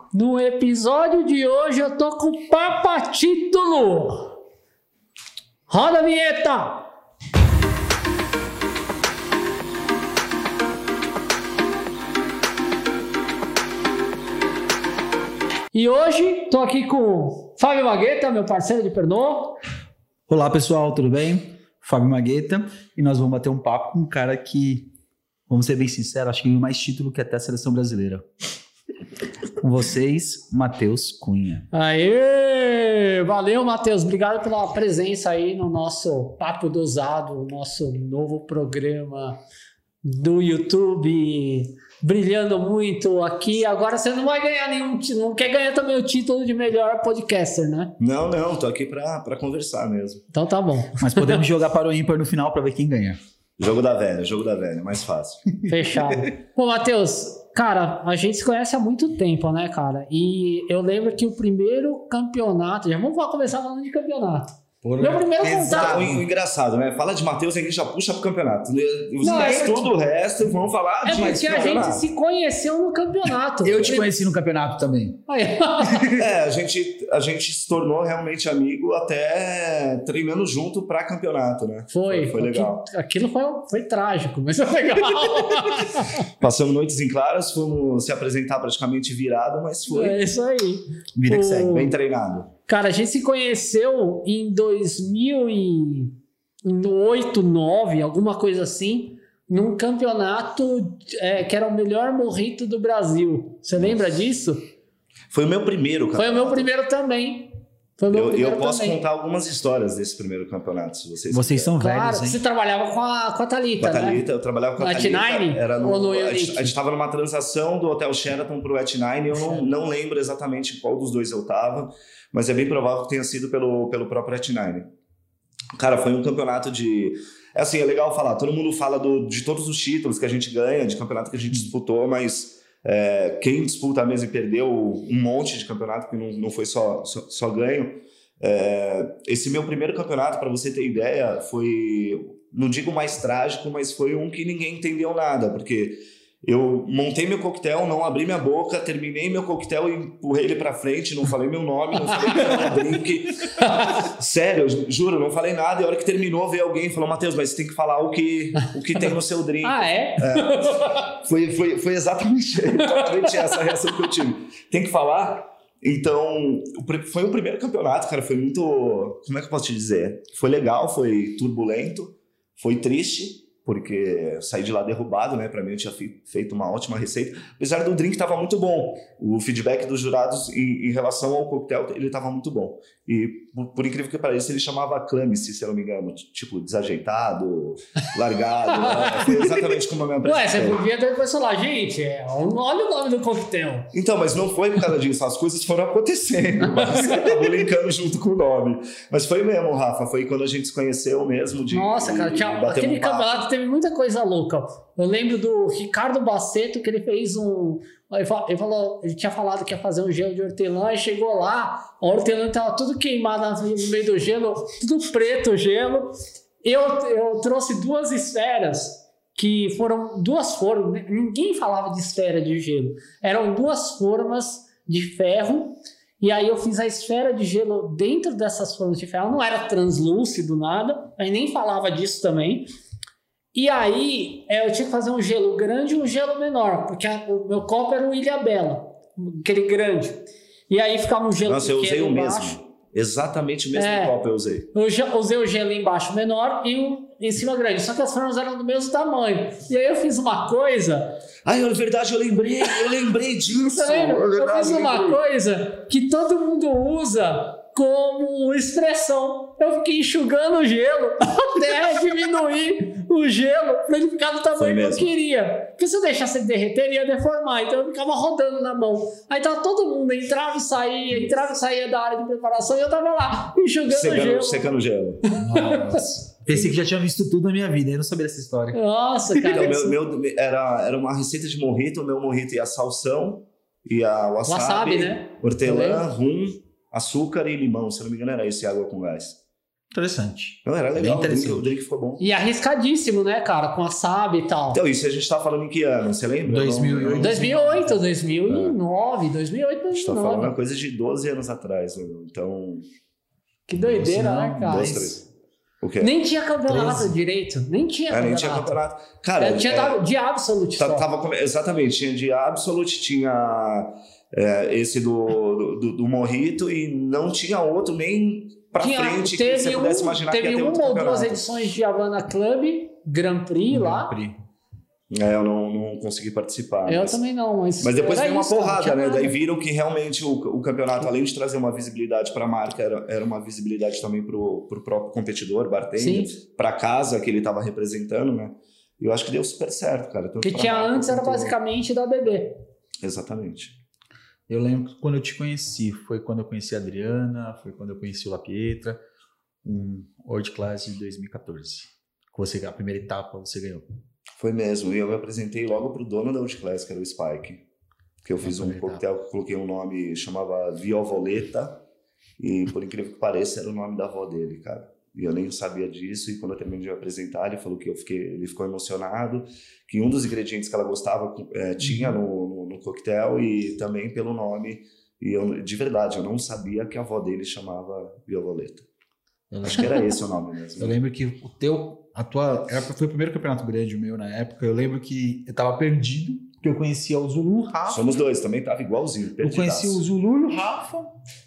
No episódio de hoje eu tô com o Papa Título. Roda a vinheta! E hoje tô aqui com o Fábio Magueta, meu parceiro de Pernod. Olá pessoal, tudo bem? Fábio Magueta, e nós vamos bater um papo com um cara que, vamos ser bem sinceros, acho que tem mais título que até a seleção brasileira. Com vocês, Matheus Cunha. Aê! Valeu, Matheus. Obrigado pela presença aí no nosso Papo Dosado, nosso novo programa do YouTube, brilhando muito aqui. Agora você não vai ganhar não quer ganhar também o título de melhor podcaster, né? Não, tô aqui pra conversar mesmo. Então tá bom. Mas podemos jogar para o ímpar no final para ver quem ganha. Jogo da velha, mais fácil. Fechado. Pô, Matheus, cara, a gente se conhece há muito tempo, né, cara? E eu lembro que o primeiro campeonato, já vamos começar falando de campeonato. Meu primeiro contato. O engraçado, né? Fala de Matheus e a gente já puxa pro campeonato. Não, tudo o resto e vamos falar de porque a gente se conheceu no campeonato. Eu te conheci no campeonato também. A gente se tornou realmente amigo até treinando junto pra campeonato, né? Foi legal. Aquilo foi trágico, mas foi legal. Passamos noites em claras, fomos se apresentar praticamente virado, mas foi. É isso aí. Vida que segue, bem treinado. Cara, a gente se conheceu em 2008, 2009, alguma coisa assim, num campeonato que era o melhor morrito do Brasil. Você lembra disso? Foi o meu primeiro campeonato. Foi o meu primeiro também. Eu posso contar algumas histórias desse primeiro campeonato, se vocês Vocês são velhos, claro, hein? Você trabalhava com a Thalita, né? Com a Thalita, eu trabalhava com a Thalita. A gente estava numa transação do Hotel Sheraton para o At9, eu não lembro exatamente qual dos dois eu estava, mas é bem provável que tenha sido pelo próprio At9. Cara, foi um campeonato de... é legal falar, todo mundo fala de todos os títulos que a gente ganha, de campeonato que a gente disputou, mas... quem disputa mesmo e perdeu um monte de campeonato, que não foi só ganho. Esse meu primeiro campeonato, para você ter ideia, foi, não digo mais trágico, mas foi um que ninguém entendeu nada, porque eu montei meu coquetel, não abri minha boca, terminei meu coquetel e empurrei ele pra frente, não falei meu nome, não falei meu drink. Sério, eu juro, não falei nada. E a hora que terminou, veio alguém e falou: Matheus, mas você tem que falar o que tem no seu drink. Ah, é? Foi exatamente essa a reação que eu tive. Tem que falar? Então, foi o primeiro campeonato, cara, foi muito... Como é que eu posso te dizer? Foi legal, foi turbulento, foi triste, porque eu saí de lá derrubado, né? Pra mim eu tinha feito uma ótima receita. Apesar do drink tava muito bom. O feedback dos jurados em relação ao coquetel, ele tava muito bom. E por incrível que pareça, ele chamava clame-se, se eu não me engano. Tipo, desajeitado, largado. Né? Foi exatamente como a minha apresentação. Ué, você podia depois falar, gente, olha o nome do coquetel. Então, mas não foi por causa disso. As coisas foram acontecendo, mas acabou linkando junto com o nome. Mas foi mesmo, Rafa. Foi quando a gente se conheceu mesmo. Nossa, cara, aquele campeonato teve muita coisa louca. Eu lembro do Ricardo Baceto, que ele fez ele tinha falado que ia fazer um gelo de hortelã, e chegou lá, a hortelã estava tudo queimada no meio do gelo, tudo preto o gelo. Eu trouxe duas esferas, que foram duas formas, ninguém falava de esfera de gelo, eram duas formas de ferro, e aí eu fiz a esfera de gelo dentro dessas formas de ferro, não era translúcido, nada, aí nem falava disso também. E aí, eu tinha que fazer um gelo grande e um gelo menor, porque o meu copo era o Ilhabela, aquele grande. E aí ficava um gelo pequeno. Nossa, eu usei o mesmo. Exatamente o mesmo copo eu usei. Eu usei o gelo embaixo menor e um em cima grande, só que as formas eram do mesmo tamanho. E aí eu fiz uma coisa... é verdade, eu lembrei disso. Eu fiz uma coisa que todo mundo usa como expressão. Eu fiquei enxugando o gelo até diminuir o gelo para ele ficar do tamanho que eu queria. Porque se eu deixasse ele derreter, ele ia deformar. Então eu ficava rodando na mão. Aí tava todo mundo, entrava e saía da área de preparação e eu tava lá, enxugando o gelo. Secando o gelo. Nossa. Pensei que já tinha visto tudo na minha vida, eu não sabia dessa história. Nossa, cara. Então, era uma receita de morrito, o meu morrito ia salsão, ia wasabi, né? Hortelã, rum, açúcar e limão. Se eu não me engano, era isso, e água com gás. Interessante. Não, era legal, o drink ficou bom. E arriscadíssimo, né, cara? Com a SAB e tal. Então, isso a gente tá falando em que ano? Você lembra? 2008, 2009, 2008, 2009. A gente tá falando uma coisa de 12 anos atrás, né? Então... Que doideira, né, cara? O quê? Nem tinha campeonato direito. Nem tinha campeonato. Nem tinha campeonato. Cara, tinha de Absolute só. Exatamente, tinha de Absolute, tinha esse do Morrito e não tinha outro nem pra frente que você pudesse imaginar que ia ter outro campeonato. Teve uma ou duas edições de Havana Club, Grand Prix lá. Eu não consegui participar. Eu também não, mas depois veio uma porrada, né? Daí viram que realmente o campeonato, além de trazer uma visibilidade para a marca, era uma visibilidade também para o próprio competidor, bartender, para a casa que ele estava representando, né? E eu acho que deu super certo, cara. O que tinha antes era basicamente da BB. Exatamente. Eu lembro que quando eu te conheci, foi quando eu conheci a Adriana, foi quando eu conheci o La Pietra, um World Class de 2014. Que a primeira etapa você ganhou. Foi mesmo, e eu me apresentei logo pro dono da World Class, que era o Spike. Que eu fiz um coquetel, coloquei um nome, chamava Viovoleta, e por incrível que pareça, era o nome da avó dele, cara. E eu nem sabia disso, e quando eu terminei de me apresentar, ele falou que ele ficou emocionado, que um dos ingredientes que ela gostava tinha no coquetel, e também pelo nome, e eu, de verdade, eu não sabia que a avó dele chamava Viovoleta. Acho que era esse o nome mesmo. Eu lembro que foi o primeiro campeonato grande meu na época. Eu lembro que eu tava perdido, porque eu conhecia o Zulu, o Rafa. Somos dois, também tava igualzinho, perdidaço. Eu conheci o Zulu e o Rafa.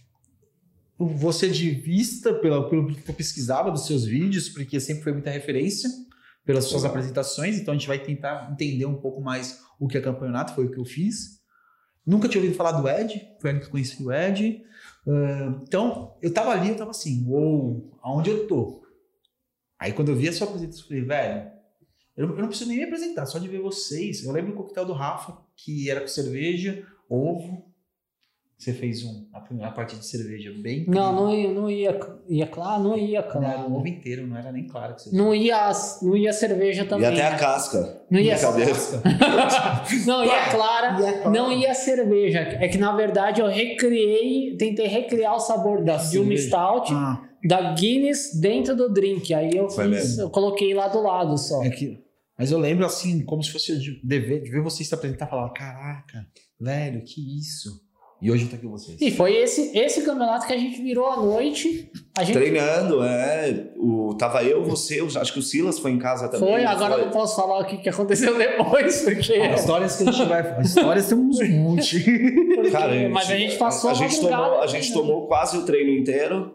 Você de vista, pelo que eu pesquisava dos seus vídeos, porque sempre foi muita referência pelas suas apresentações, então a gente vai tentar entender um pouco mais o que é campeonato, foi o que eu fiz. Nunca tinha ouvido falar do Ed, foi ali que eu conheci o Ed. Então, eu tava ali, eu tava assim, aonde eu tô? Aí quando eu vi a sua apresentação, eu falei, velho, eu não preciso nem me apresentar, só de ver vocês. Eu lembro do coquetel do Rafa, que era com cerveja, ovo. Você fez a parte de cerveja bem... Não ia claro, não ia, cara. Era o ovo inteiro, não era nem claro que você não ia cerveja também. E até a casca. Não ia casca. Não ia clara, não ia cerveja. É que na verdade eu tentei recriar o sabor de uma stout, da Guinness dentro do drink. Aí eu coloquei lá do lado só. Mas eu lembro assim, como se fosse de ver vocês se apresentar e falar, caraca, velho, que isso? E hoje eu tô aqui com vocês. E foi esse campeonato que a gente virou à noite. Treinando, tava eu, você, acho que o Silas foi em casa também. Foi, agora eu não posso falar o que aconteceu depois, porque... Histórias que a gente vai... Histórias temos um monte. Cara, mas a gente passou a gente tomou quase o treino inteiro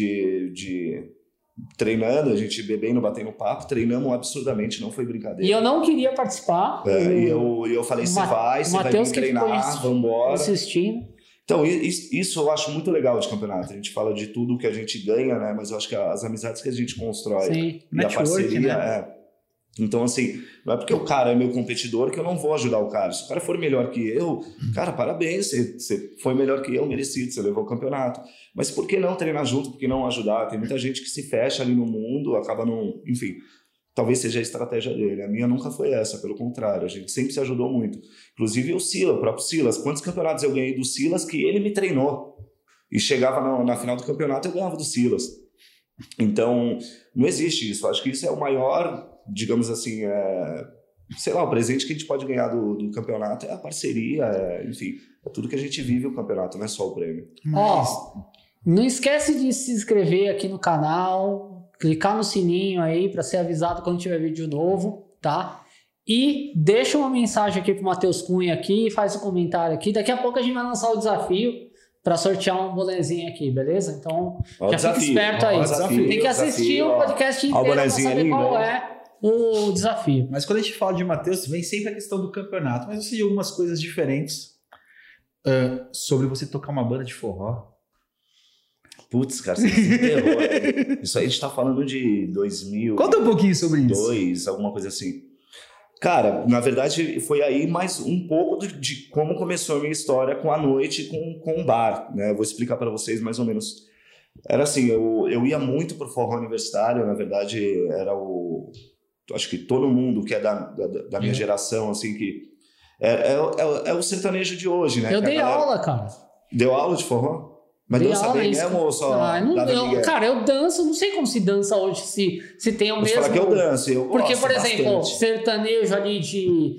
de treinando, a gente bebendo, batendo papo, treinamos absurdamente, não foi brincadeira. E eu não queria participar. E eu falei, você vai vir treinar, vambora. Assistindo. Então, isso eu acho muito legal de campeonato. A gente fala de tudo que a gente ganha, né? Mas eu acho que as amizades que a gente constrói e network, a parceria... Né? Então, assim, não é porque o cara é meu competidor que eu não vou ajudar o cara. Se o cara for melhor que eu, cara, parabéns, você foi melhor que eu, merecido, você levou o campeonato. Mas por que não treinar junto? Por que não ajudar? Tem muita gente que se fecha ali no mundo, acaba não... Enfim, talvez seja a estratégia dele. A minha nunca foi essa, pelo contrário. A gente sempre se ajudou muito. Inclusive o próprio Silas. Quantos campeonatos eu ganhei do Silas que ele me treinou? E chegava na final do campeonato, eu ganhava do Silas. Então, não existe isso. Acho que isso é o maior, digamos assim, sei lá, o presente que a gente pode ganhar do campeonato é a parceria, enfim, é tudo que a gente vive o campeonato, não é só o prêmio. Não esquece de se inscrever aqui no canal, clicar no sininho aí para ser avisado quando tiver vídeo novo, tá? E deixa uma mensagem aqui pro Matheus Cunha aqui, faz um comentário aqui. Daqui a pouco a gente vai lançar o desafio para sortear um bolezinho aqui, beleza? Então, já fica esperto aí. Tem que assistir o podcast inteiro para saber qual é o desafio. Mas quando a gente fala de Matheus, vem sempre a questão do campeonato. Mas eu sei algumas coisas diferentes sobre você tocar uma banda de forró. Putz, cara, você se enterrou. Isso aí a gente tá falando de 2000. Conta um pouquinho sobre isso. Alguma coisa assim. Cara, na verdade foi aí mais um pouco de como começou a minha história com a noite, com o bar, né? Eu vou explicar para vocês mais ou menos. Era assim, eu ia muito pro forró universitário, na verdade era acho que todo mundo que é da minha geração, assim, que é o sertanejo de hoje, né? Eu dei aula, cara. Deu aula de forró? Mas dança bem mesmo ou só cara, eu danço, não sei como se dança hoje, se tem o mesmo... Falar que eu danço, eu porque, gosto por exemplo, bastante. sertanejo ali de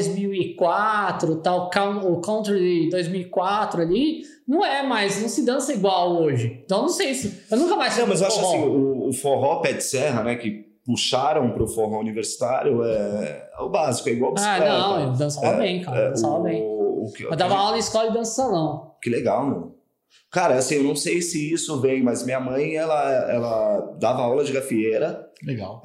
2004, tal, o country de 2004 ali, não se dança igual hoje. Então, não sei se... Eu nunca mais... Não, mas eu acho assim, o forró pé de serra, né, que puxaram pro forró universitário, é o básico, é igual bicicleta. Eu dançava bem, cara, dançava bem. Eu dava aula em escola de dança salão. Que legal, meu. Cara, assim, eu não sei se isso vem, mas minha mãe, ela dava aula de gafieira. Legal.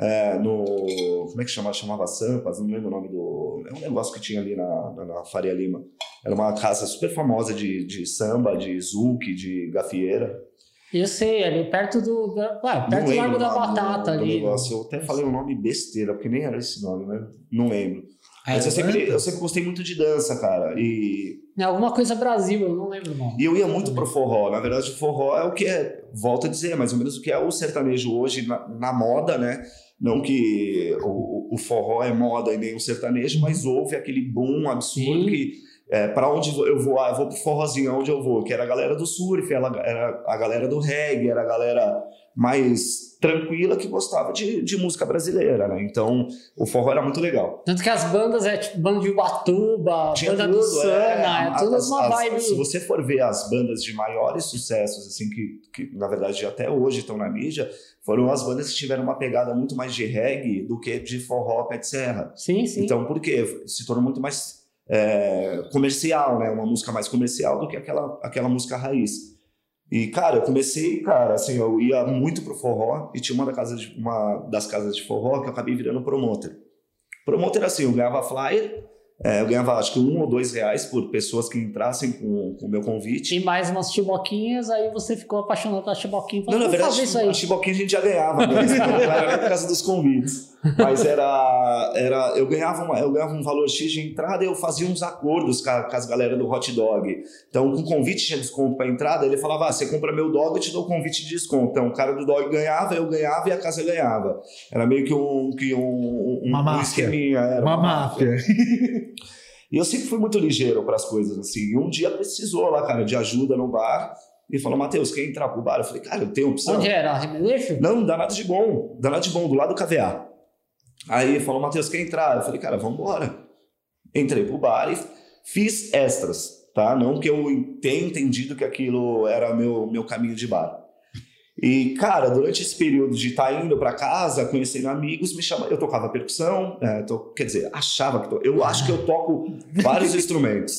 Como é que chamava Sampas? Não lembro o nome do... É um negócio que tinha ali na Faria Lima. Era uma casa super famosa de samba, de zouk, de gafieira. Eu sei, ali perto do Largo da Batata ali. Negócio. Eu até falei um nome besteira, porque nem era esse nome, né? Não lembro. Mas eu sempre gostei muito de dança, cara. E... Alguma coisa Brasil, eu não lembro o nome. E eu ia muito pro forró. Na verdade, o forró é o que é, volto a dizer, mais ou menos o que é o sertanejo hoje na moda, né? Não que o forró é moda e nem o sertanejo, mas houve aquele boom absurdo. Sim. Que para onde eu vou pro forrozinho, onde eu vou, que era a galera do surf, era a galera do reggae, era a galera mais tranquila que gostava de música brasileira, né? Então, o forró era muito legal. Tanto que as bandas, tipo banda de Ubatuba, banda do Sana, tudo uma vibe. Se você for ver as bandas de maiores sucessos, assim, que na verdade até hoje estão na mídia, foram as bandas que tiveram uma pegada muito mais de reggae do que de forró pé de serra. Sim, sim. Então, por quê? Se tornou muito mais comercial, né? Uma música mais comercial do que aquela música raiz. E, cara, eu comecei, assim, eu ia muito pro forró e tinha uma das casas de forró que eu acabei virando promoter. Promoter, assim, eu ganhava flyer, eu ganhava acho que R$1 ou R$2 por pessoas que entrassem com o meu convite. E mais umas chiboquinhas, aí você ficou apaixonado pela chiboquinha. Não, na verdade, a chiboquinha a gente já ganhava, mesmo, não era por causa dos convites. Mas eu ganhava um valor X de entrada e eu fazia uns acordos com as galera do hot dog. Então, com convite tinha desconto para entrada, ele falava, você compra meu dog, eu te dou convite de desconto. Então, o cara do dog ganhava, eu ganhava e a casa ganhava. Era meio que uma máfia. Esqueminha. Uma máfia. E eu sempre fui muito ligeiro para as coisas, assim. E um dia precisou lá, cara, de ajuda no bar. E falou, Matheus, quer entrar pro bar? Eu falei, cara, eu tenho opção. Onde era? Remeleixo? Não, Danado de Bom, do lado do KVA. Aí ele falou, Matheus, quer entrar? Eu falei, cara, vamos embora. Entrei pro bar e fiz extras, tá? Não que eu tenha entendido que aquilo era meu caminho de bar. E, cara, durante esse período de estar indo para casa, conhecendo amigos, eu tocava percussão, quer dizer, eu acho que eu toco vários instrumentos,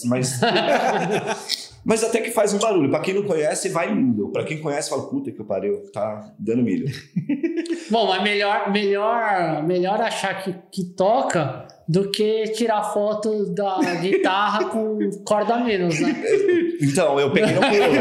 mas até que faz um barulho. Para quem não conhece, vai indo. Para quem conhece, fala, puta que pariu, tá dando milho. Bom, mas melhor achar que toca do que tirar foto da guitarra com corda menos, né? Então, eu peguei no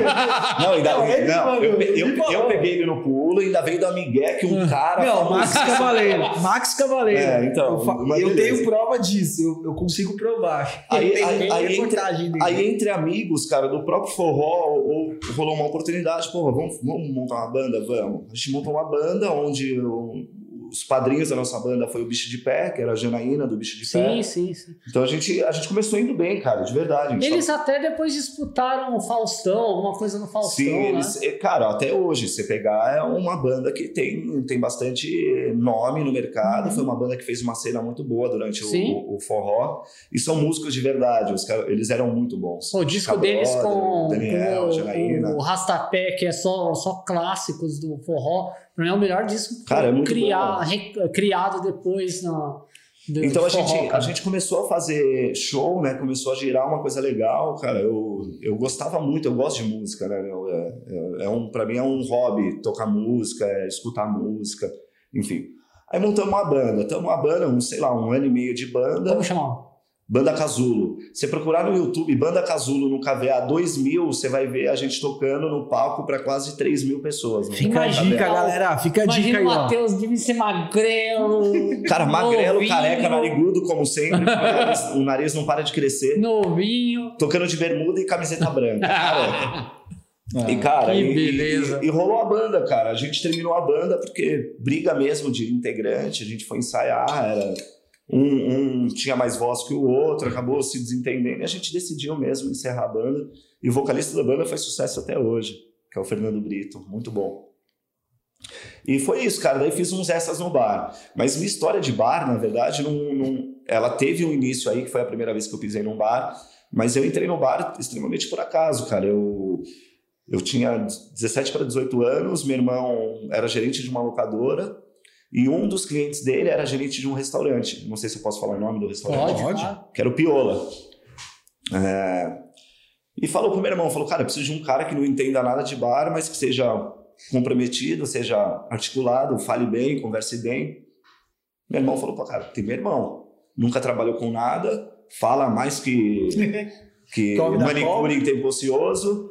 pulo. Eu peguei ele no pulo e ainda veio da migué que um cara... Não, Max Cavaleiro. Então, eu tenho prova disso, eu consigo provar. Aí entre amigos, cara, do próprio forró, rolou uma oportunidade, porra, vamos montar uma banda? Vamos. A gente montou uma banda onde... Os padrinhos da nossa banda foi o Bicho de Pé, que era a Janaína do Bicho de Pé. Sim. Então a gente começou indo bem, cara, de verdade. Eles até depois disputaram o Faustão, alguma coisa no Faustão, sim, cara, até hoje, você pegar, é uma banda que tem bastante nome no mercado, foi uma banda que fez uma cena muito boa durante o forró, e são músicos de verdade, eles eram muito bons. O disco deles com Daniel, Janaína. O Rastapé, que é só clássicos do forró, pra mim é o melhor disco cara, é muito criado depois então a gente começou a fazer show, né? Começou a girar uma coisa legal, cara. Eu gostava muito, eu gosto de música, né? Pra mim é um hobby tocar música, escutar música, enfim. Aí montamos uma banda, um ano e meio de banda. Como chamava? Banda Casulo. Você procurar no YouTube Banda Casulo no KVA 2000, você vai ver a gente tocando no palco para quase 3.000 pessoas. Fica a dica, galera. Fica a dica aí. Imagina o Matheus devia ser magrelo. Cara, magrelo, novinho, careca, narigudo, como sempre. O nariz não para de crescer. Novinho. Tocando de bermuda e camiseta branca. Careca. E, cara, que beleza. E rolou a banda, cara. A gente terminou a banda porque briga mesmo de integrante. A gente foi ensaiar, era... Um tinha mais voz que o outro, acabou se desentendendo e a gente decidiu mesmo encerrar a banda. E o vocalista da banda faz sucesso até hoje. que é o Fernando Brito, muito bom. E foi isso, cara, daí fiz uns extras no bar. Mas minha história de bar, na verdade, ela teve um início aí, que foi a primeira vez que eu pisei num bar, mas eu entrei no bar extremamente por acaso, cara. Eu tinha 17 para 18 anos, meu irmão era gerente de uma locadora e um dos clientes dele era gerente de um restaurante. Não sei se eu posso falar o nome do restaurante. Pode. Que era o Piola. E falou pro meu irmão, cara, eu preciso de um cara que não entenda nada de bar, mas que seja comprometido, seja articulado, fale bem, converse bem. Meu irmão falou, cara, tem meu irmão, nunca trabalhou com nada, fala mais que manicure em tempo ocioso,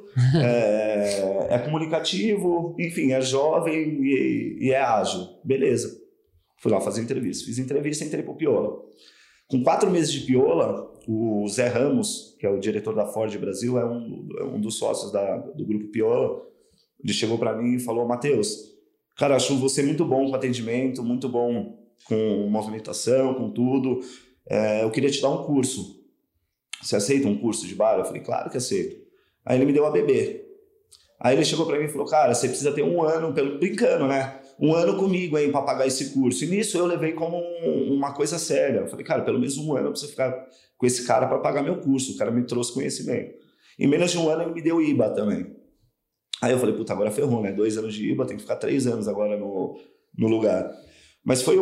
é comunicativo, enfim, é jovem e é ágil. Beleza. Fui lá fazer entrevista. Fiz entrevista e entrei pro Piola. Com 4 meses de Piola, o Zé Ramos, que é o diretor da Ford Brasil, é um dos sócios do grupo Piola. Ele chegou para mim e falou, Matheus, cara, acho você muito bom com atendimento, muito bom com movimentação, com tudo. Eu queria te dar um curso. Você aceita um curso de bar? Eu falei, claro que aceito. Aí ele me deu a beber. Aí ele chegou para mim e falou, cara, você precisa ter 1 ano, brincando, né? 1 ano comigo, hein, para pagar esse curso. E nisso eu levei como uma coisa séria. Eu falei, cara, pelo menos 1 ano eu preciso ficar com esse cara para pagar meu curso. O cara me trouxe conhecimento. Em menos de 1 ano ele me deu IBA também. Aí eu falei, puta, agora ferrou, né? 2 anos de IBA, tem que ficar 3 anos agora no lugar. Mas foi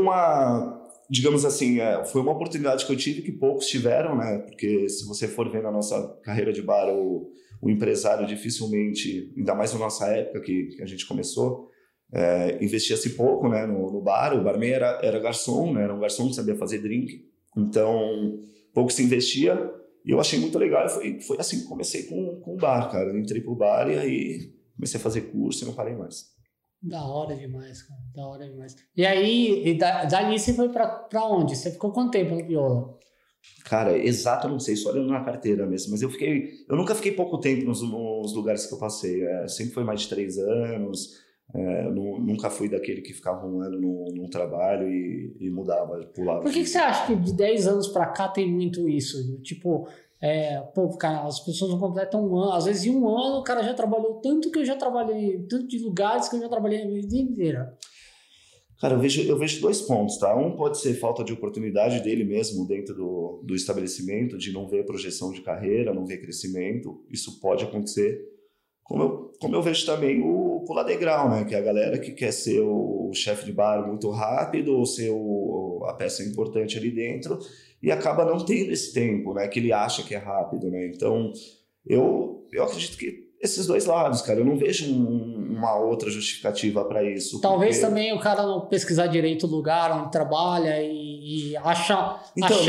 digamos assim, foi uma oportunidade que eu tive que poucos tiveram, né? Porque se você for ver na nossa carreira de bar, o empresário dificilmente, ainda mais na nossa época que a gente começou, investia-se pouco, né, no bar. O barman era garçom, né? Era um garçom que sabia fazer drink. Então, pouco se investia. E eu achei muito legal. Foi assim que comecei com o bar, cara. Eu entrei pro bar e aí comecei a fazer curso e não parei mais. Da hora demais, cara. Da hora demais. E aí, dali você foi pra onde? Você ficou quanto tempo no Piola? Cara, exato, eu não sei, só olhando na carteira mesmo. Mas eu nunca fiquei pouco tempo nos lugares que eu passei. Sempre foi mais de 3 anos. Nunca fui daquele que ficava 1 ano num trabalho e mudava, pulava. Por que você acha que de 10 anos pra cá tem muito isso? Tipo, cara, as pessoas não completam 1 ano. Às vezes em 1 ano o cara já trabalhou tanto que eu já trabalhei, tanto de lugares que eu já trabalhei a vida inteira. Cara, eu vejo 2 pontos, tá? Um pode ser falta de oportunidade dele mesmo dentro do estabelecimento, de não ver projeção de carreira, não ver crescimento. Isso pode acontecer. Como eu vejo também o pular degrau, né? Que é a galera que quer ser o chefe de bar muito rápido ou ser a peça importante ali dentro e acaba não tendo esse tempo, né? Que ele acha que é rápido, né? Então, eu acredito que esses 2 lados, cara, eu não vejo uma outra justificativa para isso. Talvez também o cara não pesquisar direito o lugar onde trabalha e achar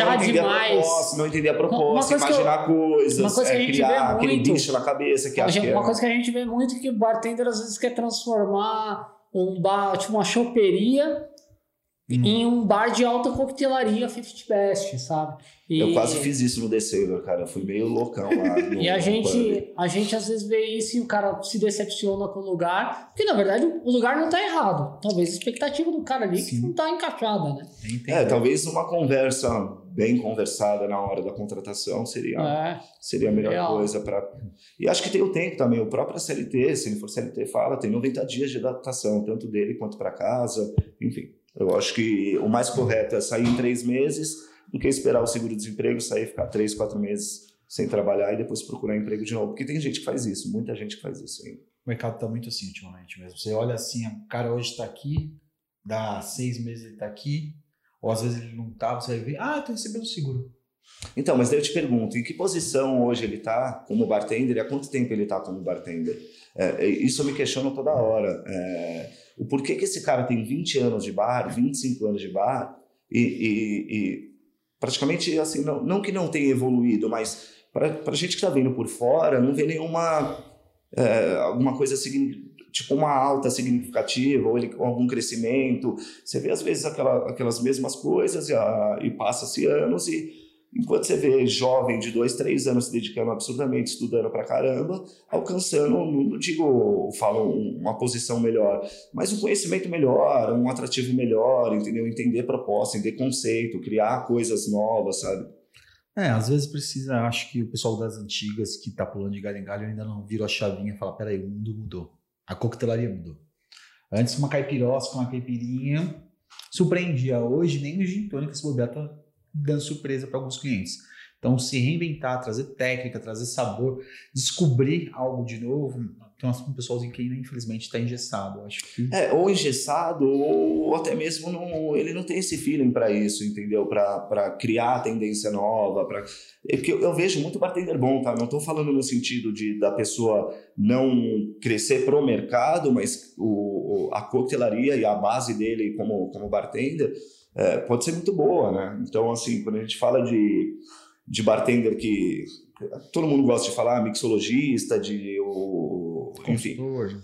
demais. Não entender a proposta, imaginar coisas, uma coisa que a gente criar vê aquele muito, bicho na cabeça que acha que é. Uma coisa que a gente vê muito é que o bartender às vezes quer transformar um bar, tipo uma choperia, em um bar de alta coquetelaria 50 Best, sabe? Eu quase fiz isso no The Sailor, cara. Fui meio loucão lá. E a gente às vezes vê isso e o cara se decepciona com o lugar, porque na verdade o lugar não tá errado. Talvez a expectativa do cara ali que não tá encaixada, né? Talvez uma conversa bem conversada na hora da contratação seria a melhor coisa para. E acho que tem o tempo também. O próprio CLT, se ele for CLT, fala, tem 90 dias de adaptação, tanto dele quanto para casa, enfim. Eu acho que o mais correto é sair em 3 meses do que esperar o seguro-desemprego, sair, ficar 3, 4 meses sem trabalhar e depois procurar emprego de novo. Porque tem gente que faz isso, muita gente que faz isso ainda. O mercado está muito assim ultimamente mesmo. Você olha assim, o cara hoje está aqui, dá 6 meses ele está aqui, ou às vezes ele não está, você vai ver, estou recebendo seguro. Então, mas daí eu te pergunto, em que posição hoje ele está como bartender e há quanto tempo ele está como bartender? Isso eu me questiono toda hora. O porquê que esse cara tem 20 anos de bar, 25 anos de bar e praticamente assim, não que não tenha evoluído, mas para gente que está vendo por fora, não vê alguma coisa tipo uma alta significativa ou algum crescimento. Você vê às vezes aquelas mesmas coisas e passa-se anos e enquanto você vê jovem de 2, 3 anos se dedicando absurdamente, estudando pra caramba, alcançando, não digo, uma posição melhor, mas um conhecimento melhor, um atrativo melhor, entendeu? Entender proposta, entender conceito, criar coisas novas, sabe? Às vezes precisa, acho que o pessoal das antigas que tá pulando de galho em galho ainda não virou a chavinha e fala, peraí, o mundo mudou. A coquetelaria mudou. Antes, uma caipirosca, uma caipirinha surpreendia. Hoje, nem o gin tônica se bobear tá dando surpresa para alguns clientes. Então, se reinventar, trazer técnica, trazer sabor, descobrir algo de novo. Tem um pessoalzinho que ainda, infelizmente, está engessado. Acho que... ou engessado, ou até mesmo ele não tem esse feeling para isso, entendeu? Para criar tendência nova. Eu vejo muito bartender bom, tá? Não estou falando no sentido da pessoa não crescer pro mercado, mas a coquetelaria e a base dele como bartender pode ser muito boa, né? Então, assim, quando a gente fala de bartender que todo mundo gosta de falar, mixologista, enfim.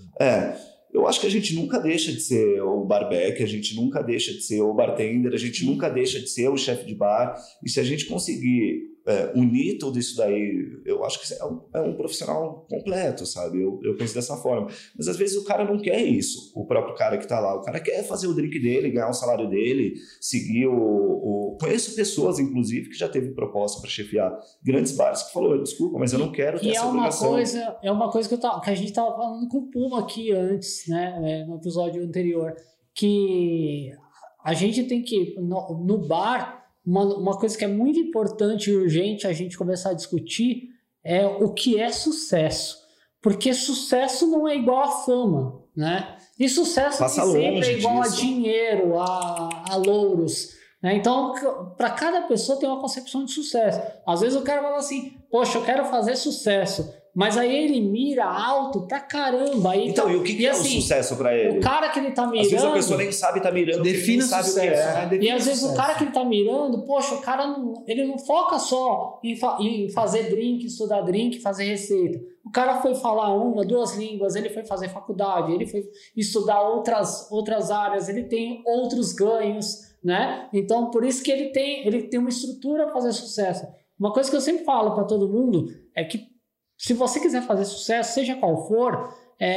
Eu acho que a gente nunca deixa de ser o barback, a gente nunca deixa de ser o bartender, a gente nunca deixa de ser o chefe de bar. E se a gente conseguir unir tudo isso daí, eu acho que é um profissional completo, sabe? Eu penso dessa forma. Mas às vezes o cara não quer isso, o próprio cara que tá lá. O cara quer fazer o drink dele, ganhar o salário dele, seguir Conheço pessoas, inclusive, que já teve proposta para chefiar grandes bares que falou, desculpa, mas eu não quero ter essa obrigação. É uma coisa que a gente estava falando com o Puma aqui antes, né, no episódio anterior, que a gente tem que, no bar, uma coisa que é muito importante e urgente a gente começar a discutir é o que é sucesso. Porque sucesso não é igual a fama, né? E sucesso sempre é igual a dinheiro, a louros. Então, para cada pessoa tem uma concepção de sucesso. Às vezes o cara fala assim, poxa, eu quero fazer sucesso, mas aí ele mira alto pra caramba. Então, e o que é assim, o sucesso para ele? O cara que ele tá mirando... Às vezes a pessoa nem sabe tá mirando, define o sabe sucesso. O que é. E às vezes o cara que ele tá mirando, poxa, o cara ele não foca só em fazer drink, estudar drink, fazer receita. O cara foi falar 1, 2 línguas, ele foi fazer faculdade, ele foi estudar outras áreas, ele tem outros ganhos, né? Então, por isso que ele tem uma estrutura para fazer sucesso. Uma coisa que eu sempre falo para todo mundo é que se você quiser fazer sucesso, seja qual for,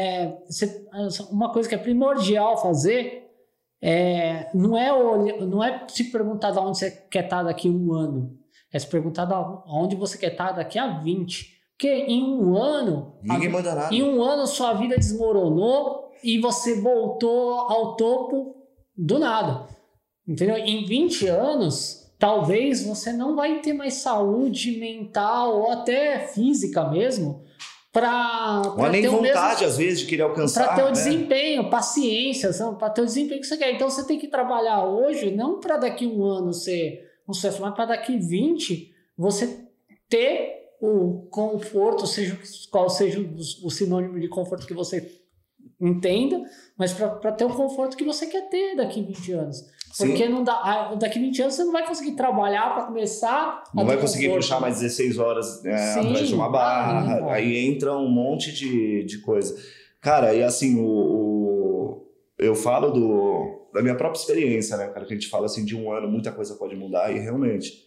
uma coisa que é primordial fazer não é se perguntar de onde você quer estar daqui a 1 ano, é se perguntar de onde você quer estar daqui a 20. Porque em 1 ano... Ninguém manda nada. Em 1 ano, sua vida desmoronou e você voltou ao topo do nada. Entendeu? Em 20 anos, talvez você não vai ter mais saúde mental ou até física mesmo ou nem vontade, às vezes, de querer alcançar. Para ter o desempenho, paciência, para ter o desempenho que você quer. Então, você tem que trabalhar hoje, não para daqui a 1 ano ser um sucesso, mas para daqui 20, você ter o conforto, qual seja o sinônimo de conforto que você entenda, mas para ter o conforto que você quer ter daqui a 20 anos. Porque não dá, daqui a 20 anos você não vai conseguir trabalhar para começar. Não vai conseguir puxar mais 16 horas atrás de uma barra, aí entra um monte de coisa. Cara, e assim, eu falo da minha própria experiência, né, cara, que a gente fala assim, de 1 ano, muita coisa pode mudar, e realmente,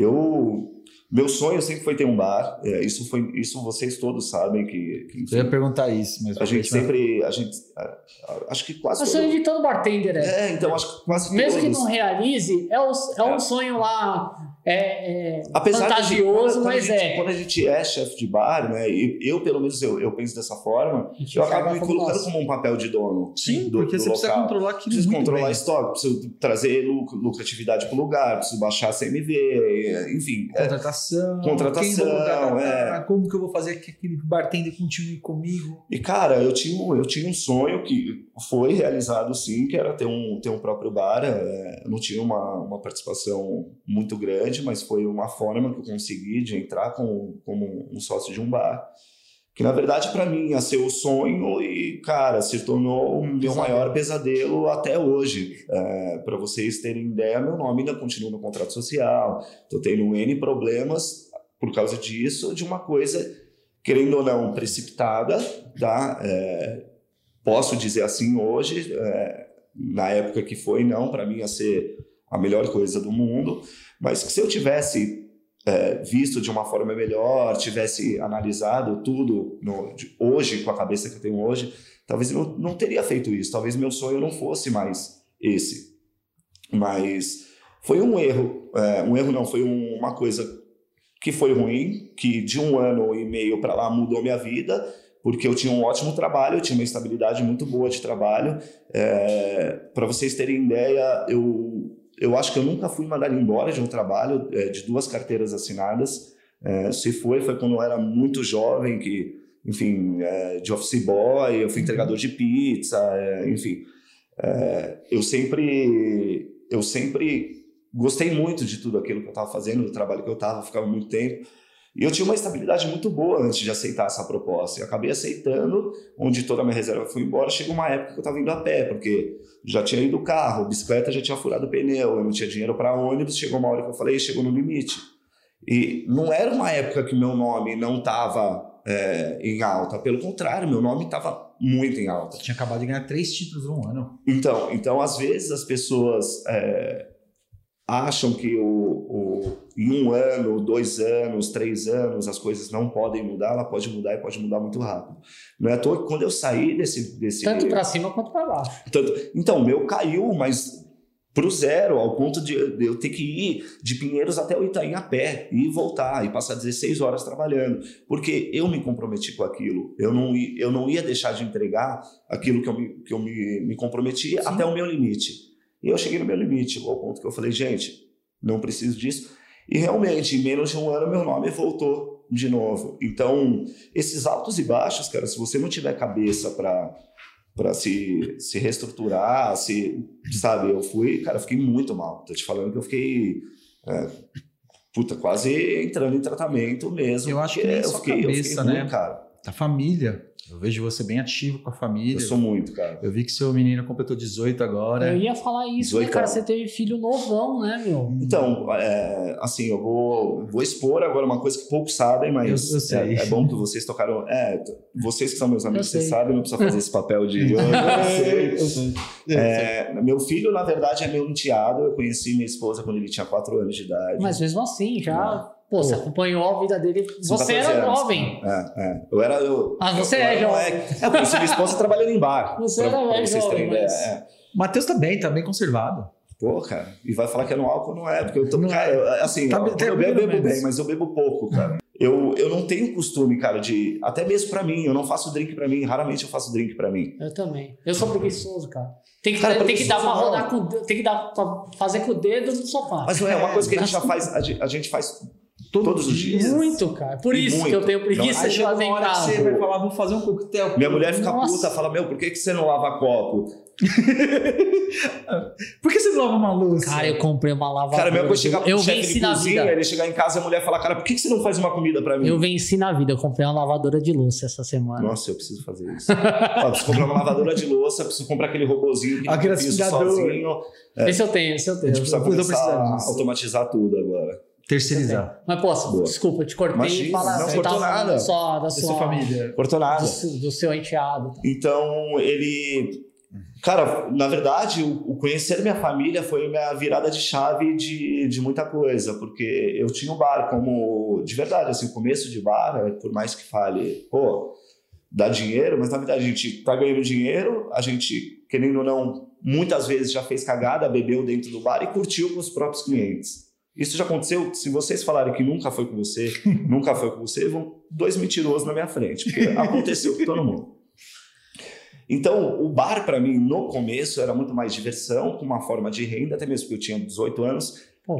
meu sonho sempre foi ter um bar, isso vocês todos sabem que enfim, eu ia perguntar isso, mas acho que quase o sonho de todo bartender então acho que quase mesmo todos. Que não realize, um sonho lá apesar fantasioso, quando a gente é chefe de bar, né, eu pelo menos eu penso dessa forma, eu acabo me colocando como um papel de dono. Sim, porque você precisa controlar aquilo. Preciso controlar estoque, preciso trazer lucratividade para o lugar, preciso baixar a CMV, enfim. Contratação, como que eu vou fazer que aquele bartender continue comigo? E cara, eu tinha um sonho que foi realizado sim, que era ter um próprio bar. Eu não tinha uma participação muito grande, mas foi uma forma que eu consegui de entrar como um sócio de um bar, que na verdade para mim ia ser o sonho e, cara, se tornou o meu maior pesadelo até hoje. Para vocês terem ideia, meu nome ainda continua no contrato social, tô tendo N problemas por causa disso, de uma coisa, querendo ou não, precipitada, tá? Posso dizer assim hoje, na época que foi, não, para mim ia ser a melhor coisa do mundo, mas que se eu tivesse visto de uma forma melhor, tivesse analisado tudo hoje, com a cabeça que eu tenho hoje, talvez eu não teria feito isso, talvez meu sonho não fosse mais esse. Mas foi um erro, foi uma coisa que foi ruim, que de 1 ano e meio para lá mudou minha vida, porque eu tinha um ótimo trabalho, eu tinha uma estabilidade muito boa de trabalho. Para vocês terem ideia, eu acho que eu nunca fui mandado embora de um trabalho de 2 carteiras assinadas. Se foi quando eu era muito jovem, que, enfim, de office boy, eu fui entregador de pizza, enfim. Eu sempre gostei muito de tudo aquilo que eu estava fazendo, do trabalho que eu estava, ficava muito tempo. E eu tinha uma estabilidade muito boa antes de aceitar essa proposta. Eu acabei aceitando, onde toda a minha reserva foi embora. Chegou uma época que eu estava indo a pé, porque já tinha ido o carro, a bicicleta já tinha furado o pneu, eu não tinha dinheiro para ônibus. Chegou uma hora que eu falei, chegou no limite. E não era uma época que meu nome não estava em alta. Pelo contrário, meu nome estava muito em alta. Tinha acabado de ganhar 3 títulos em um ano. Então às vezes as pessoas acham que em 1 ano, 2 anos, 3 anos as coisas não podem mudar. Ela pode mudar e pode mudar muito rápido. Não é à toa que quando eu saí desse tanto para cima quanto para baixo. Então, o meu caiu, mas pro zero, ao ponto de eu ter que ir de Pinheiros até o Itaim a pé e voltar e passar 16 horas trabalhando, porque eu me comprometi com aquilo. Eu não ia deixar de entregar aquilo que eu me comprometi. Sim. Até o meu limite. E eu cheguei no meu limite, ao ponto que eu falei, gente, não preciso disso. E realmente, em menos de 1 ano, meu nome voltou de novo. Então, esses altos e baixos, cara, se você não tiver cabeça para se reestruturar, sabe, eu fiquei muito mal. Tô te falando que eu fiquei quase entrando em tratamento mesmo. Eu acho que nem só cabeça, né? Ruim, cara. A família. Eu vejo você bem ativo com a família. Eu sou muito, cara. Eu vi que seu menino completou 18 agora. Eu ia falar isso, né, cara? Você teve filho novão, né, meu? Então, assim, eu vou expor agora uma coisa que poucos sabem, mas eu sei. É bom que vocês tocaram... vocês que são meus amigos, vocês sabem, não precisa fazer esse papel de... Eu sei. Meu filho, na verdade, é meu enteado. Eu conheci minha esposa quando ele tinha 4 anos de idade. Mas mesmo assim, já... Pô, você acompanhou a vida dele. Você era jovem. Você é jovem. Eu conheci minha esposa trabalhando em bar. Você era velho jovem. Matheus tá bem conservado. Pô, cara, e vai falar que é no álcool, não é, porque eu tô... Cara, assim, eu bebo bem, mas eu bebo pouco, cara. Eu não tenho costume, cara, de... Até mesmo pra mim, eu não faço drink pra mim, raramente eu faço drink pra mim. Eu também. Eu sou preguiçoso, cara. Tem que dar pra rodar com o dedo, tem que dar pra fazer com o dedo no sofá. Mas não é uma coisa que a gente já faz, a gente faz... Todos os dias. Muito, cara. Por isso que eu tenho preguiça de fazer em casa. Você vai falar, vou fazer um coquetel. Minha mulher fica puta, fala, por que você não lava copo? Por que você não lava uma louça? Cara, eu comprei uma lavadora. Cara, meu chegar pro chefe de cozinha, ele chegar em casa e a mulher falar, cara, por que você não faz uma comida pra mim? Eu venci na vida, eu comprei uma lavadora de louça essa semana. Nossa, eu preciso fazer isso. Preciso comprar uma lavadora de louça, preciso comprar aquele robozinho que aquele aspirador sozinho. Esse eu tenho. A gente precisa começar a automatizar tudo agora. Terceirizar. Mas posso, desculpa, eu te cortei. Imagina, falar, não cortou nada. Da sua família. Cortou nada. Do seu enteado. Então, ele... Cara, na verdade, o conhecer minha família foi minha virada de chave de muita coisa, porque eu tinha um bar como... De verdade, assim, o começo de bar, por mais que fale, dá dinheiro, mas na verdade a gente tá ganhando dinheiro, a gente, querendo ou não, muitas vezes já fez cagada, bebeu dentro do bar e curtiu com os próprios clientes. Isso já aconteceu, se vocês falarem que nunca foi com você, vão 2 mentirosos na minha frente, porque aconteceu com todo mundo. Então, o bar para mim, no começo, era muito mais diversão, com uma forma de renda, até mesmo porque eu tinha 18 anos,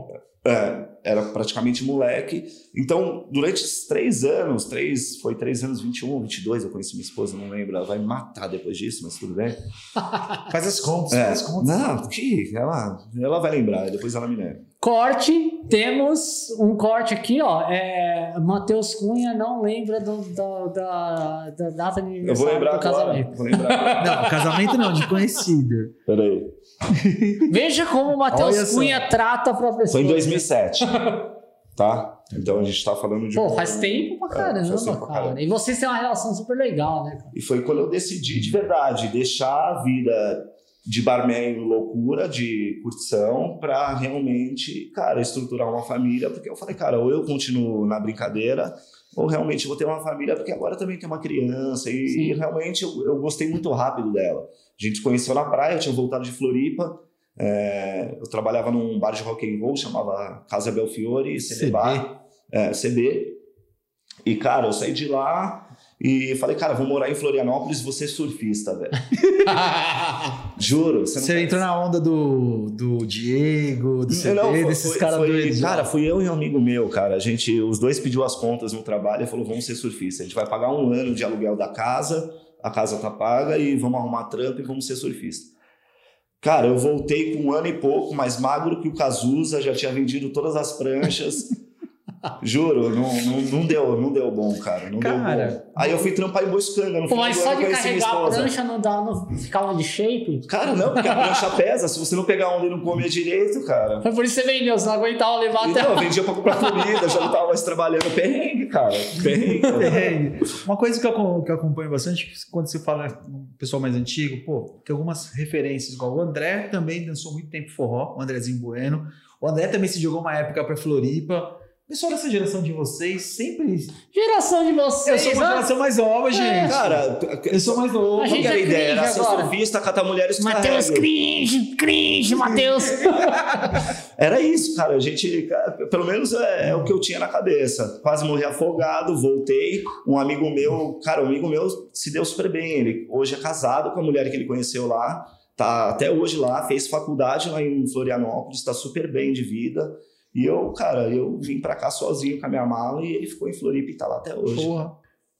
era praticamente moleque. Então, durante esses 3 anos, 3 anos, 21, 22, eu conheci minha esposa, não lembro, ela vai me matar depois disso, mas tudo bem. Faz as contas. Não, ela vai lembrar, depois ela me lembra. Corte, temos um corte aqui, ó. Matheus Cunha não lembra da data de aniversário do casamento. Vou lembrar agora. Não, casamento não, de conhecido. Peraí. Veja como o Matheus Cunha trata pra pessoa. Foi em 2007. Tá? Então a gente tá falando de... Pô, faz tempo pra caramba, cara. E vocês têm uma relação super legal, né, cara? E foi quando eu decidi, de verdade, deixar a vida de barman loucura, de curtição, pra realmente, cara, estruturar uma família. Porque eu falei, cara, ou eu continuo na brincadeira, ou realmente vou ter uma família, porque agora também tem uma criança. E realmente eu gostei muito rápido dela. A gente se conheceu na praia, eu tinha voltado de Floripa. Eu trabalhava num bar de rock and roll, chamava Casa Belfiore, CB Bar, CB. E, cara, eu saí de lá E falei, cara, vou morar em Florianópolis e vou ser surfista, velho. Juro. Você entrou na onda do Diego, do CD, desses caras doidos. Cara, fui eu e um amigo meu, cara. Os dois pediu as contas no trabalho e falou, vamos ser surfista. A gente vai pagar 1 ano de aluguel da casa, a casa tá paga e vamos arrumar trampo e vamos ser surfista. Cara, eu voltei com 1 ano e pouco, mais magro que o Cazuza, já tinha vendido todas as pranchas. Juro, não deu bom, cara. Não deu bom. Aí eu fui trampar em Boiscanga. Mas só de carregar a prancha não ficava de shape? Cara, não, porque a prancha pesa. Se você não pegar onda e não comer direito, cara. Foi por isso que você vendeu, você não aguentava levar até. Não, eu vendia pra comprar comida, já não tava mais trabalhando. Perrengue, cara. Perrengue. Uma coisa que eu acompanho bastante, quando você fala com o pessoal mais antigo, pô, tem algumas referências, igual o André também dançou muito tempo forró, o Andrezinho Bueno. O André também se jogou uma época pra Floripa. Pessoal dessa geração de vocês sempre... Geração de vocês, eu sou uma geração mais nova, gente. Cara, eu sou mais novo. Qual que era a ideia? Era ser surfista, catar mulheres que Matheus cringe, Matheus. Era isso, cara. A gente, pelo menos é o que eu tinha na cabeça. Quase morri afogado, voltei. Um amigo meu se deu super bem. Ele hoje é casado com a mulher que ele conheceu lá. Tá até hoje lá, fez faculdade lá em Florianópolis, tá super bem de vida. E eu vim pra cá sozinho com a minha mala e ele ficou em Floripa e tá lá até hoje. Porra.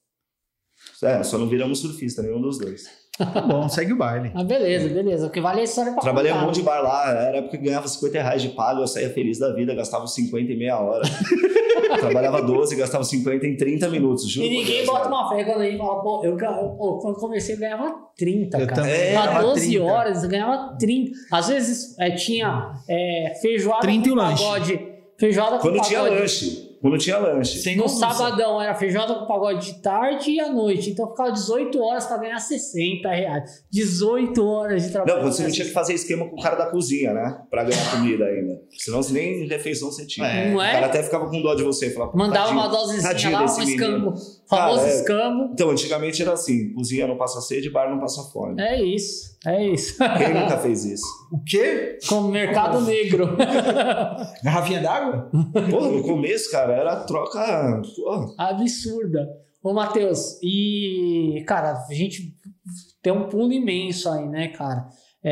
Só não viramos surfista, nenhum dos dois. Tá bom, segue o baile. Ah, beleza. O que vale é a história pra Trabalhei contar. Um monte de bar lá, era a época que ganhava R$50 de pago, eu saía feliz da vida, gastava 50 em meia hora. Trabalhava 12, gastava 50 em 30 minutos, juro. E ninguém bota uma fé quando a gente fala, quando comecei eu ganhava 30, cara. Há 12 30. horas eu ganhava 30. Às vezes tinha feijoada 30 com lanche. pagode. Feijoada com Quando pagode. Quando tinha lanche. No sabadão era feijoada com pagode de tarde e à noite. Então ficava 18 horas pra ganhar R$60. 18 horas de trabalho. Não, quando você não tinha que fazer esquema com o cara da cozinha, né? Pra ganhar comida ainda. Senão nem refeição você tinha. Não é? O cara até ficava com dó de você. Falava, mandava uma dosezinha lá, um escambo. Famoso escambo. Então, antigamente era assim. Cozinha não passa sede, bar não passa fome. É isso. Quem nunca fez isso? O quê? Como mercado negro. Garrafinha d'água? Porra, no começo, cara, era troca... Porra. Absurda. Ô, Matheus, e, cara, a gente tem um pulo imenso aí, né, cara?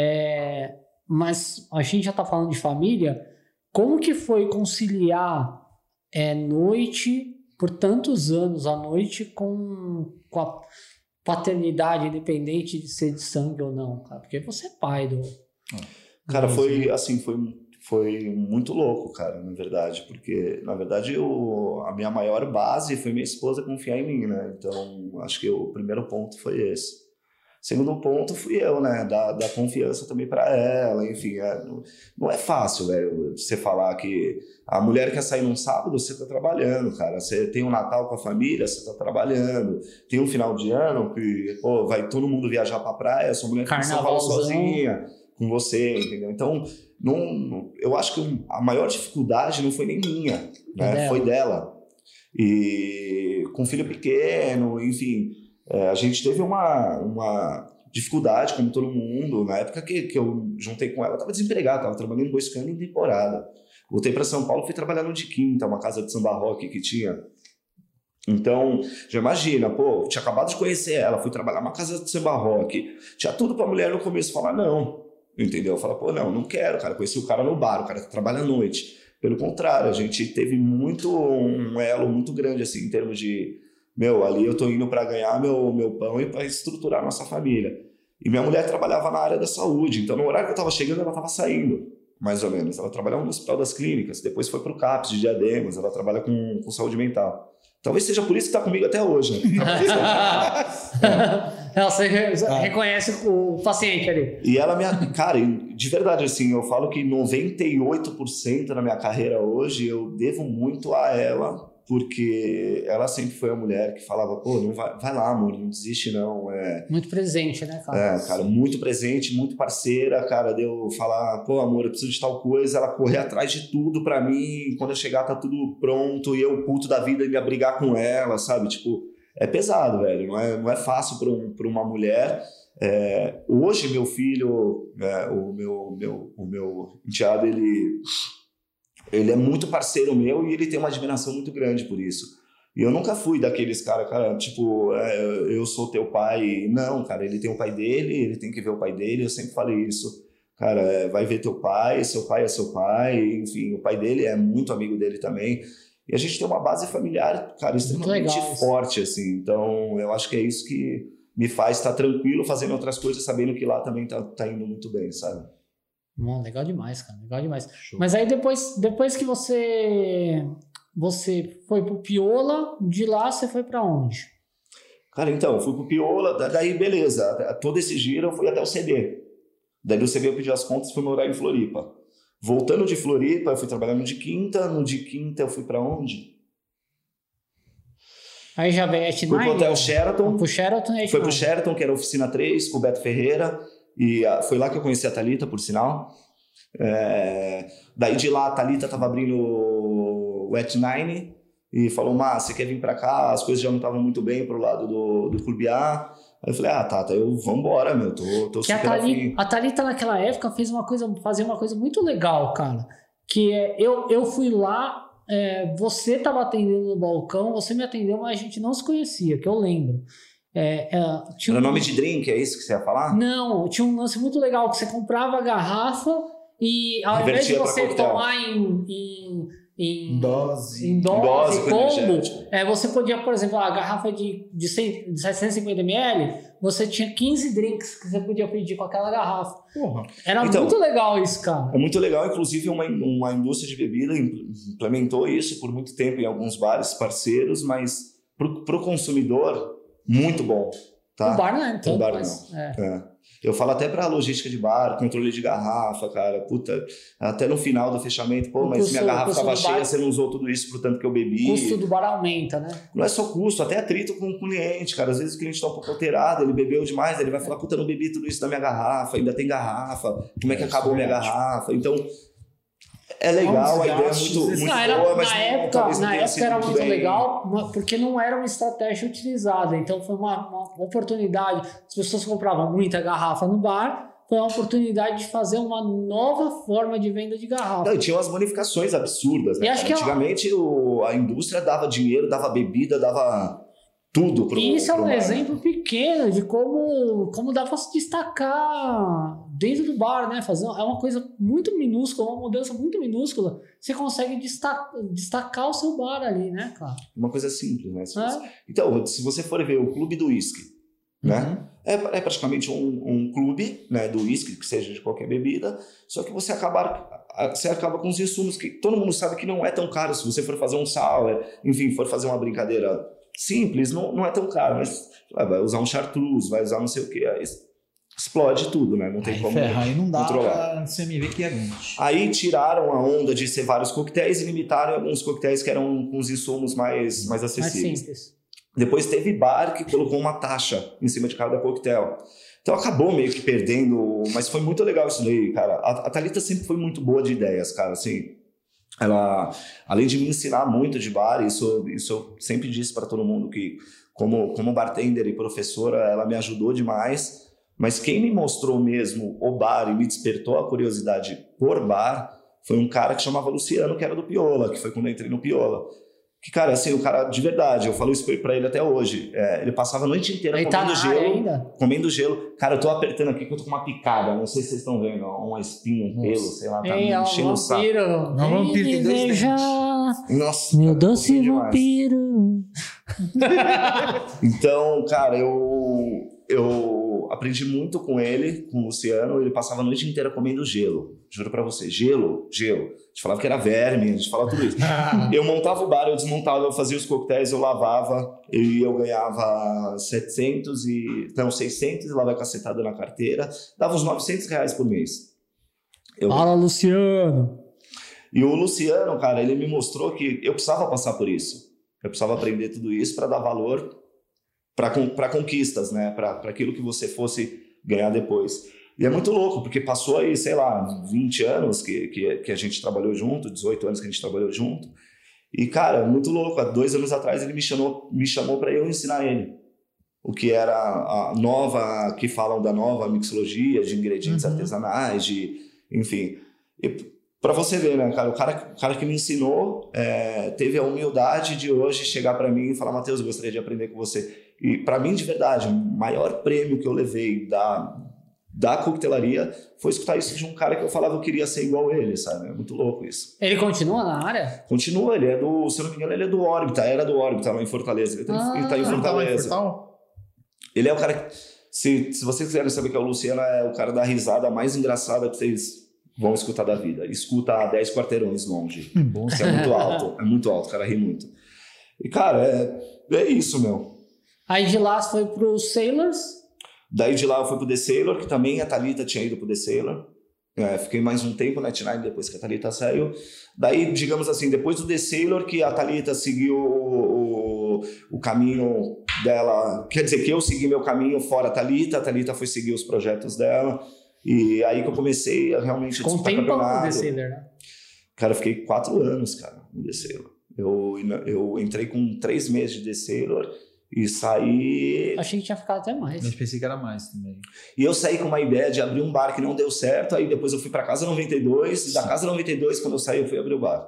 Mas a gente já tá falando de família. Como que foi conciliar noite, por tantos anos à noite, com a paternidade, independente de ser de sangue ou não, cara? Porque você é pai do... Cara, foi assim, foi muito louco, cara, na verdade, porque, na verdade, a minha maior base foi minha esposa confiar em mim, né? Então, acho que o primeiro ponto foi esse. Segundo ponto fui eu, né? Dar confiança também para ela, enfim. Não é fácil, velho, você falar que a mulher quer sair num sábado, você tá trabalhando, cara. Você tem um Natal com a família, você tá trabalhando. Tem um final de ano que, pô, vai todo mundo viajar pra praia, sua mulher fica em São Paulo sozinha com você, entendeu? Então, eu acho que a maior dificuldade não foi nem minha, né? Foi dela. E com filho pequeno, enfim... a gente teve uma dificuldade, como todo mundo. Na época que eu juntei com ela, eu estava desempregado, estava trabalhando em Boiscanga em temporada. Voltei para São Paulo, fui trabalhar no de Quinta, uma casa de samba rock que tinha. Então, já imagina, pô, tinha acabado de conhecer ela, fui trabalhar numa casa de samba rock. Tinha tudo para a mulher no começo falar não, entendeu? Falar, pô, não quero, cara. Conheci o cara no bar, o cara que trabalha à noite. Pelo contrário, a gente teve um elo muito grande, assim, em termos de... ali eu tô indo para ganhar meu pão e para estruturar a nossa família. E minha mulher trabalhava na área da saúde, então no horário que eu tava chegando, ela tava saindo, mais ou menos. Ela trabalhava no Hospital das Clínicas, depois foi pro CAPS de Diademas, ela trabalha com saúde mental. Talvez seja por isso que tá comigo até hoje, né? Você reconhece o paciente ali. E ela, cara, de verdade, assim, eu falo que 98% da minha carreira hoje eu devo muito a ela, porque ela sempre foi a mulher que falava, pô, não vai lá, amor, não desiste não. Muito presente, né, cara? Cara, muito presente, muito parceira, cara, de eu falar, pô, amor, eu preciso de tal coisa, ela correr atrás de tudo pra mim, quando eu chegar tá tudo pronto, e eu puto da vida e me brigar com ela, sabe? Tipo, é pesado, velho, não é fácil pra uma mulher. Hoje, meu filho, o meu enteado, ele é muito parceiro meu e ele tem uma admiração muito grande por isso. E eu nunca fui daqueles cara, tipo, eu sou teu pai. Não, cara, ele tem o pai dele, ele tem que ver o pai dele. Eu sempre falei isso. Cara, vai ver teu pai, seu pai é seu pai. Enfim, o pai dele é muito amigo dele também. E a gente tem uma base familiar, cara, extremamente forte, assim. Então, eu acho que é isso que me faz estar tranquilo fazendo outras coisas, sabendo que lá também tá indo muito bem, sabe? Bom, legal demais, cara. Legal demais. Show. Mas aí depois que você foi pro Piola, de lá você foi pra onde? Cara, então, fui pro Piola, daí beleza. Todo esse giro eu fui até o CD. Daí do CD eu pedi as contas e fui morar em Floripa. Voltando de Floripa, eu fui trabalhar no de Quinta. No de Quinta eu fui pra onde? Aí já veio a F9. Fui pro Hotel Sheraton. Pro Sheraton e Foi pro Sheraton, que era a Oficina 3, com o Beto Ferreira. E foi lá que eu conheci a Thalita, por sinal. Daí de lá a Thalita tava abrindo o At9 e falou, você quer vir pra cá? As coisas já não estavam muito bem pro lado do Clube A. Aí eu falei, Tata, vambora, meu, tô super afim. A Thalita naquela época fazia uma coisa muito legal, cara. Que eu fui lá, você tava atendendo no balcão, você me atendeu, mas a gente não se conhecia, que eu lembro. Era nome de drink, é isso que você ia falar? Não, tinha um lance muito legal, que você comprava a garrafa e ao invés de você tomar em dose combo, você podia, por exemplo, a garrafa de 750 ml, você tinha 15 drinks que você podia pedir com aquela garrafa. Porra. Era muito legal isso, cara. É muito legal, inclusive uma indústria de bebida implementou isso por muito tempo em alguns bares parceiros, mas pro consumidor, muito bom. Tá? O bar não é tanto, mas... Eu falo até pra logística de bar, controle de garrafa, cara, puta, até no final do fechamento, mas minha garrafa estava cheia, você não usou tudo isso pro tanto que eu bebi. O custo do bar aumenta, né? Não é só custo, até atrito com o cliente, cara, às vezes o cliente tá um pouco alterado, ele bebeu demais, ele vai falar, puta, não bebi tudo isso da minha garrafa, ainda tem garrafa, como é que acabou minha garrafa? Então, é legal, a ideia é muito boa, mas na época era muito legal, porque não era uma estratégia utilizada. Então foi uma oportunidade. As pessoas compravam muita garrafa no bar, foi uma oportunidade de fazer uma nova forma de venda de garrafa. Não, e tinha umas bonificações absurdas, né? Antigamente a indústria dava dinheiro, dava bebida, dava tudo pro E isso é um exemplo pequeno de como dá para se destacar dentro do bar, né? É uma coisa muito minúscula, uma mudança muito minúscula. Você consegue destacar o seu bar ali, né, cara? Uma coisa simples, né? Então, se você for ver o Clube do Whisky, né? É praticamente um clube, né, do whisky, que seja de qualquer bebida, só que você acaba com os insumos que todo mundo sabe que não é tão caro. Se você for fazer um sour, enfim, for fazer uma brincadeira simples, não é tão caro, mas vai usar um chartreuse, vai usar não sei o que, aí explode tudo, né? Não tem como aí não dá controlar. Pra você me ver que é grande. Aí tiraram a onda de ser vários coquetéis e limitaram alguns coquetéis que eram com os insumos mais acessíveis. Mais simples. Depois teve bar que colocou uma taxa em cima de cada coquetel. Então acabou meio que perdendo, mas foi muito legal isso daí, cara. A Thalita sempre foi muito boa de ideias, cara, assim. Ela, além de me ensinar muito de bar, isso eu sempre disse para todo mundo que como bartender e professora, ela me ajudou demais, mas quem me mostrou mesmo o bar e me despertou a curiosidade por bar foi um cara que chamava Luciano, que era do Piola, que foi quando eu entrei no Piola. Que, cara, assim, o cara de verdade, eu falo isso pra ele até hoje, ele passava a noite inteira comendo gelo. Cara, eu tô apertando aqui que eu tô com uma picada, não sei se vocês estão vendo, uma espinha, um pelo, sei lá, tá me enchendo o saco. Um vampiro de 2 dentes. Nossa, meu doce vampiro. Então, cara, eu aprendi muito com ele, com o Luciano. Ele passava a noite inteira comendo gelo. Juro pra você, gelo. A gente falava que era verme, a gente falava tudo isso. Eu montava o bar, eu desmontava, eu fazia os coquetéis, eu lavava, e eu ganhava 600 e lá vai cacetada na carteira. Dava uns R$900 por mês. Fala, Luciano! E o Luciano, cara, ele me mostrou que eu precisava passar por isso. Eu precisava aprender tudo isso para dar valor para conquistas, né? Para aquilo que você fosse ganhar depois. E é muito louco, porque passou aí, sei lá, 20 anos que a gente trabalhou junto, 18 anos que a gente trabalhou junto. E, cara, muito louco. Há 2 anos atrás ele me chamou para eu ensinar ele o que era a nova, que falam da nova mixologia, de ingredientes artesanais, enfim. Pra você ver, né, cara? O cara que me ensinou teve a humildade de hoje chegar pra mim e falar: Matheus, eu gostaria de aprender com você. E pra mim, de verdade, o maior prêmio que eu levei da coquetelaria foi escutar isso de um cara que eu falava que eu queria ser igual ele, sabe? É muito louco isso. Ele continua na área? Continua, ele é se eu não me engano, ele é do Órbita, era do Órbita lá em Fortaleza. Ele tá em Fortaleza. Ele é o cara que, se vocês quiserem saber que é o Luciano, é o cara da risada mais engraçada que vocês vão escutar da vida. Escuta a 10 quarteirões longe. Bom. Isso é muito alto, o cara ri muito. E, cara, é isso, meu. Aí de lá você foi pro Sailors? Daí de lá eu fui pro The Sailor, que também a Thalita tinha ido pro The Sailor. Fiquei mais um tempo na T9 depois que a Thalita saiu. Daí, digamos assim, depois do The Sailor, que a Thalita seguiu o caminho dela. Quer dizer, que eu segui meu caminho fora a Thalita foi seguir os projetos dela. E aí que eu comecei a realmente disputar campeonato. Com o The Sailor, né? Cara, eu fiquei 4 anos, cara, no The Sailor. Eu entrei com 3 meses de The Sailor e saí... Achei que tinha ficado até mais. Eu pensei que era mais também. E eu saí com uma ideia de abrir um bar que não deu certo, aí depois eu fui pra Casa 92, e da Casa 92, quando eu saí, eu fui abrir o bar.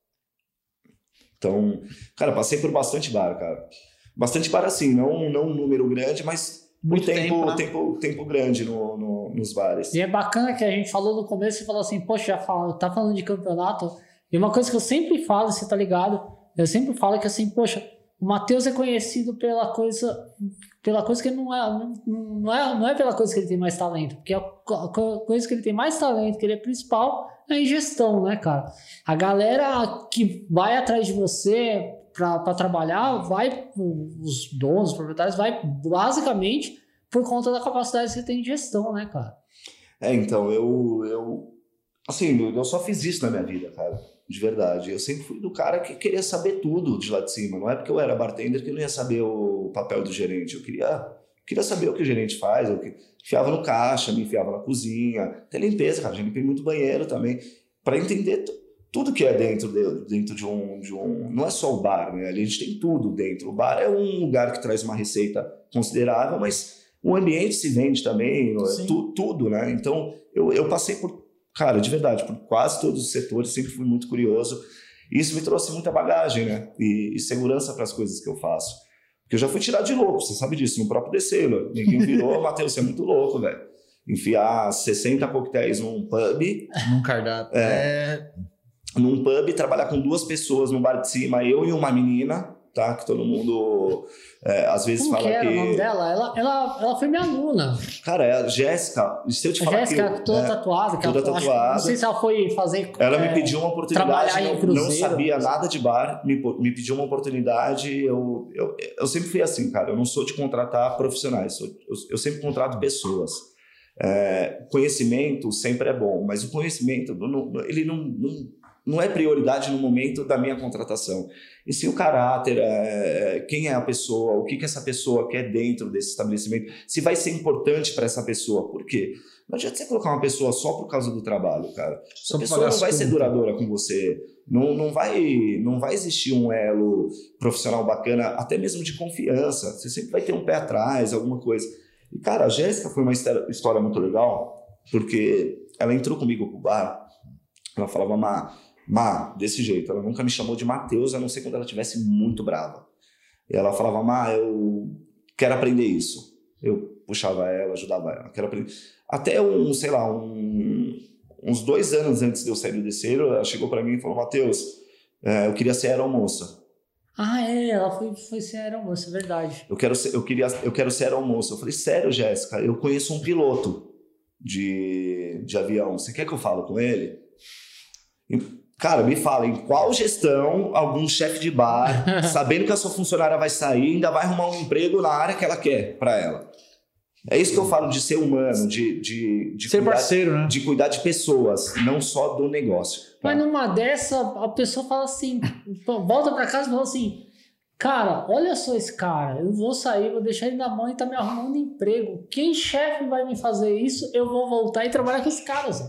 Então, cara, passei por bastante bar, cara. Bastante bar assim, não um número grande, mas muito tempo grande nos bares. E é bacana que a gente falou no começo, você falou assim, poxa, tá falando de campeonato, e uma coisa que eu sempre falo, você tá ligado, eu sempre falo que assim, poxa, o Matheus é conhecido pela coisa que não é pela coisa que ele tem mais talento, porque a coisa que ele tem mais talento, que ele é principal, é em gestão, né, cara? A galera que vai atrás de você para trabalhar, os donos, os proprietários, vai basicamente por conta da capacidade que você tem de gestão, né, cara? Então, eu só fiz isso na minha vida, cara, de verdade. Eu sempre fui do cara que queria saber tudo de lá de cima. Não é porque eu era bartender que eu não ia saber o papel do gerente. Eu queria saber o que o gerente faz. Eu enfiava no caixa, me enfiava na cozinha. Até limpeza, cara. Já limpei muito banheiro também. Para entender tudo que é dentro de um... Não é só o bar, né? A gente tem tudo dentro. O bar é um lugar que traz uma receita considerável, mas o ambiente se vende também. Tudo, né? Então, eu passei por... Cara, de verdade, por quase todos os setores, sempre fui muito curioso. E isso me trouxe muita bagagem, né? E segurança para as coisas que eu faço. Porque eu já fui tirado de louco, você sabe disso, no próprio The Sailor. Ninguém virou, Matheus, você é muito louco, velho. Enfiar 60 coquetéis num pub. Num cardápio. Num pub, trabalhar com 2 pessoas no bar de cima, eu e uma menina, tá? Que todo mundo às vezes Como fala que... Como era o nome dela? Ela foi minha aluna. Cara, é a Jéssica. Se eu te falar Jéssica, toda tatuada. Toda tatuada. Não sei se ela foi fazer... Ela me pediu uma oportunidade, não sabia nada de bar, me pediu uma oportunidade. Eu sempre fui assim, cara. Eu não sou de contratar profissionais, eu sempre contrato pessoas. Conhecimento sempre é bom, mas o conhecimento, ele não é prioridade no momento da minha contratação. E sim o caráter, quem é a pessoa, o que essa pessoa quer dentro desse estabelecimento, se vai ser importante para essa pessoa. Por quê? Não adianta você colocar uma pessoa só por causa do trabalho, cara. Essa pessoa não vai ser duradoura com você. Não vai existir um elo profissional bacana, até mesmo de confiança. Você sempre vai ter um pé atrás, alguma coisa. E, cara, a Jéssica foi uma história muito legal, porque ela entrou comigo pro bar, ela falava, Má, desse jeito. Ela nunca me chamou de Matheus, a não ser quando ela estivesse muito brava. E ela falava, Má, eu quero aprender isso. Eu puxava ela, ajudava ela. Quero aprender. Até uns 2 anos antes de eu sair do terceiro, ela chegou para mim e falou, Matheus, eu queria ser aeromoça. Ela foi ser aeromoça, é verdade. Eu quero ser aeromoça. Eu falei, sério, Jéssica, eu conheço um piloto de avião. Você quer que eu fale com ele? Cara, me fala, em qual gestão algum chefe de bar, sabendo que a sua funcionária vai sair, ainda vai arrumar um emprego na área que ela quer para ela? É isso que eu falo de ser humano, de ser cuidar, parceiro, né? De cuidar de pessoas, não só do negócio. Tá? Mas numa dessa, a pessoa fala assim, volta para casa e fala assim, cara, olha só esse cara, eu vou sair, vou deixar ele na mão e tá me arrumando emprego. Quem chefe vai me fazer isso? Eu vou voltar e trabalhar com esse cara, Zé.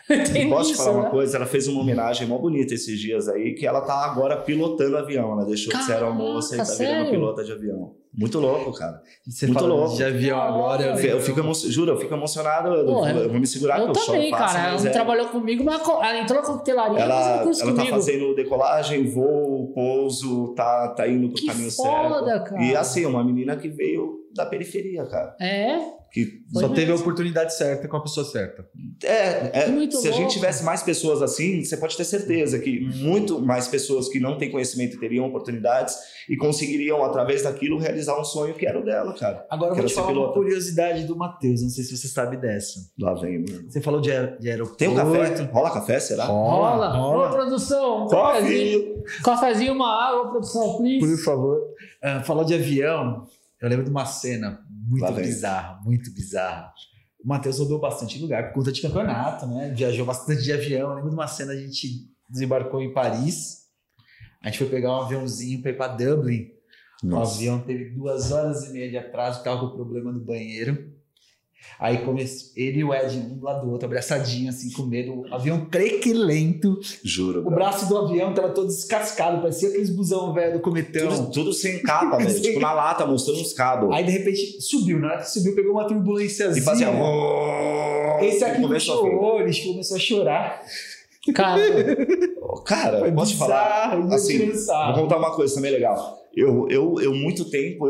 Posso te falar uma coisa? Ela fez uma homenagem mó bonita esses dias aí, que ela tá agora pilotando avião. Ela deixou de ser aeromoça e tá virando pilota de avião. Muito louco, cara. Você muito louco. De avião agora. Eu fico emocionado. Eu vou me segurar. Eu também, cara. Ela não trabalhou comigo, mas ela entrou na coquetelaria. Ela tá fazendo decolagem, voo, pouso, tá indo pro caminho certo. Cara. E assim, uma menina que veio da periferia, cara. Que só teve a oportunidade certa com a pessoa certa. Se a gente tivesse mais pessoas assim, você pode ter certeza que muito mais pessoas que não têm conhecimento teriam oportunidades e conseguiriam, através daquilo, realizar um sonho que era o dela, cara. Agora eu vou te falar uma curiosidade do Matheus, não sei se você sabe dessa. Lá vem, mano. Você falou de aeroporto. Tem um café? Rola café, será? Rola. Ô, produção. Cafezinho, uma água, produção, please. Por favor. Falou de avião, eu lembro de uma cena muito bizarra. O Matheus rodou bastante lugar por conta de campeonato, né? Viajou bastante de avião. Eu lembro de uma cena, a gente desembarcou em Paris. A gente foi pegar um aviãozinho para ir para Dublin. Nossa. O avião teve 2 horas e meia de atraso, estava com problema no banheiro. Aí ele e o Ed, um do lado do outro, abraçadinho, assim, com medo. O avião crequilento. Juro. O braço do avião tava todo descascado, parecia aqueles busão velho do Cometão. Tudo sem capa, velho. Tipo na lata, mostrando uns cabos. Aí, de repente, subiu. Na hora que subiu, pegou uma turbulênciazinha. E fazia... Esse aqui chorou, ele começou a chorar. Cara, posso te falar? Assim, vou contar uma coisa também legal. Eu muito tempo,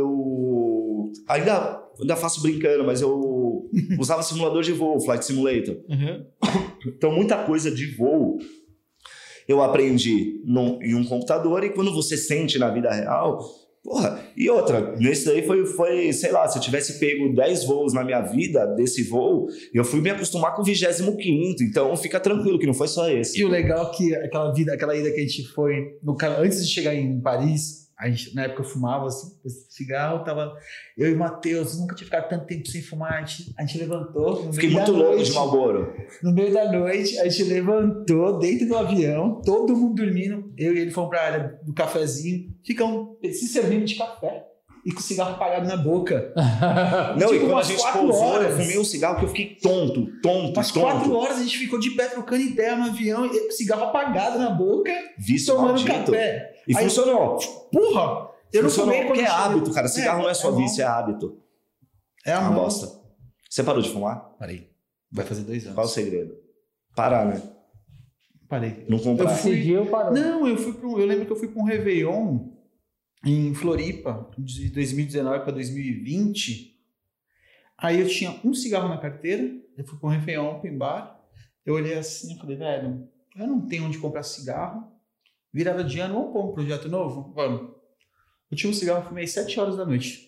ainda faço brincando, mas eu usava simulador de voo, Flight Simulator. Uhum. Então, muita coisa de voo eu aprendi em um computador, e quando você sente na vida real... Porra, e outra, nesse daí foi, sei lá, se eu tivesse pego 10 voos na minha vida, desse voo, eu fui me acostumar com o 25º, então fica tranquilo que não foi só esse. E o legal é que aquela ida que a gente foi, antes de chegar em Paris, a gente, na época eu fumava assim, cigarro, tava eu e o Matheus, nunca tinha ficado tanto tempo sem fumar, a gente levantou. Fiquei muito louco de Marlboro. No meio da noite, a gente levantou dentro do avião, todo mundo dormindo, eu e ele fomos pra área do cafezinho, ficam se servindo de café e com o cigarro apagado na boca. Não, tipo, e quando a gente pousou, eu fumei um cigarro que eu fiquei tonto. Umas 4 horas a gente ficou de pé trocando ideia no avião, e cigarro apagado na boca, tomando café. E aí, funcionou. Porra! Eu não fumei porque é hábito, cara. Cigarro não é só vício, é hábito. É uma bosta. Você parou de fumar? Parei. Vai fazer 2 anos. Qual o segredo? Parar, né? Parei. Não comprar. Não, eu lembro que eu fui pra um Réveillon em Floripa, de 2019 para 2020. Aí eu tinha um cigarro na carteira, eu fui para um Réveillon, open bar. Eu olhei assim e falei, velho, eu não tenho onde comprar cigarro. Virada de ano, vamos pôr um projeto novo? Vamos. Eu tinha um cigarro, fumei 7 horas da noite.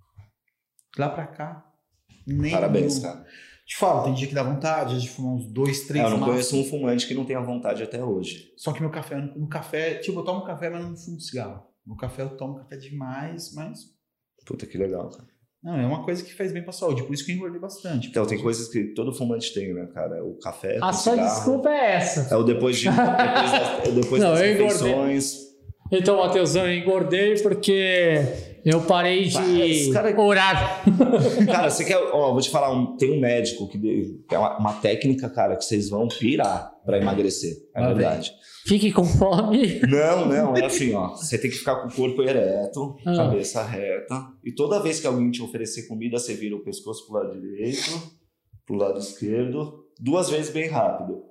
Lá pra cá. Parabéns, cara. Te falo, tem dia que dá vontade de fumar uns 2, 3 Eu não conheço um fumante que não tenha vontade até hoje. Só que meu café, tipo, eu tomo café, mas não fumo cigarro. No café eu tomo café demais, mas... Puta, que legal, cara. Não, é uma coisa que faz bem pra saúde, por isso que eu engordei bastante. Então, tem coisas que todo fumante tem, né, cara? O café, a sua desculpa é essa. É o depois das refeições. Então, Matheusão, eu engordei porque eu parei de orar. Cara, você quer... Ó, vou te falar, tem um médico que é uma técnica, cara, que vocês vão pirar pra emagrecer. É verdade. Fique com fome. Não, é assim, ó. Você tem que ficar com o corpo ereto, cabeça reta. E toda vez que alguém te oferecer comida, você vira o pescoço pro lado direito, pro lado esquerdo, 2 vezes bem rápido.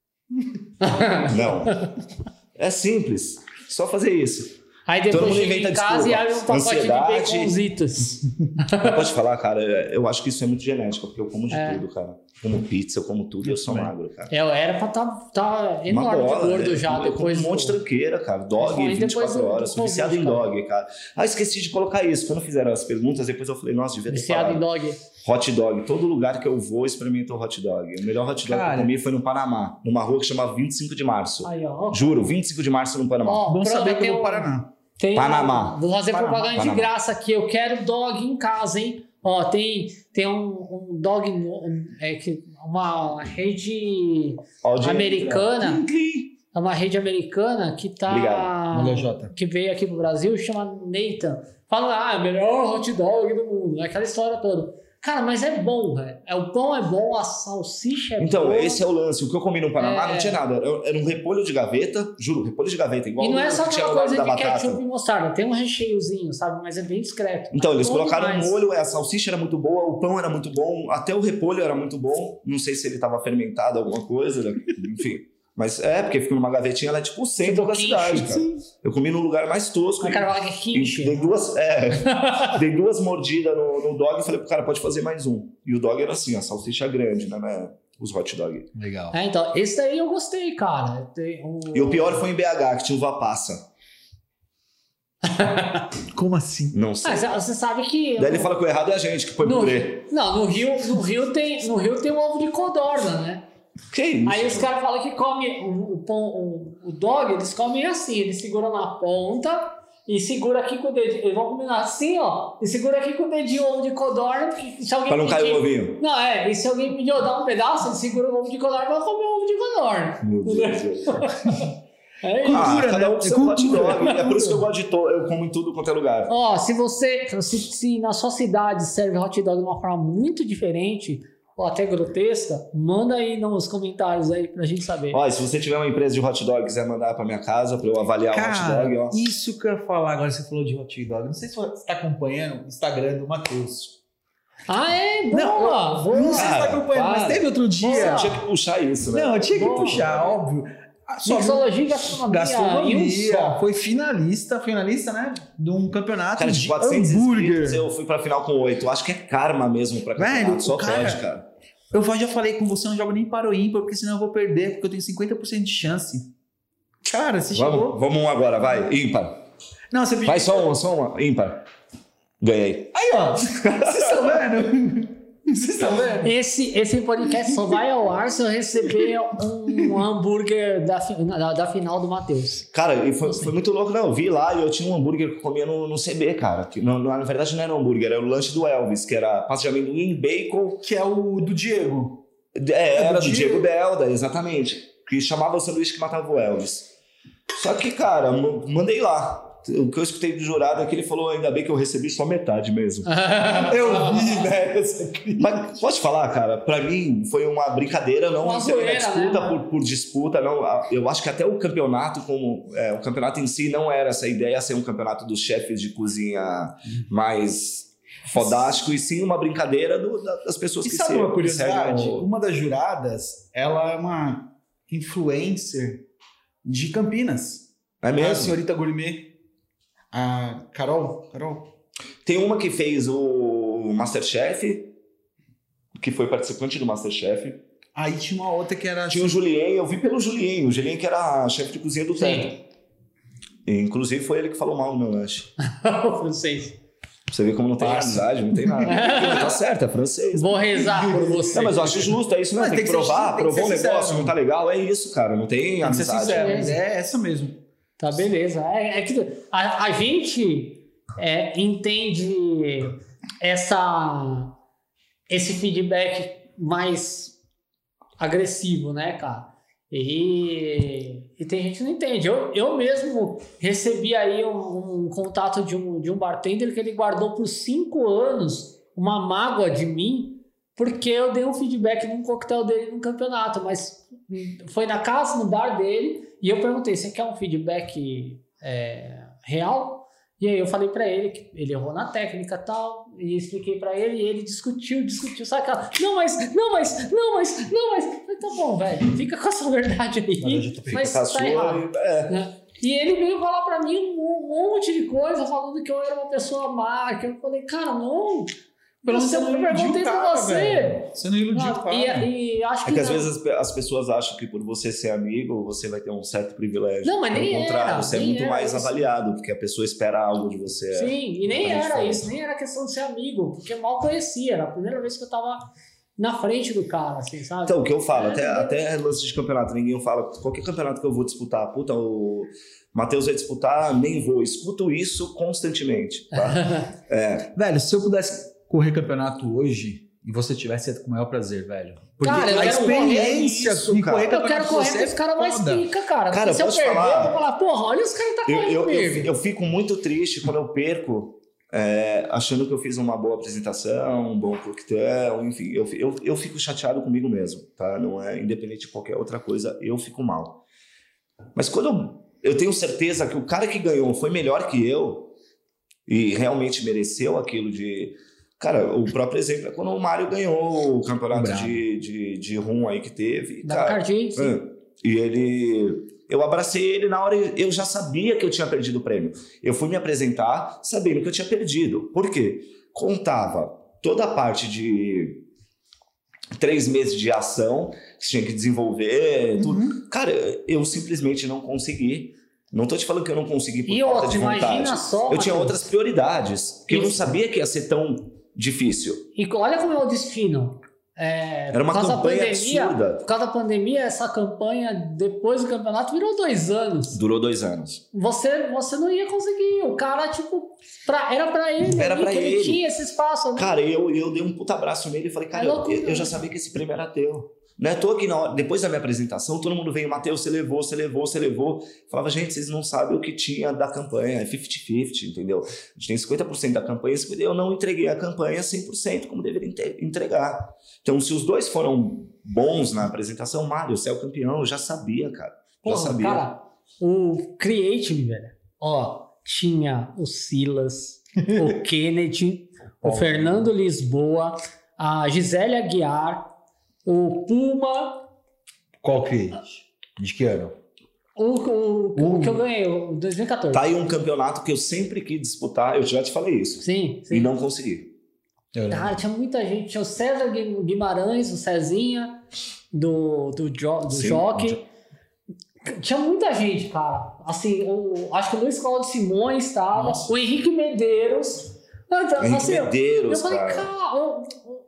Não. É simples. Só fazer isso. Aí depois chega em casa e abre um pacote de baconzitos. Pode falar, cara, eu acho que isso é muito genético, porque eu como de tudo, cara. Como pizza, eu como tudo e eu sou magro, cara. Eu era pra tá enorme de gordo já. Eu como um monte de tranqueira, cara. Dog, 24 horas. Sou viciado em dog, cara. Esqueci de colocar isso. Quando fizeram as perguntas, depois eu falei, nossa, devia ter falado. Viciado em dog. Hot dog. Todo lugar que eu vou, experimento o hot dog. O melhor hot dog que eu comi foi no Panamá, numa rua que chamava 25 de Março. Aí, ó. Juro, 25 de Março no Panamá. Bom saber que eu vou para Paraná. Panamá. Vou fazer propaganda de graça aqui. Eu quero dog em casa, hein? Ó, tem um dog, uma rede americana. É uma rede americana que tá. Que veio aqui pro Brasil, chama Nathan. Fala, é o melhor hot dog do mundo. É aquela história toda. Cara, mas é bom, velho. O pão é bom, a salsicha é boa. Então, esse é o lance. O que eu comi no Panamá não tinha nada. Era um repolho de gaveta, juro, repolho de gaveta. Igual e não é só aquela coisa de ketchup e mostarda. Tem um recheiozinho, sabe? Mas é bem discreto. Então, eles colocaram um molho, a salsicha era muito boa, o pão era muito bom, até o repolho era muito bom. Não sei se ele estava fermentado, alguma coisa, enfim... Mas porque fica numa gavetinha, ela é tipo o centro da cidade, cara. Sim. Eu comi no lugar mais tosco. O cara fala que é quiche. Dei duas mordidas no dog e falei pro cara, pode fazer mais um. E o dog era assim, a salsicha grande, né? Os hot dog. Legal. Então, esse daí eu gostei, cara. E o pior foi em BH, que tinha uva passa. Como assim? Não sei. Você sabe que... Daí ele fala que o errado é a gente, que foi purê. Não, no Rio tem um ovo de codorna, né? Que isso? Aí os caras falam que come o dog, eles comem assim, eles seguram na ponta e segura aqui com o dedinho. Eles vão comer assim, ó, e segura aqui com o dedinho o ovo de codorna. Se alguém pra não cair o ovinho. Não, e se alguém pedir dar um pedaço, ele segura o ovo de codorna e vai comer o ovo de codorna. Meu Deus. Cultura, cada um com seu hot dog. É por isso que eu gosto eu como em tudo quanto é lugar. Ó, se na sua cidade serve hot dog de uma forma muito diferente, ou até grotesca, manda aí nos comentários aí pra gente saber. Ó, se você tiver uma empresa de hot dog e quiser mandar pra minha casa pra eu avaliar o hot dog, ó. Isso que eu ia falar agora, você falou de hot dog. Não sei se você tá acompanhando o Instagram do Matheus. Boa! Não sei se você tá acompanhando, mas teve outro dia. Eu tinha que puxar isso, né? Não, eu tinha que puxar, óbvio. Mixologia e gastronomia. Foi finalista, né? De um campeonato cara, de 400 hambúrguer. Eu fui pra final com 8. Acho que é karma mesmo pra campeonato. Velho, só pode, cara. Eu já falei com você, eu não jogo nem para o ímpar, porque senão eu vou perder, porque eu tenho 50% de chance. Cara, você chegou... Vamos um agora, vai. Ímpar. Não, você... Vai só uma. Ímpar. Ganhei. Aí, ó. Vocês estão vendo? Vocês estão vendo? Esse podcast só vai ao ar se eu receber um hambúrguer da final do Matheus. Cara, e foi muito louco. Não, eu vi lá e eu tinha um hambúrguer que eu comia no CB, cara. Que, na verdade não era um hambúrguer, era o lanche do Elvis, que era pasta de amendoim, bacon. Que é o do Diego. Era do Diego Belda, exatamente. Que chamava o sanduíche que matava o Elvis. Só que, cara, mandei lá. O que eu escutei do jurado é que ele falou, ainda bem que eu recebi só metade mesmo. Eu vi, né? Mas pode falar, cara, pra mim foi uma brincadeira, não uma disputa, né, por disputa. Não, eu acho que até o campeonato, o campeonato em si não era essa ideia, ser um campeonato dos chefes de cozinha mais fodástico, e sim uma brincadeira das pessoas que se... E sabe uma curiosidade? Uma das juradas, ela é uma influencer de Campinas. É mesmo? A senhorita gourmet. A Carol? Tem uma que fez o Masterchef, que foi participante do Masterchef. Aí tinha uma outra que era... Tinha o Julien, eu vi pelo Julien. O Julien que era chefe de cozinha do Teto. Inclusive foi ele que falou mal no meu lanche. O francês. Você vê como não tem amizade, não tem nada. Tá certo, é francês. Vou rezar por você. Não, mas eu acho justo, é isso mesmo. Tem que provar, provou um negócio, não tá legal, é isso, cara. Não tem amizade. É essa mesmo. Tá, beleza. É que a gente entende esse feedback mais agressivo, né, cara? E tem gente que não entende. Eu mesmo recebi aí um contato de um bartender que ele guardou por 5 anos uma mágoa de mim, porque eu dei um feedback num coquetel dele no campeonato, mas foi na casa, no bar dele, e eu perguntei, você quer um feedback real? E aí eu falei pra ele que ele errou na técnica e tal, e expliquei pra ele, e ele discutiu, sabe aquela, não, mas, tá bom, velho, fica com essa verdade aí, mas tá errado. E ele veio falar pra mim um monte de coisa, falando que eu era uma pessoa má, que eu falei, cara, não... Você não perguntei pra você. Velho. Você não iludiu o cara. E acho que às vezes as pessoas acham que por você ser amigo, você vai ter um certo privilégio. Não, mas nem era. Pelo contrário, você é muito mais isso. avaliado, porque a pessoa espera algo de você. Sim, e nem era isso, nem era questão de ser amigo, porque eu mal conhecia. Era a primeira vez que eu tava na frente do cara, assim, sabe? Então, o que eu falo, até lance de campeonato, ninguém fala, qualquer campeonato que eu vou disputar, puta, o Matheus vai disputar, nem vou. Escuto isso constantemente, tá? Velho, se eu pudesse correr campeonato hoje e você tivesse com o maior prazer, velho. Porque cara, a experiência de correr campeonato, eu quero correr com os caras mais pica, cara. Cara, se eu perder, eu vou falar, porra, olha os caras que tá correndo comigo. Eu fico muito triste quando eu perco achando que eu fiz uma boa apresentação, um bom coquetel, enfim, eu fico chateado comigo mesmo, tá? Não é independente de qualquer outra coisa, eu fico mal. Mas quando eu tenho certeza que o cara que ganhou foi melhor que eu e realmente mereceu aquilo de... Cara, o próprio exemplo é quando o Mário ganhou o campeonato de rum aí que teve. Da Cardi, sim. E eu abracei ele na hora, eu já sabia que eu tinha perdido o prêmio. Eu fui me apresentar sabendo que eu tinha perdido. Por quê? Contava toda a parte de 3 meses de ação que tinha que desenvolver, tudo. Cara, eu simplesmente não consegui. Não tô te falando que eu não consegui por falta de vontade. Imagina só, eu tinha outras prioridades, que eu não sabia que ia ser tão difícil. E olha como é o destino. Era uma campanha absurda. Por causa da pandemia, essa campanha, depois do campeonato, virou 2 anos. Durou 2 anos. Você não ia conseguir. O cara, tipo, era pra ele. Era pra ele. Ele tinha esse espaço. Né? Cara, eu dei um puta abraço nele e falei, cara, eu já sabia que esse prêmio era teu. Não é à toa que depois da minha apresentação, todo mundo veio, Matheus, você levou. Falava, gente, vocês não sabem o que tinha da campanha, é 50-50, entendeu? A gente tem 50% da campanha, eu não entreguei a campanha 100% como deveria entregar. Então, se os dois foram bons na apresentação, Mário, você é o campeão, eu já sabia, cara. Porra, já sabia. Cara, o Creative, velho, tinha o Silas, o Kennedy, o Fernando Lisboa, a Gisele Aguiar, o Puma. Qual Creative? De que ano? O que eu ganhei, o 2014. Tá aí um campeonato que eu sempre quis disputar, eu já te falei isso. Sim. E não consegui. Cara, tinha muita gente. Tinha o César Guimarães, o Cezinha, do Jockey. Tinha muita gente, cara. Assim, acho que o Luiz Cláudio Simões estava. O Henrique Medeiros. Medeiros, eu falei, cara...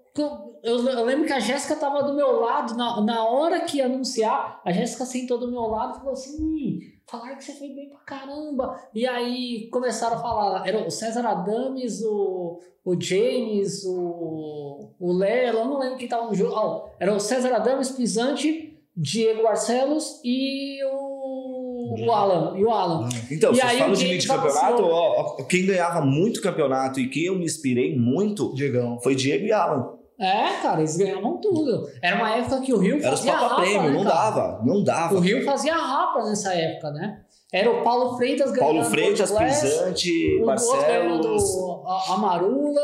Eu lembro que a Jéssica tava do meu lado, na hora que ia anunciar, a Jéssica sentou do meu lado e falou assim, falaram que você fez bem pra caramba. E aí começaram a falar, era o César Adames, o James, o Léo, eu não lembro quem tava no jogo. Era o César Adames, Pisante, Diego Barcelos e o Alan. Então, vocês falam de mim de campeonato, quem ganhava muito campeonato e quem eu me inspirei muito foi Diego e Alan. Cara, eles ganhavam tudo. Era uma época que o Rio fazia rapa, prêmio, né, não dava. O Rio fazia rapa nessa época, né? Era o Paulo Freitas ganhando. Paulo Freitas, Pisante, Barcelos. A Marula.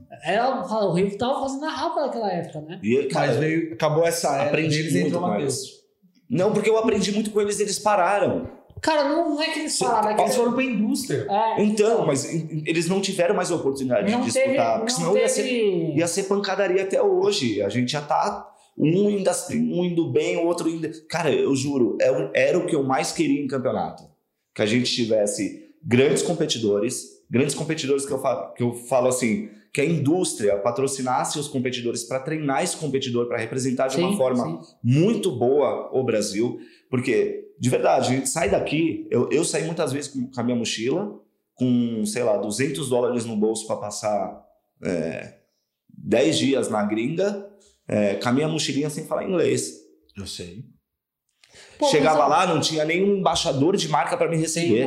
O Rio tava fazendo a rapa naquela época, né? E, cara, mas acabou essa era. Aprendi muito com eles. Não, porque eu aprendi muito com eles pararam. Cara, não é que eles pararam, é que eles foram pra indústria. Então, mas eles não tiveram mais oportunidade de disputar, porque senão ia ser pancadaria até hoje. A gente já tá um indo bem, o outro indo... Cara, eu juro, era o que eu mais queria em campeonato. Que a gente tivesse grandes competidores que eu falo assim, que a indústria patrocinasse os competidores para treinar esse competidor, para representar de uma forma muito boa o Brasil, porque, de verdade, a gente sai daqui, eu saí muitas vezes com a minha mochila, com, sei lá, $200 no bolso para passar 10 dias na gringa, com a minha mochilinha sem falar inglês. Eu sei. Chegava lá, não tinha nenhum embaixador de marca para me receber.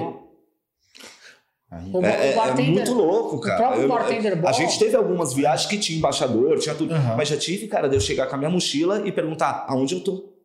É muito louco, cara. A gente teve algumas viagens que tinha embaixador, tinha tudo. Mas já tive, cara, de eu chegar com a minha mochila e perguntar aonde eu tô.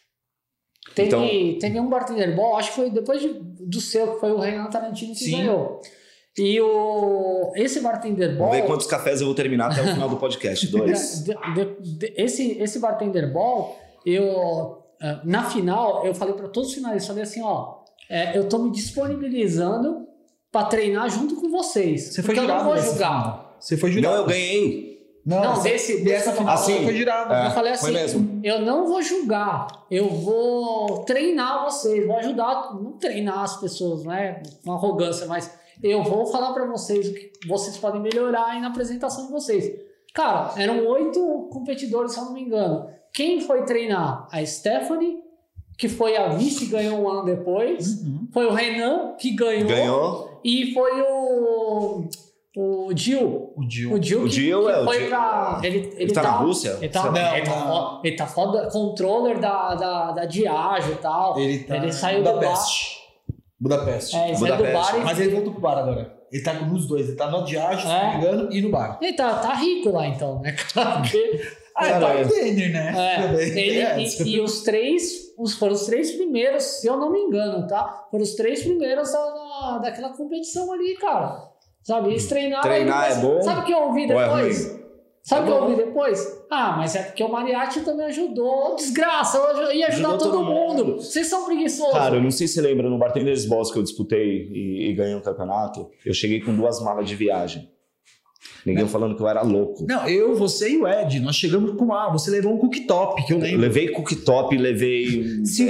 Teve um bartender ball, acho que foi depois do seu, que foi o Renan Tarantino que ganhou. E esse bartender ball... Vamos ver quantos cafés eu vou terminar até o final do podcast. 2. Esse bartender ball, na final, eu falei para todos os finalistas, falei assim, eu tô me disponibilizando para treinar junto com vocês. Você foi jurado? Eu não vou julgar. Você foi jurado? Não, eu ganhei. Dessa final você foi jurado. Eu falei assim, eu não vou julgar, eu vou treinar vocês, vou ajudar, não treinar as pessoas, né, com arrogância, mas eu vou falar para vocês o que vocês podem melhorar aí na apresentação de vocês. Cara, eram 8 competidores, se eu não me engano. Quem foi treinar? A Stephanie, que foi a vice, ganhou um ano depois. Foi o Renan, que ganhou. E foi o Gil. O Gil foi pra... Ele tá na Rússia? Ele tá foda, controller da Diageo e tal. Ele saiu do bar. Budapeste. Saiu do bar. Mas ele voltou pro bar agora. Ele tá nos dois. Ele tá no Diageo, se não me engano, e no bar. Ele tá rico lá, então, né? Tá entendendo, né? E os três foram os três primeiros, se eu não me engano, tá? Foram os três primeiros daquela competição ali, cara. Sabe? Eles treinaram. Treinar é bom? Sabe o que eu ouvi depois? Sabe o que eu ouvi depois? Mas é porque o Mariachi também ajudou. Desgraça, eu ia ajudar todo mundo. Vocês são preguiçosos. Cara, eu não sei se você lembra, no Bartenders Boss que eu disputei e ganhei um campeonato, eu cheguei com 2 malas de viagem. Ninguém falando que eu era louco. Não, eu, você e o Ed, nós chegamos com você levou um cooktop, que eu lembro. Levei cooktop, levei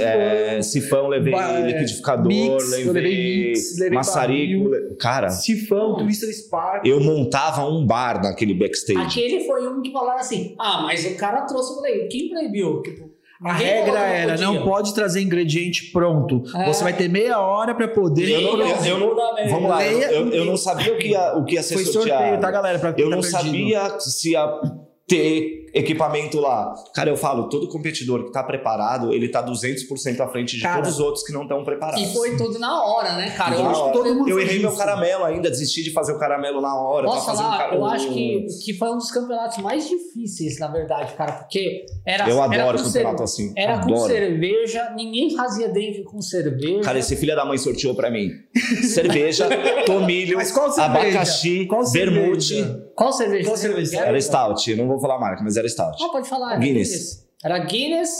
sifão, levei liquidificador, levei maçarico. Cara, sifão, Twister Spark. Eu montava um bar naquele backstage. Aquele foi um que falaram assim, mas o cara trouxe, eu falei, quem proibiu? A regra era, não pode trazer ingrediente pronto. Você vai ter meia hora para poder... Vamos lá, eu não sabia o que ia ser sorteado. Foi sorteio, tá, galera? Eu não sabia se ia ter equipamento lá. Cara, eu falo, todo competidor que tá preparado, ele tá 200% à frente de todos os outros que não estão preparados. E foi tudo na hora, né, cara? Eu errei meu caramelo ainda, desisti de fazer o caramelo na hora. Posso falar? Eu acho que foi um dos campeonatos mais difíceis, na verdade, cara, porque eu adoro campeonato assim. Era com cerveja, ninguém fazia drink com cerveja. Cara, esse filho da mãe sorteou pra mim. Cerveja, tomilho, abacaxi, vermute. Qual cerveja? Era Stout, não vou falar a marca, mas era Stout. Pode falar. Guinness. Era Guinness.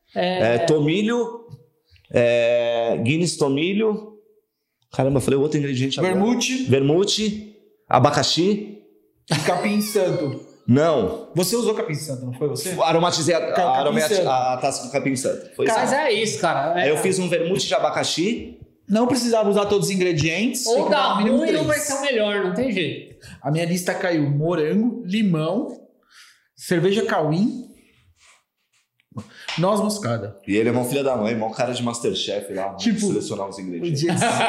Tomilho. Guinness, tomilho. Caramba, eu falei outro ingrediente agora. Vermute. Abacaxi. E capim santo. Não. Você usou capim santo, não foi você? Aromatizei a taça do capim santo. Mas é isso, cara. Aí eu fiz um vermute de abacaxi. Não precisava usar todos os ingredientes. Ou dá ruim ou vai ser o melhor, não tem jeito. A minha lista caiu morango, limão, cerveja Cauim, noz moscada. E ele é um filho da mãe, um cara de Masterchef lá, selecionar os ingredientes.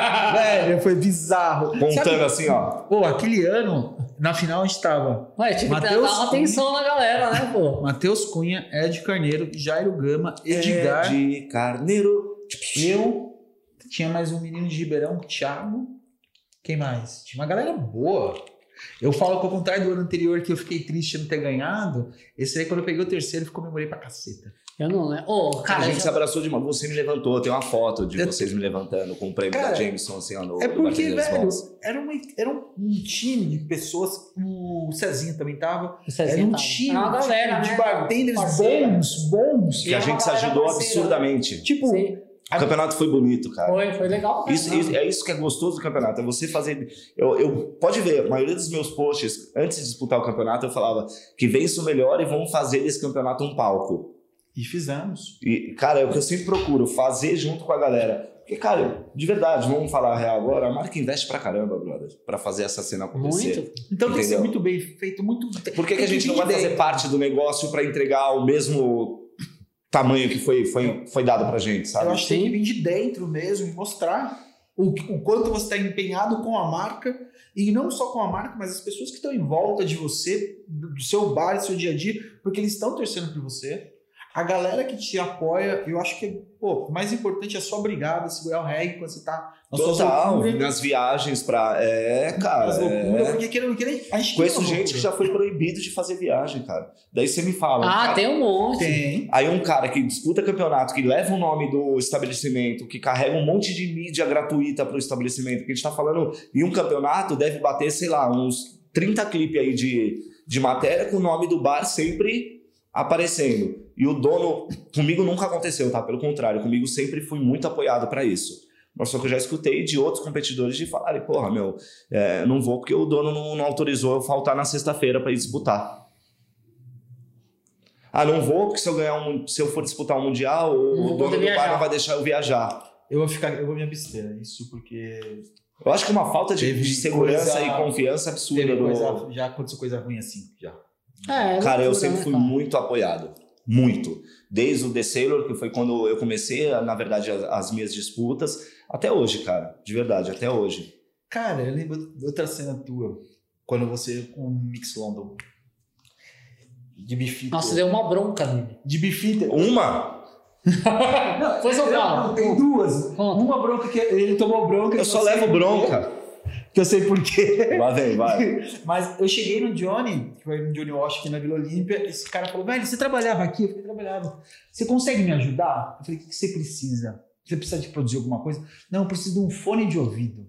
Velho, foi bizarro. Contando assim, ó. Pô, aquele ano, na final a gente tava... tinha que dar uma atenção na galera, né, pô? Matheus Cunha, Ed Carneiro, Jairo Gama, Edgar... Ed Carneiro. Eu... Tinha mais um menino de Ribeirão, o Thiago. Quem mais? Tinha uma galera boa. Eu falo que ao contrário do ano anterior que eu fiquei triste de não ter ganhado, esse aí quando eu peguei o terceiro eu comemorei pra caceta. Eu não lembro. Cara, a gente se abraçou de uma... Você me levantou, tem uma foto de vocês me levantando com o prêmio da Jameson assim, no... É porque, velho, era um time de pessoas, o Cezinha também tava. Era um time de bartenders bons. Que a gente se ajudou absurdamente. Sim. O campeonato foi bonito, cara. Foi legal. É isso que é gostoso do campeonato. É você fazer... Pode ver, a maioria dos meus posts, antes de disputar o campeonato, eu falava que vença o melhor e vamos fazer desse campeonato um palco. E fizemos. E, cara, é o que eu sempre procuro, fazer junto com a galera. Porque, cara, de verdade, vamos falar a real agora, a marca investe pra caramba, brother, pra fazer essa cena acontecer. Muito. Então tem que ser muito bem feito, muito... Por que a gente não vai fazer parte do negócio pra entregar o mesmo... tamanho que foi dado pra gente, sabe? Eu acho que tem que vir de dentro mesmo e mostrar o quanto você está empenhado com a marca, e não só com a marca, mas as pessoas que estão em volta de você, do seu bar, do seu dia a dia, porque eles estão torcendo por você. A galera que te apoia, eu acho que o mais importante é só obrigado, segurar o reggae quando você tá na sua loucura. Nas viagens pra... cara. Nas loucuras, porque querendo, a gente conheço gente que já foi proibido de fazer viagem, cara. Daí você me fala... cara, tem um monte. Tem. Aí um cara que disputa campeonato, que leva o nome do estabelecimento, que carrega um monte de mídia gratuita pro estabelecimento, que a gente tá falando em um campeonato, deve bater, sei lá, uns 30 clipes aí de matéria com o nome do bar sempre aparecendo. E o dono, comigo nunca aconteceu, tá? Pelo contrário, comigo sempre fui muito apoiado para isso. Mas só que eu já escutei de outros competidores de falarem, porra, não vou porque o dono não autorizou eu faltar na sexta-feira para ir disputar. Não vou porque se eu for disputar um mundial, o dono do bar não vai deixar eu viajar. Eu vou me abster, isso porque... Eu acho que é uma falta de segurança e confiança absurda. Já aconteceu coisa ruim assim, já. Cara, eu sempre fui muito apoiado. Muito. Desde o The Sailor, que foi quando eu comecei, na verdade, as minhas disputas, até hoje, cara. De verdade, até hoje. Cara, eu lembro de outra cena tua, quando você com o Mix London. De Bifita. Nossa, deu uma bronca nele. De Bifita. Uma? Não, tem duas. Uma bronca que ele tomou bronca. Eu só levo bronca. que eu sei por quê. Vai. Mas eu cheguei no Johnny, que foi no Johnny Walsh aqui na Vila Olímpia, esse cara falou, velho, você trabalhava aqui? Eu falei, trabalhava. Você consegue me ajudar? Eu falei, o que você precisa? Você precisa de produzir alguma coisa? Não, eu preciso de um fone de ouvido.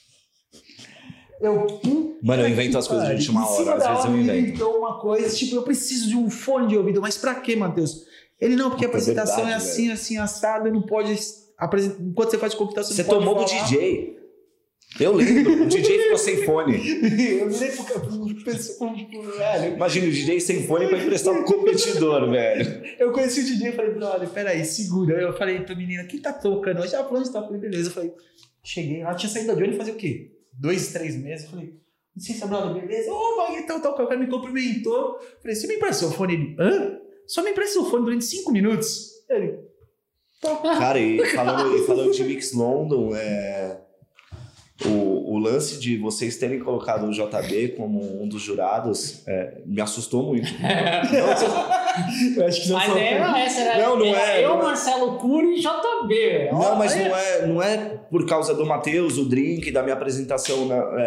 Mano, eu invento as coisas de última hora, às vezes eu invento. Então uma coisa, tipo, eu preciso de um fone de ouvido, mas pra quê, Matheus? Ele não, porque a apresentação é assim, assim, assado, e não pode apresentar. Enquanto você faz computação, você tomou do DJ. Eu lembro, o DJ ficou sem fone. Eu virei pro pessoal, velho. Imagina o DJ sem fone pra emprestar um competidor, velho. Eu conheci o DJ e falei, brother, peraí, segura. Eu falei pra menina, quem tá tocando hoje? Ela falou, onde tá? Eu falei, beleza. Eu falei, cheguei, ela tinha saído da Johnny fazer o quê? 2, 3 meses. Eu falei, licença, brother, beleza? Então, o cara me cumprimentou. Eu falei, você me emprestou o fone? Ele, hã? Só me emprestou o fone durante 5 minutos. Ele, cara, e falando de Mix London, o lance de vocês terem colocado o JB como um dos jurados me assustou muito. Eu acho que não. A ideia era essa, não é. Eu, Marcelo Cury e JB. Não, mas não é por causa do Matheus, o drink, da minha apresentação.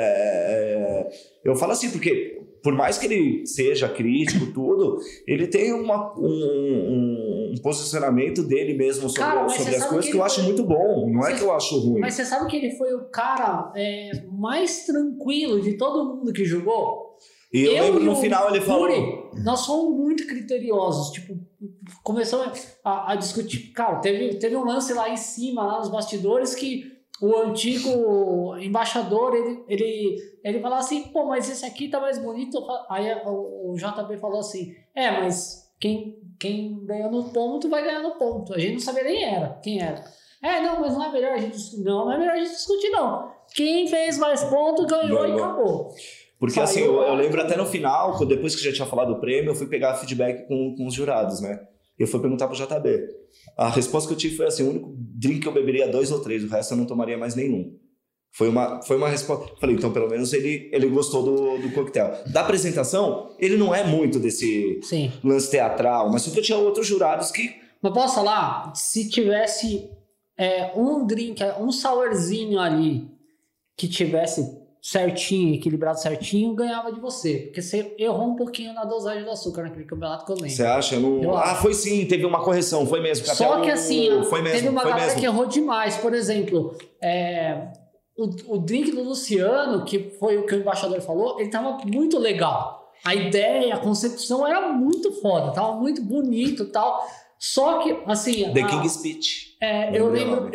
Eu falo assim, porque por mais que ele seja crítico, tudo, ele tem um posicionamento dele mesmo sobre as coisas que eu acho muito bom. Não é que eu acho ruim. Mas você sabe que ele foi o cara mais tranquilo de todo mundo que jogou? E eu lembro no final ele falou... Nós fomos muito criteriosos. Tipo, começamos a discutir. Cara, teve um lance lá em cima, lá nos bastidores, que o antigo embaixador, ele falou assim, pô, mas esse aqui tá mais bonito. Aí o JB falou assim, mas quem ganhou no ponto vai ganhar no ponto. A gente não sabia nem quem era. Não, mas não é melhor a gente discutir. Não é melhor a gente discutir, não. Quem fez mais ponto ganhou e acabou. Porque assim, eu lembro até no final, depois que já tinha falado o prêmio, eu fui pegar feedback com os jurados, né? Eu fui perguntar pro JB. A resposta que eu tive foi assim, o único drink que eu beberia 2 ou 3, o resto eu não tomaria mais nenhum. Foi uma resposta. Falei, então pelo menos ele gostou do coquetel. Da apresentação, ele não é muito desse lance teatral, mas só que eu tinha outros jurados que... Mas posso falar? Se tivesse um drink, um sourzinho ali, que tivesse certinho, equilibrado certinho, ganhava de você. Porque você errou um pouquinho na dosagem do açúcar naquele campeonato que eu lembro. Você acha? Foi sim, teve uma correção, foi mesmo. Só que assim, teve uma galera que errou demais. Por exemplo, o drink do Luciano, que foi o que o embaixador falou, ele tava muito legal. A ideia, a concepção era muito foda, tava muito bonito e tal. Só que, assim... The King's Speech. Eu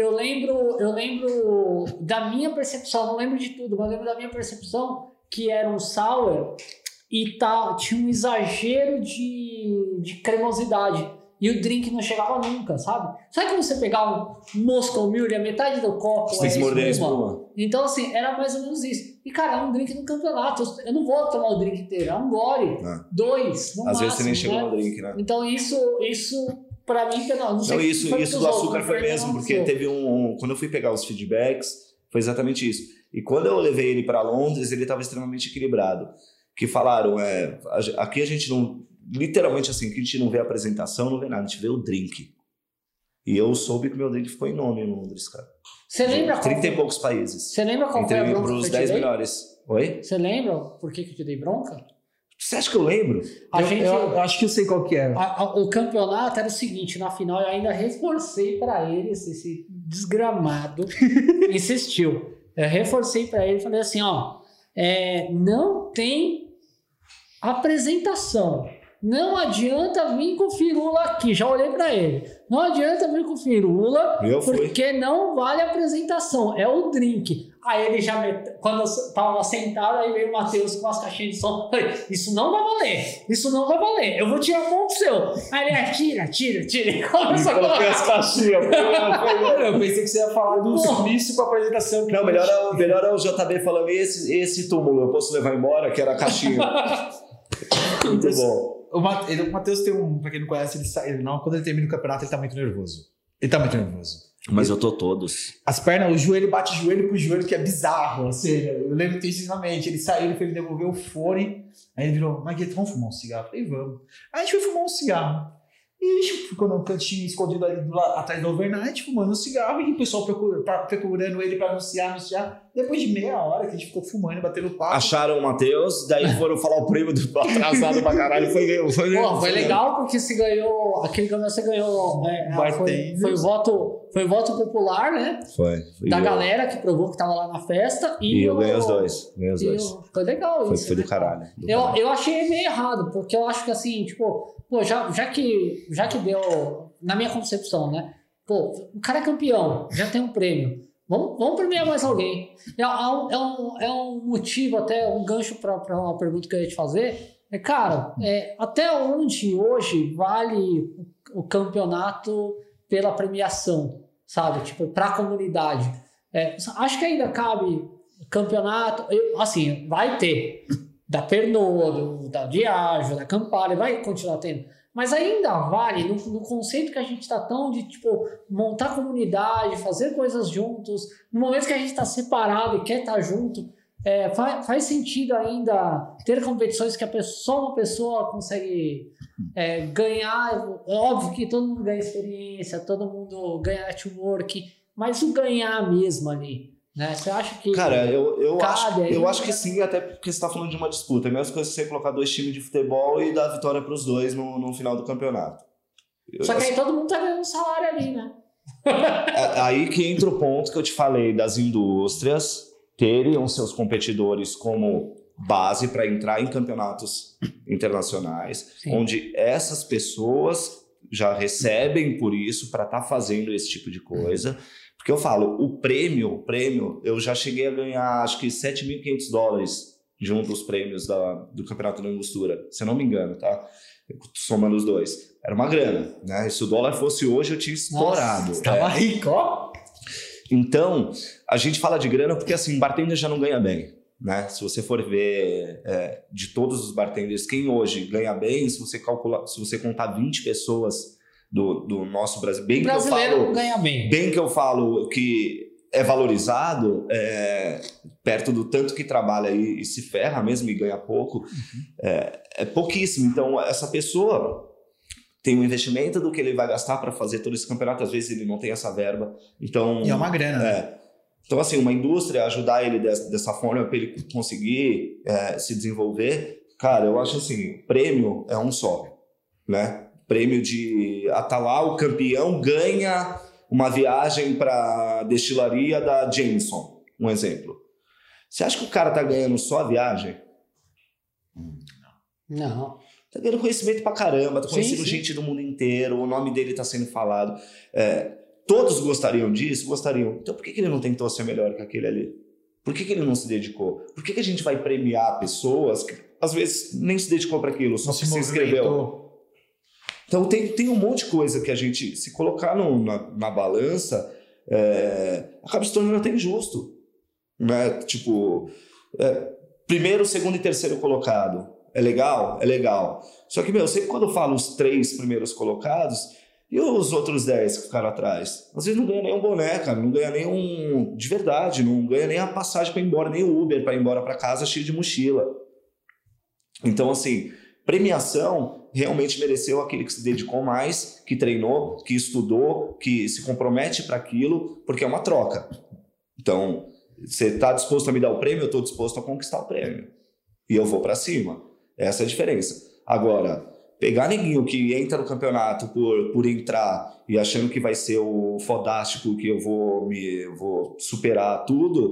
lembro da minha percepção, não lembro de tudo, mas lembro da minha percepção que era um sour e tinha um exagero de cremosidade. E o drink não chegava nunca, sabe? Sabe como você pegar um Moscow Mule, a metade do copo você tem que morder a espuma. Então, assim, era mais ou menos isso. E, cara, é um drink no campeonato. Eu não vou tomar o drink inteiro, é um gole. 2, no máximo. Às vezes você nem chegou no drink, né? Então, isso pra mim, não sei. Não, isso do açúcar foi mesmo, porque teve quando eu fui pegar os feedbacks, foi exatamente isso. E quando eu levei ele para Londres, ele estava extremamente equilibrado. Que falaram, aqui a gente não... Literalmente assim, que a gente não vê a apresentação, não vê nada, a gente vê o drink. E eu soube que meu drink ficou enorme em Londres, cara. Você lembra 30 e poucos países. Você lembra qual foi a bronca pros 10 melhores. Oi? Você lembra por que eu te dei bronca? Você acha que eu lembro? Eu acho que eu sei qual que é. O campeonato era o seguinte, na final eu ainda reforcei pra ele, esse desgramado insistiu. Eu reforcei pra ele e falei assim, não tem apresentação. Não adianta vir com firula aqui. Já olhei pra ele. Não adianta vir com firula, porque não vale a apresentação. É o drink. Aí ele quando eu tava sentado, aí veio o Matheus com as caixinhas de som. Falei, isso não vai valer. Isso não vai valer. Eu vou tirar um ponto seu. Aí ele, tira. Começou a coloquei as caixinhas. Eu pensei que você ia falar do sumiço com a apresentação. Não, melhor é o JB falando, esse túmulo, eu posso levar embora? Que era a caixinha. Muito bom. O Matheus tem pra quem não conhece, quando ele termina o campeonato, ele tá muito nervoso. Mas eu tô todos. As pernas, o joelho bate joelho com joelho, que é bizarro. Assim, eu lembro disso exatamente. Ele saiu, ele foi devolver o fone. Aí ele virou, Magueta, vamos fumar um cigarro? Eu falei, vamos. Aí a gente foi fumar um cigarro. E a gente ficou no cantinho escondido ali atrás do overnight, fumando um cigarro. E o pessoal procurando ele pra anunciar. Depois de meia hora que a gente ficou fumando, batendo papo. Acharam o Matheus, daí foram falar o prêmio do atrasado pra caralho. Foi legal porque você ganhou. Aquele campeonato você ganhou. Foi voto popular, né? Foi da galera que provou que tava lá na festa. E eu ganhei os dois. Foi legal isso. Foi do caralho. Eu achei meio errado, porque eu acho que assim, tipo, pô, já que deu. Na minha concepção, né? Pô, o cara é campeão, já tem um prêmio. Vamos premiar mais alguém. É um motivo, até um gancho para uma pergunta que eu ia te fazer. Cara, até onde hoje vale o campeonato pela premiação, sabe? Tipo, para a comunidade. Acho que ainda cabe campeonato. Assim, vai ter. Da Pernod, da Diageo, da Campari, vai continuar tendo. Mas ainda vale, no conceito que a gente está tão de, tipo, montar comunidade, fazer coisas juntos, no momento que a gente está separado e quer estar junto, faz sentido ainda ter competições que só uma pessoa consegue ganhar. Óbvio que todo mundo ganha experiência, todo mundo ganha network, mas o ganhar mesmo ali, né? Você acha que... Cara, eu acho que sim, até porque você está falando de uma disputa. É a mesma coisa que você colocar 2 times de futebol e dar vitória para os dois no final do campeonato. Só que aí todo mundo tá ganhando salário ali, né? Aí que entra o ponto que eu te falei das indústrias teriam seus competidores como base para entrar em campeonatos internacionais, sim, onde essas pessoas já recebem por isso para estar fazendo esse tipo de coisa. Porque eu falo, o prêmio, eu já cheguei a ganhar acho que $7.500 junto aos prêmios do Campeonato da Angostura, se eu não me engano, tá? Somando os dois. Era uma grana, né? E se o dólar fosse hoje, eu tinha estourado. Nossa, tava rico, ó! Então, a gente fala de grana porque assim, bartender já não ganha bem, né? Se você for ver de todos os bartenders, quem hoje ganha bem, se você contar 20 pessoas do nosso Brasil, bem, o brasileiro que eu falo, ganha bem. Bem que eu falo que é valorizado, perto do tanto que trabalha e se ferra mesmo e ganha pouco, é pouquíssimo. Então, essa pessoa tem um investimento do que ele vai gastar para fazer todo esse campeonato, às vezes ele não tem essa verba. Então, e é uma grana. Então, assim, uma indústria ajudar ele dessa forma para ele conseguir se desenvolver, cara, eu acho assim, prêmio é um só, né? Prêmio de lá, o campeão ganha uma viagem para a destilaria da Jameson, um exemplo. Você acha que o cara tá ganhando só a viagem? Não. Tá ganhando conhecimento pra caramba, tá conhecendo sim. gente do mundo inteiro, o nome dele tá sendo falado. Todos gostariam disso? Gostariam. Então por que ele não tentou ser melhor que aquele ali? Por que ele não se dedicou? Por que a gente vai premiar pessoas que às vezes nem se dedicou para aquilo, só que se inscreveu? Então tem um monte de coisa que a gente, se colocar na balança, acaba se tornando até injusto, né? Tipo, primeiro, segundo e terceiro colocado, é legal? É legal. Só que, sempre quando eu falo os 3 primeiros colocados, e os outros 10 que ficaram atrás? Às vezes não ganha nem um boné, cara, não ganha nem de verdade, não ganha nem a passagem para ir embora, nem o Uber para ir embora para casa cheio de mochila. Então, assim, premiação realmente mereceu aquele que se dedicou mais, que treinou, que estudou, que se compromete para aquilo, porque é uma troca. Então, você está disposto a me dar o prêmio, eu estou disposto a conquistar o prêmio. E eu vou para cima. Essa é a diferença. Agora, pegar neguinho que entra no campeonato por entrar e achando que vai ser o fodástico, que eu vou superar tudo,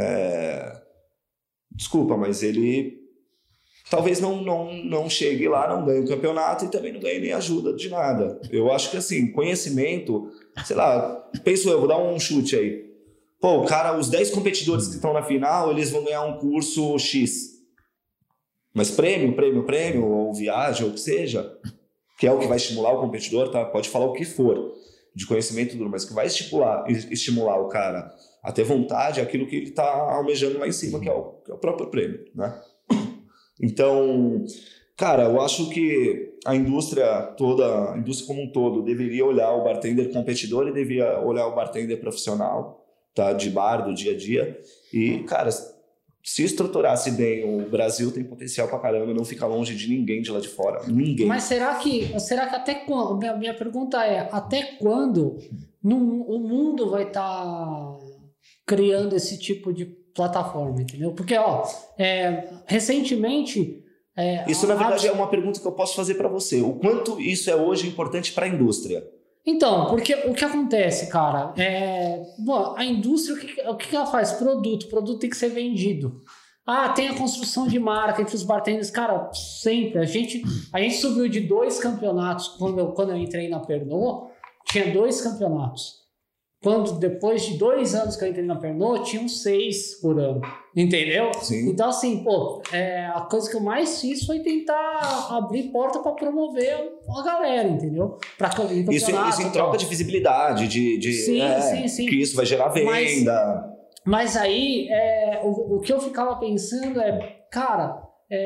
desculpa, mas ele talvez não chegue lá, não ganhe o campeonato e também não ganhe nem ajuda de nada. Eu acho que, assim, conhecimento, sei lá, penso eu, vou dar um chute aí. Pô, o cara, os 10 competidores que estão na final, eles vão ganhar um curso X. Mas prêmio, ou viagem, ou o que seja, que é o que vai estimular o competidor, tá? Pode falar o que for de conhecimento duro, mas que vai estimular o cara a ter vontade, aquilo que ele está almejando lá em cima, que é o próprio prêmio, né? Então, cara, eu acho que a indústria toda, a indústria como um todo, deveria olhar o bartender competidor e deveria olhar o bartender profissional, tá? De bar, do dia a dia. E, cara, se estruturasse bem, o Brasil tem potencial pra caramba, não fica longe de ninguém de lá de fora. Ninguém. Mas será que até quando? Minha pergunta é, até quando o mundo vai estar criando esse tipo de plataforma, entendeu? Porque, recentemente... isso, na verdade, é uma pergunta que eu posso fazer para você. O quanto isso é hoje importante para a indústria? Então, porque o que acontece, cara, a indústria, o que ela faz? Produto tem que ser vendido. Tem a construção de marca entre os bartenders, cara, sempre. A gente subiu de 2 campeonatos, quando eu entrei na Pernod, tinha 2 campeonatos. Depois de 2 anos que eu entrei na Pernod, tinham 6 por ano, entendeu? Sim. Então, assim, a coisa que eu mais fiz foi tentar abrir porta para promover a galera, entendeu? Isso em troca de visibilidade, sim. Que isso vai gerar venda. Mas aí, o que eu ficava pensando cara,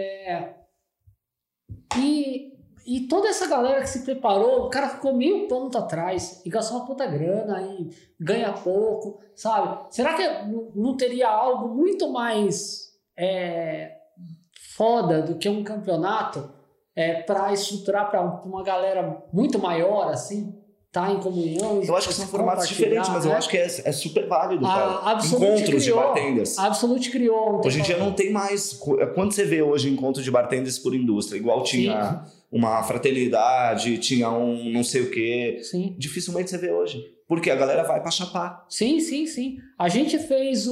e toda essa galera que se preparou, o cara ficou meio ponto atrás e gastou uma puta grana e ganha pouco, sabe? Será que não teria algo muito mais foda do que um campeonato para estruturar para uma galera muito maior, assim? Tá em comunhão. Eu acho que são formatos diferentes, mas eu acho que é super válido, cara. Encontros de bartenders. A Absolute criou. Hoje em dia não tem mais. Quando você vê hoje encontro de bartenders por indústria, igual tinha uma fraternidade, tinha um não sei o quê. Sim. Dificilmente você vê hoje. Porque a galera vai pra chapar. Sim. A gente fez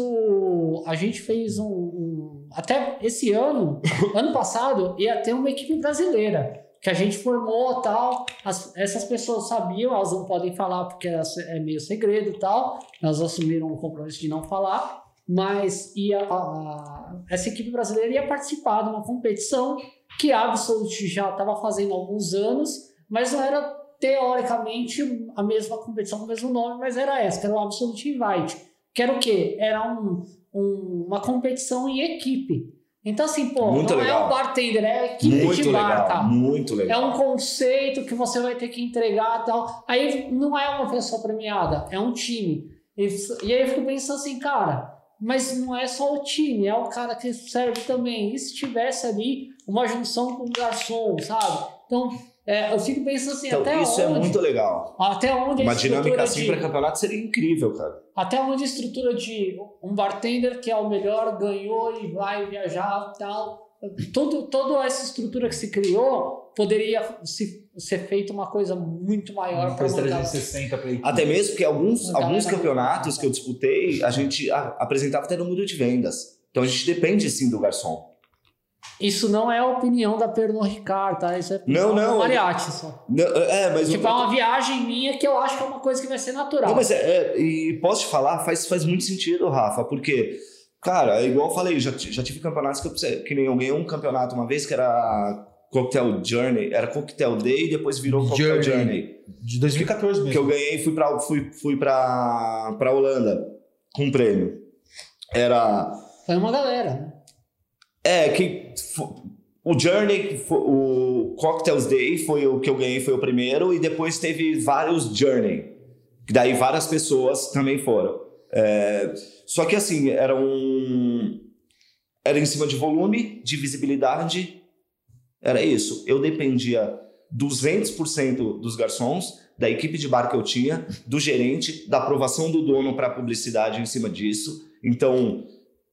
até esse ano passado, ia ter uma equipe brasileira que a gente formou e tal. Essas pessoas sabiam, elas não podem falar porque é meio segredo e tal. Elas assumiram o compromisso de não falar, mas essa equipe brasileira ia participar de uma competição que a Absolute já estava fazendo há alguns anos, mas não era teoricamente a mesma competição com o mesmo nome, mas era essa, que era o Absolute Invite. Que era o quê? Era uma competição em equipe. Então, assim, muito não legal. É o bartender, é a equipe muito de bar, legal, cara. Muito legal. É um conceito que você vai ter que entregar e tal. Aí não é uma pessoa premiada, é um time. E aí eu fico pensando assim, cara, mas não é só o time, é o cara que serve também. E se tivesse ali uma junção com o garçom, sabe? Então, eu fico pensando assim, então, até isso onde... é muito legal. Até onde uma dinâmica assim para campeonato seria incrível, cara. Até onde a estrutura de um bartender que é o melhor ganhou e vai viajar e tal. Toda essa estrutura que se criou poderia ser feita uma coisa muito maior. Uma coisa 360 para equipe. Até mesmo que alguns campeonatos que eu disputei, a gente apresentava até número de vendas. Então a gente depende sim do garçom. Isso não é a opinião da Pernod Ricard, tá? Isso é do mariachi só. Mas tipo, é uma viagem minha que eu acho que é uma coisa que vai ser natural. Não, mas e posso te falar, faz muito sentido, Rafa, porque, cara, igual eu falei, já tive campeonatos que nem eu ganhei um campeonato uma vez que era Cocktail Journey, era Cocktail Day e depois virou Cocktail Journey. De 2014 mesmo. Que eu ganhei e fui pra Holanda com um prêmio. Foi uma galera, né? O Journey, o Cocktails Day foi o que eu ganhei, foi o primeiro, e depois teve vários Journey, que daí várias pessoas também foram. Só que assim, era em cima de volume, de visibilidade, era isso. Eu dependia 200% dos garçons, da equipe de bar que eu tinha, do gerente, da aprovação do dono para publicidade em cima disso. Então,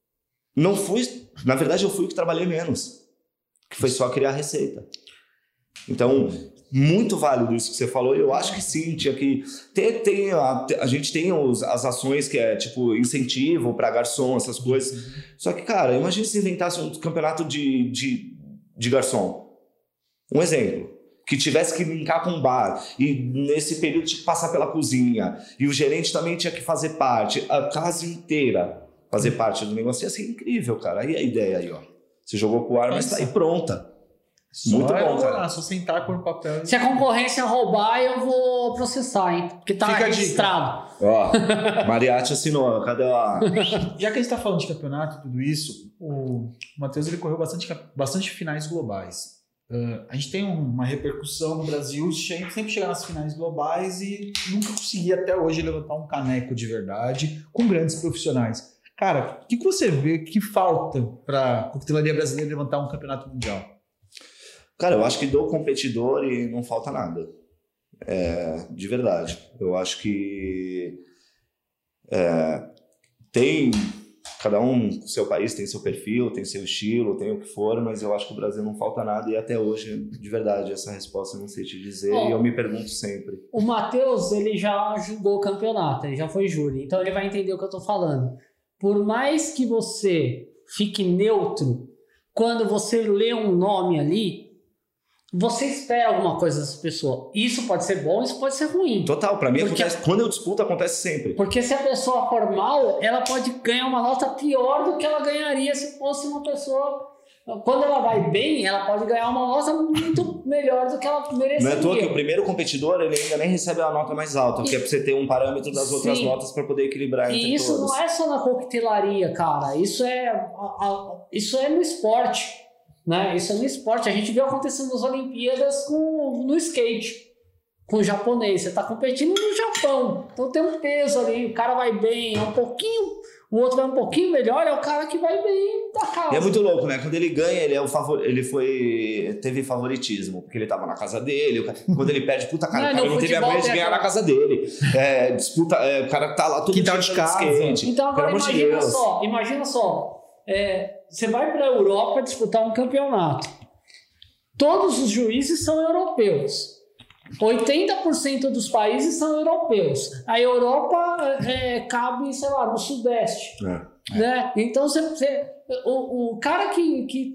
na verdade eu fui o que trabalhei menos, que foi só criar receita. Então, muito válido isso que você falou, e eu acho que sim, tinha que a gente tem as ações que é tipo incentivo para garçom, essas coisas. Só que, cara, imagina se inventasse um campeonato de garçom. Um exemplo, que tivesse que linkar com o bar, e nesse período tinha que passar pela cozinha, e o gerente também tinha que fazer parte, a casa inteira fazer parte do negócio. Ia ser incrível, cara. Aí a ideia aí, ó. Você jogou pro ar, mas tá aí pronta. Muito bom, cara. Só sentar com o papel. Se a concorrência roubar, eu vou processar, hein? Porque tá registrado. Ó, Mariachi assinou. Cadê a... Já que a gente tá falando de campeonato e tudo isso, o Matheus ele correu bastante finais globais. A gente tem uma repercussão no Brasil, sempre chegar nas finais globais e nunca consegui até hoje levantar um caneco de verdade com grandes profissionais. Cara, o que você vê que falta para a coquetelaria brasileira levantar um campeonato mundial? Cara, eu acho que do competidor e não falta nada. De verdade. Eu acho que tem Cada um, o seu país tem seu perfil, tem seu estilo, tem o que for, mas eu acho que o Brasil não falta nada e até hoje, de verdade, essa resposta eu não sei te dizer e eu me pergunto sempre. O Matheus, ele já julgou o campeonato, ele já foi júri, então ele vai entender o que eu tô falando. Por mais que você fique neutro, quando você lê um nome ali, você espera alguma coisa dessa pessoa. Isso pode ser bom, isso pode ser ruim. Total, pra mim acontece, quando eu disputo, acontece sempre. Porque se a pessoa for mal, ela pode ganhar uma nota pior do que ela ganharia se fosse uma pessoa... Quando ela vai bem, ela pode ganhar uma nota muito melhor do que ela mereceria. Não é à toa que o primeiro competidor, ele ainda nem recebe a nota mais alta, porque é pra você ter um parâmetro das outras notas para poder equilibrar entre todas. E isso não é só na coquetelaria, cara. Isso é no esporte. Né? Isso é no esporte. A gente viu acontecendo nas Olimpíadas no skate, com o japonês. Você está competindo no Japão, então tem um peso ali. O cara vai bem, o outro vai um pouquinho melhor, é o cara que vai bem da casa. E é muito louco, né? Quando ele ganha, teve favoritismo, porque ele estava na casa dele. Quando ele perde, puta, cara, o cara não teve a manha de ganhar na casa dele. O cara tá lá todo quintal de casa. Skate. Então agora imagina só. Você vai para a Europa disputar um campeonato. Todos os juízes são europeus. 80% dos países são europeus. A Europa cabe, sei lá, no Sudeste. Né? Então, o cara que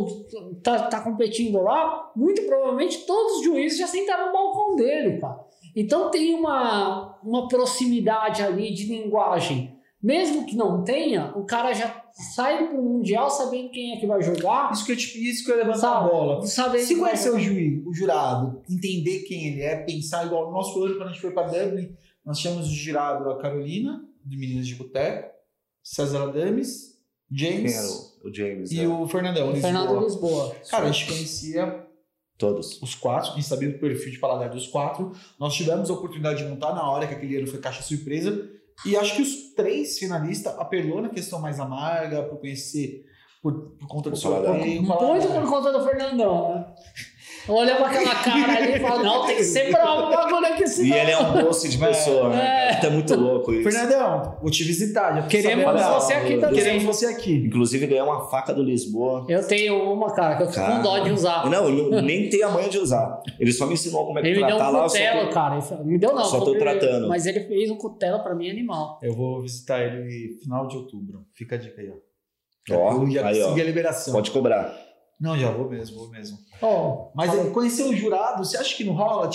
tá competindo lá, muito provavelmente todos os juízes já sentaram no balcão dele, cara. Então, tem uma proximidade ali de linguagem. Mesmo que não tenha, o cara já sai pro Mundial sabendo quem é que vai jogar. Isso que eu levanto a bola. Se conhecer o jurado, entender quem ele é, pensar igual no nosso ano, quando a gente foi para Dublin, nós tínhamos o jurado a Carolina, de Meninas de Boteco, César Adames, James, quem era o James, e o Fernandão. O Fernando Lisboa. Cara, a gente conhecia todos. Os 4, a gente sabia do perfil de paladar dos 4. Nós tivemos a oportunidade de montar na hora, que aquele ano foi caixa surpresa. E acho que os 3 finalistas apelou na questão mais amarga, por conhecer, por conta do sorteio. Muito por conta do Fernandão, né? Olha pra aquela cara ali e fala, não, tem que ser bravo o bagulho aqui. E ele é um doce de pessoa, né? É muito louco isso. Fernandão, vou te visitar. Queremos você aqui também. Queremos você aqui. Inclusive, ganhei uma faca do Lisboa. Eu tenho uma, cara, que eu fico com dó de usar. Não, eu nem tenho a manha de usar. Ele só me ensinou como é que tratar lá. Ele me deu um cutelo, cara. Me deu não. Só tô tratando. Mas ele fez um cutelo pra mim animal. Eu vou visitar ele final de outubro. Fica a dica aí, ó. Ó, já consegui a liberação. Pode cobrar. Não, já vou mesmo. Mas conhecer o jurado, você acha que não rola?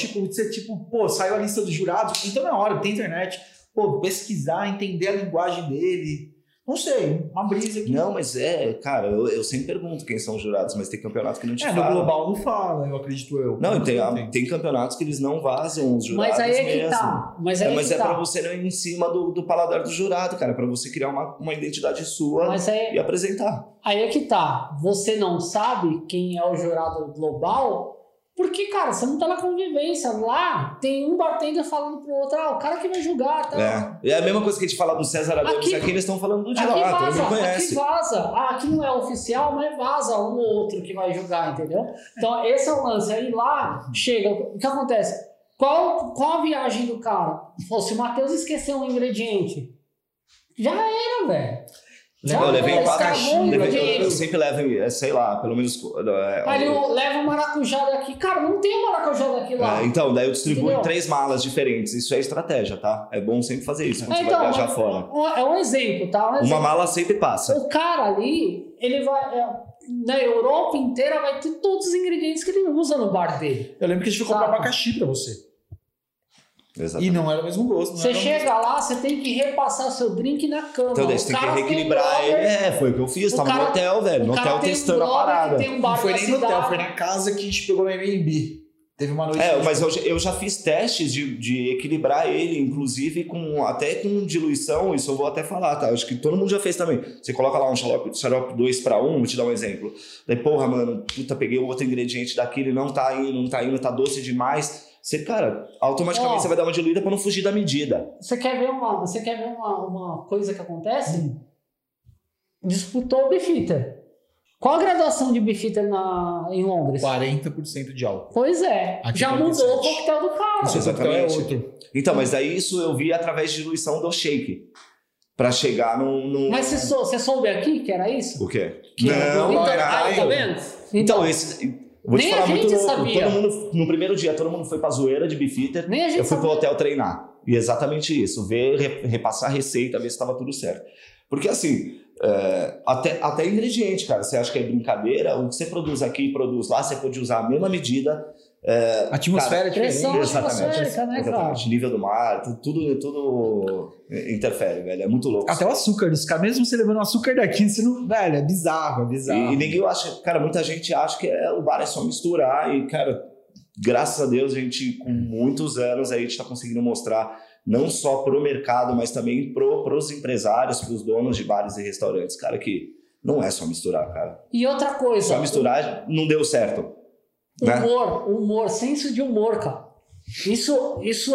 Pô, saiu a lista dos jurados, então na hora, tem internet, pô, pesquisar, entender a linguagem dele. Não sei, uma brisa aqui. Não, mas cara, eu sempre pergunto quem são os jurados, mas tem campeonato que não te fala. No global não fala, eu acredito eu. Não, tem campeonatos que eles não vazam os jurados. Mas aí é mesmo. Que tá. Mas pra você não ir em cima do paladar do jurado, cara, pra você criar uma identidade sua e apresentar. Aí é que tá. Você não sabe quem é o jurado global. Porque, cara, você não tá na convivência. Lá tem um bartender falando pro outro, o cara que vai julgar. Tá? É a mesma coisa que a gente fala do César Adames aqui, eles estão falando do de lá, todo mundo conhece. Aqui vaza. Aqui não é oficial, mas vaza um ou outro que vai julgar, entendeu? Então, esse é o lance. Aí lá, chega, o que acontece? Qual a viagem do cara? Se o Matheus esqueceu um ingrediente, já era, velho. Eu levei eu sempre levo, sei lá, pelo menos. Aí eu levo o maracujá daqui. Cara, não tem maracujá daqui lá. Então, daí eu distribuo em 3 malas diferentes. Isso é estratégia, tá? É bom sempre fazer isso quando você vai viajar fora. É um exemplo, tá? Uma mala sempre passa. O cara ali, ele vai. Na Europa inteira vai ter todos os ingredientes que ele usa no bar dele. Eu lembro que a gente foi comprar abacaxi pra você. Exatamente. E não era o mesmo gosto. Você chega lá, você tem que repassar seu drink na cama. Então, você tem que reequilibrar ele. Foi o que eu fiz. Tava no hotel, velho. No hotel testando a parada. Não foi nem no hotel, foi na casa que a gente pegou no Airbnb. Teve uma noite. Mas eu já fiz testes de equilibrar ele, inclusive até com diluição. Isso eu vou até falar, tá? Acho que todo mundo já fez também. Você coloca lá um xarope 2:1, vou te dar um exemplo. Daí, porra, mano, peguei o outro ingrediente daquele, não tá indo, tá doce demais. Você, cara, automaticamente você vai dar uma diluída para não fugir da medida. Você quer ver uma coisa que acontece? Disputou o Beefeater. Qual a graduação de Beefeater em Londres? 40% de álcool. Pois é. Aqui já mudou o coquetel do cara. Isso exatamente. Então, mas daí isso eu vi através de diluição do shake. para chegar num... Mas você soube aqui que era isso? O quê? Não era. Tá vendo? Então, vou te falar muito sabia. Todo mundo, no primeiro dia, todo mundo foi pra zoeira de Beefeater. Eu fui pro hotel treinar. E exatamente isso. Repassar a receita, ver se estava tudo certo. Porque assim, até ingrediente, cara. Você acha que é brincadeira? O que você produz aqui e produz lá, você pode usar a mesma medida. Atmosfera diferente. Atmosférica, né, cara? Nível do mar, tudo interfere, velho. É muito louco. Até o açúcar dos caras, mesmo você levando o açúcar daqui, você não... Velho, é bizarro. E ninguém acha... Cara, muita gente acha que o bar é só misturar. E, cara, graças a Deus, a gente, com muitos anos, a gente tá conseguindo mostrar, não só pro mercado, mas também pros empresários, pros donos de bares e restaurantes, cara, que não é só misturar, cara. E outra coisa... Só misturar não deu certo. Humor, senso de humor, cara. Isso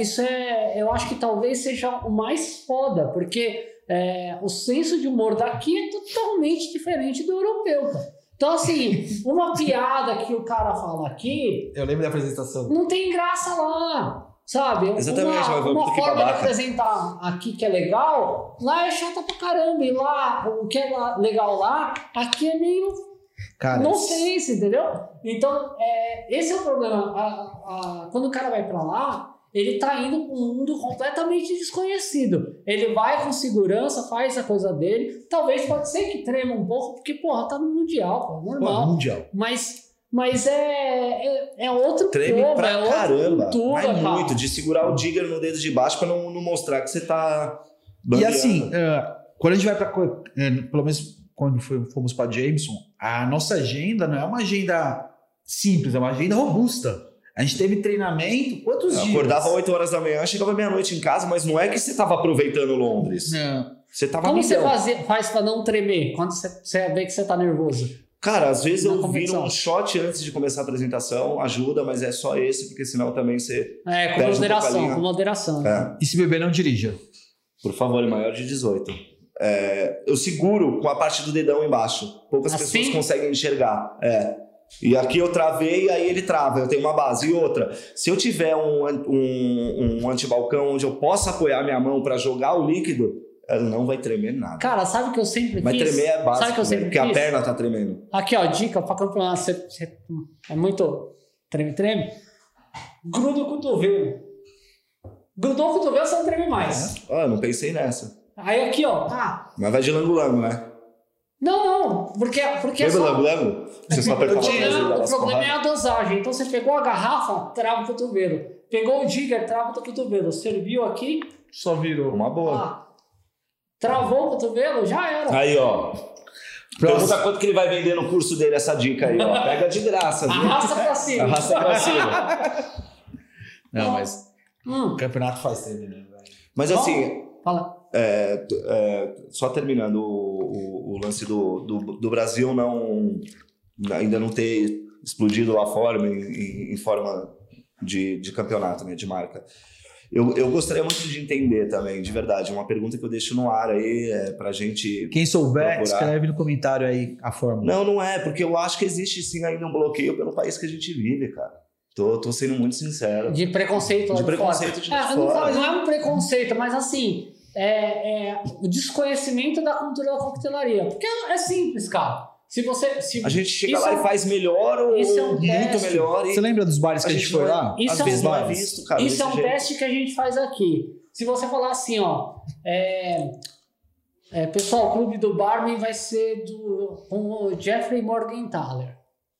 é, eu acho que talvez seja o mais foda, porque o senso de humor daqui é totalmente diferente do europeu, cara. Então, assim, uma piada que o cara fala aqui... Eu lembro da apresentação. Não tem graça lá, sabe? Exatamente. Uma forma de apresentar aqui que é legal, lá é chata pra caramba. E lá, o que é legal lá, aqui é meio... Cara, não sei isso, entendeu? Então, esse é o problema. Quando o cara vai pra lá, ele tá indo pra um mundo completamente desconhecido. Ele vai com segurança, faz a coisa dele. Talvez pode ser que trema um pouco, porque, porra, tá no Mundial, pô, normal. Mundial. Mas é outro treme povo, pra caramba. Cultura, vai muito, de segurar o digger no dedo de baixo pra não mostrar que você tá bandeando. E assim, quando a gente vai pra... pelo menos... Quando fomos para Jameson, a nossa agenda não é uma agenda simples, é uma agenda robusta. A gente teve treinamento, quantos dias? Acordava 8 horas da manhã, chegava meia-noite em casa, mas não é que você estava aproveitando Londres. Não. Você tava Como você faz para não tremer quando você vê que você tá nervoso? Cara, às vezes eu viro um shot antes de começar a apresentação, ajuda, mas é só esse, porque senão também você... com moderação. E se beber, não dirija. Por favor, é maior de 18. Eu seguro com a parte do dedão embaixo. Poucas pessoas conseguem enxergar. E aqui eu travei, aí ele trava. Eu tenho uma base. E outra, se eu tiver um antibalcão onde eu possa apoiar minha mão para jogar o líquido, ela não vai tremer nada. Cara, sabe o que eu sempre vai fiz? Vai tremer é básico, sabe que eu sempre porque a perna tá tremendo. Aqui, ó, dica pra campeonato. É muito treme. Gruda o cotovelo. Grudou o cotovelo, você não treme mais. Não pensei nessa. Aí aqui, ó. Mas vai de lango-lango, né? Não. Porque é só... lango-lango? Você só aperta o problema é a dosagem. Então você pegou a garrafa, trava o cotovelo. Pegou o digger, trava o cotovelo. Serviu aqui. Só virou. Uma boa. Travou o cotovelo, já era. Aí, ó. Pergunta quanto que ele vai vender no curso dele essa dica aí, ó. Pega de graça, viu? Arrasta pra cima. Arrasta pra cima. Não, mas o campeonato faz tempo, né? Mas assim... Fala. Só terminando o lance do Brasil ainda não ter explodido lá fora em forma de campeonato, né, de marca. Eu gostaria muito de entender também, de verdade, uma pergunta que eu deixo no ar aí pra gente... Quem souber, procurar. escreve no comentário aí a fórmula. Não é, porque eu acho que existe sim ainda um bloqueio pelo país que a gente vive, cara. Tô sendo muito sincero. De preconceito lá de preconceito fora. De fora. Não é um preconceito, mas assim... o desconhecimento da cultura da coquetelaria. Porque é simples, cara. A gente chega lá e faz melhor ou muito melhor. Você lembra dos bares que a gente foi lá? Às vezes não é visto, cara. Isso é um teste que a gente faz aqui. Se você falar assim, ó... pessoal, o Clube do Barman vai ser com o Jeffrey Morgenthaler.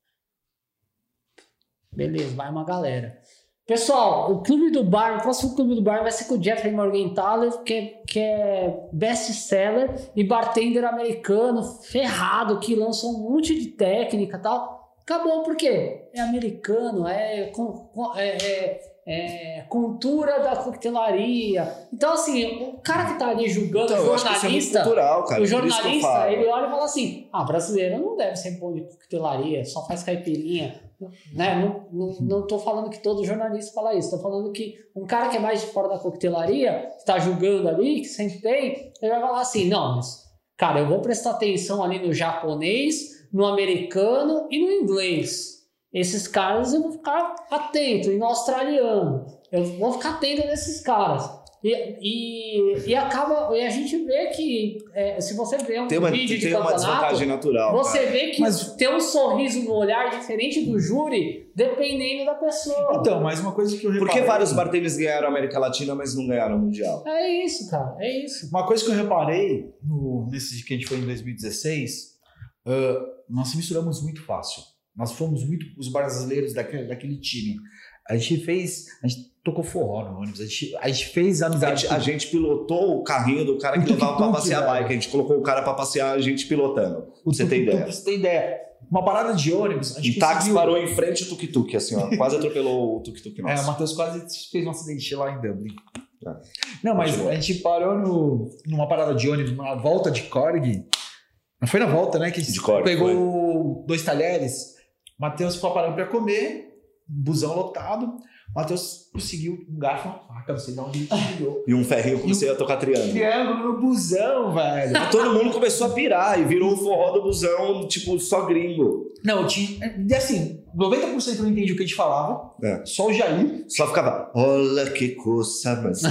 Beleza, vai uma galera. Pessoal, o próximo Clube do Bar vai ser com o Jeffrey Morgenthaler, que é best-seller e bartender americano, ferrado, que lança um monte de técnica e tal. Acabou, por quê? É americano, cultura da coquetelaria. Então, assim, o cara que tá ali julgando, o jornalista, cultural, cara. Ele olha e fala assim, brasileiro não deve ser bom de coquetelaria, só faz caipirinha. Né? Não tô falando que todo jornalista fala isso, tô falando que um cara que é mais de fora da coquetelaria, que tá julgando ali, que sempre tem, ele vai falar assim, não, mas, cara, eu vou prestar atenção ali no japonês, no americano e no inglês. Esses caras eu vou ficar atento, e no australiano, eu vou ficar atento nesses caras. E acaba. E a gente vê que se você vê vídeo de campeonato, uma desvantagem natural. Você vê que tem um sorriso no olhar diferente do júri, dependendo da pessoa. Então, mas uma coisa que eu reparei... Por que vários bartenders ganharam a América Latina, mas não ganharam o Mundial? É isso, cara. É isso. Uma coisa que eu reparei nesse que a gente foi em 2016, nós misturamos muito fácil. Nós fomos muito os brasileiros daquele time. A gente tocou forró no ônibus, a gente fez amizade. A gente pilotou o carrinho do cara que levava pra passear a bike. A gente colocou o cara pra passear, a gente pilotando. Você tem ideia? Você tem ideia. Uma parada de ônibus. O táxi parou em frente ao tuk-tuk, assim, ó. Quase atropelou o tuk-tuk nosso. O Matheus quase fez um acidente lá em Dublin. Não, mas a gente parou numa parada de ônibus, numa volta de Korg. Não foi na volta, né? Que a gente pegou 2 talheres. O Matheus foi parando pra comer. Busão lotado, o Matheus conseguiu um garfo, uma faca, não sei de onde ele tirou. E um ferrinho, comecei a tocar triângulo. Triângulo no busão, velho. E todo mundo começou a pirar e virou o forró do busão, tipo, só gringo. Não, e assim, 90% não entendi o que a gente falava, só o Jair. Só ficava, olha que coisa, mas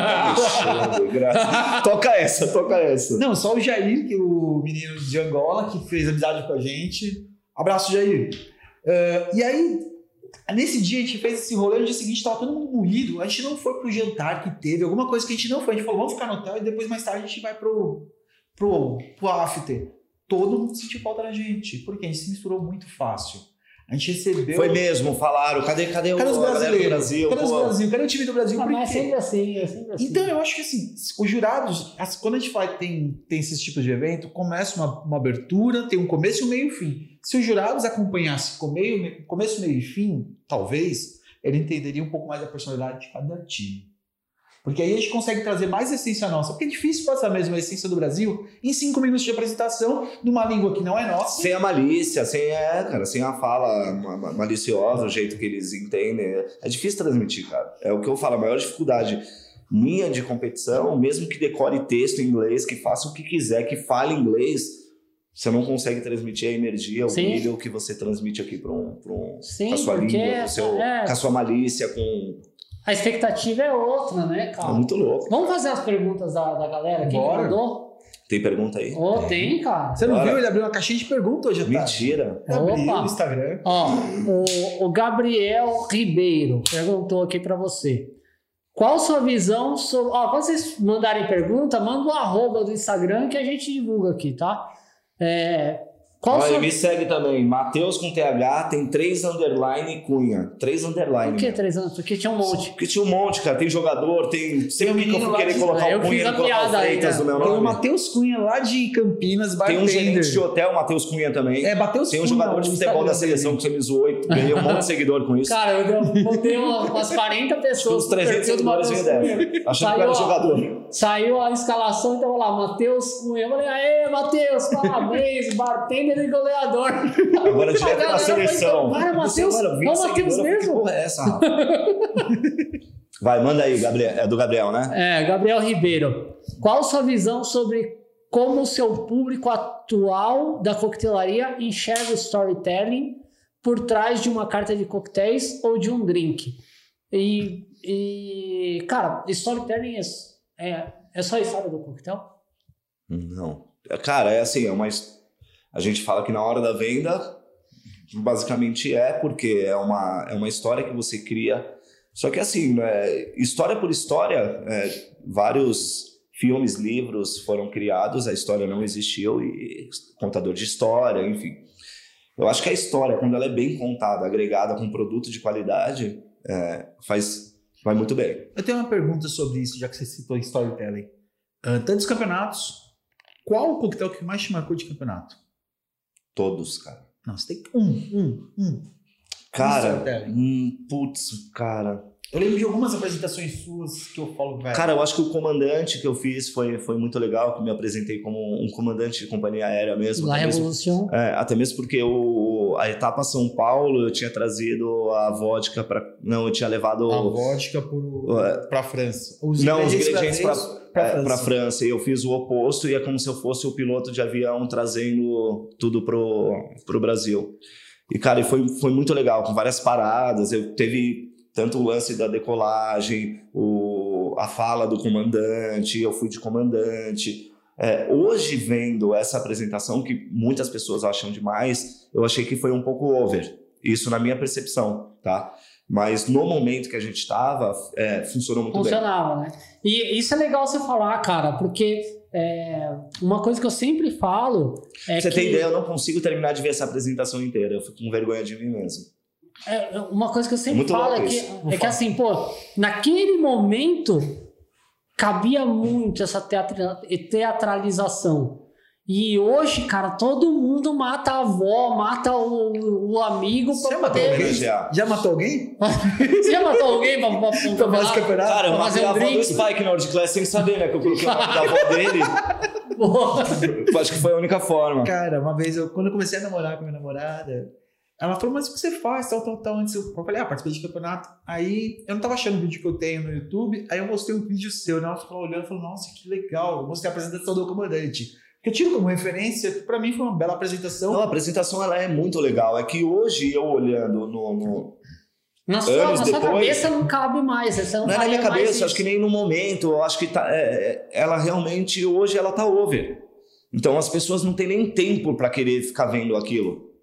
toca essa. Não, só o Jair, que o menino de Angola, que fez amizade com a gente. Abraço, Jair. E aí... Nesse dia a gente fez esse rolê, no dia seguinte tava todo mundo moído, a gente não foi pro jantar que teve, alguma coisa que a gente não foi, a gente falou, vamos ficar no hotel e depois mais tarde a gente vai pro after. Todo mundo sentiu falta da gente, porque a gente se misturou muito fácil. A gente recebeu... Foi mesmo, falaram, cadê os brasileiros? Brasil? Cadê os Brasil? Cadê o time do Brasil? Mas é sempre assim, Então eu acho que assim, os jurados, quando a gente tem esses tipos de evento, começa uma abertura, tem um começo, um meio e fim. Se os jurados acompanhassem começo, meio e fim, talvez, ele entenderia um pouco mais a personalidade de cada time. Porque aí a gente consegue trazer mais essência nossa. Porque é difícil passar mesmo a essência do Brasil em 5 minutos de apresentação numa língua que não é nossa. Sem a malícia, sem a fala maliciosa, o jeito que eles entendem. É difícil transmitir, cara. É o que eu falo, a maior dificuldade minha de competição, mesmo que decore texto em inglês, que faça o que quiser, que fale inglês, você não consegue transmitir a energia, o nível que você transmite aqui com a sua língua, com a sua malícia, com... A expectativa é outra, né, cara? É muito louco. Vamos fazer as perguntas da galera aqui que mandou? Tem pergunta aí? Tem, cara. Você não viu? Ele abriu uma caixinha de perguntas hoje, Mentira. Abriu no Instagram. O Gabriel Ribeiro perguntou aqui pra você. Qual sua visão sobre... quando vocês mandarem pergunta, manda o @ do Instagram que a gente divulga aqui, tá? Me segue também, Matheus com TH, tem 3 underline Cunha. 3 underline. Por que 3 anos? Porque tinha um monte. Porque tinha um monte, cara. Tem jogador, tem... Sempre que eu fui querer colocar o Cunha e colocar o Freitas no meu nome. Tem o Matheus Cunha lá de Campinas, bartender. Tem um gerente de hotel, Matheus Cunha também. Matheus Tem um jogador de futebol da seleção que você me zoou e ganhei um monte de seguidor com isso. Cara, eu botei umas 40 pessoas. Uns 300 seguidores vem dessa. Achando que era jogador. Saiu a escalação, então lá, Matheus Cunha. Eu falei, aê, Matheus, parabéns, bartender e goleador. Agora direto na seleção. Cara, Matheus, é o Matheus mesmo? Que porra é essa, Rafa? Vai, manda aí, Gabriel. É do Gabriel, né? Gabriel Ribeiro. Qual sua visão sobre como o seu público atual da coquetelaria enxerga o storytelling por trás de uma carta de coquetéis ou de um drink? Cara, storytelling é só a história do coquetel? Não. Cara, é assim, a gente fala que na hora da venda, basicamente porque é uma história que você cria. Só que assim, história por história, vários filmes, livros foram criados, a história não existiu, e contador de história, enfim. Eu acho que a história, quando ela é bem contada, agregada com produto de qualidade, vai muito bem. Eu tenho uma pergunta sobre isso, já que você citou storytelling. Tantos campeonatos, qual o coquetel que mais te marcou de campeonato? Todos, cara. Não, você tem um. Cara, cara. Eu lembro de algumas apresentações suas que eu falo, velho. Cara, eu acho que o comandante que eu fiz foi muito legal, que me apresentei como um comandante de companhia aérea mesmo. La Revolution. Até mesmo porque a etapa São Paulo, eu tinha trazido a vodka eu tinha levado... A vodka pra França. Os ingredientes pra França. E eu fiz o oposto e é como se eu fosse o piloto de avião trazendo tudo pro Brasil. E, cara, foi muito legal, com várias paradas. Teve tanto o lance da decolagem, a fala do comandante, eu fui de comandante. Hoje, vendo essa apresentação, que muitas pessoas acham demais, eu achei que foi um pouco over. Isso na minha percepção, tá? Mas no momento que a gente estava, funcionou muito bem. Funcionava, né? E isso é legal você falar, cara, porque uma coisa que eu sempre falo Você tem ideia, eu não consigo terminar de ver essa apresentação inteira. Eu fico com vergonha de mim mesmo. Uma coisa que eu sempre falo é que assim, naquele momento cabia muito essa teatralização. E hoje, cara, todo mundo mata a avó, mata o amigo pra poder... Já matou alguém? Você já matou alguém pra fazer campeonato? Cara, eu matei a avó do Spike na hora de classe sem saber, né? Que eu coloquei o nome da avó dele. Acho que foi a única forma. Cara, uma vez, quando eu comecei a namorar com minha namorada, ela falou, mas o que você faz? Tal. Antes eu falei, participei de campeonato. Aí eu não tava achando o vídeo que eu tenho no YouTube, aí eu mostrei um vídeo seu, né? Ela ficou olhando e falou, nossa, que legal. Eu mostrei a apresentação do comandante. Que eu tiro como referência, pra mim foi uma bela apresentação. Não, a apresentação ela é muito legal. É que hoje eu olhando na sua cabeça não cabe mais. Você não é na minha cabeça, acho que nem no momento. Eu acho que ela realmente, hoje ela tá over. Então as pessoas não têm nem tempo pra querer ficar vendo aquilo.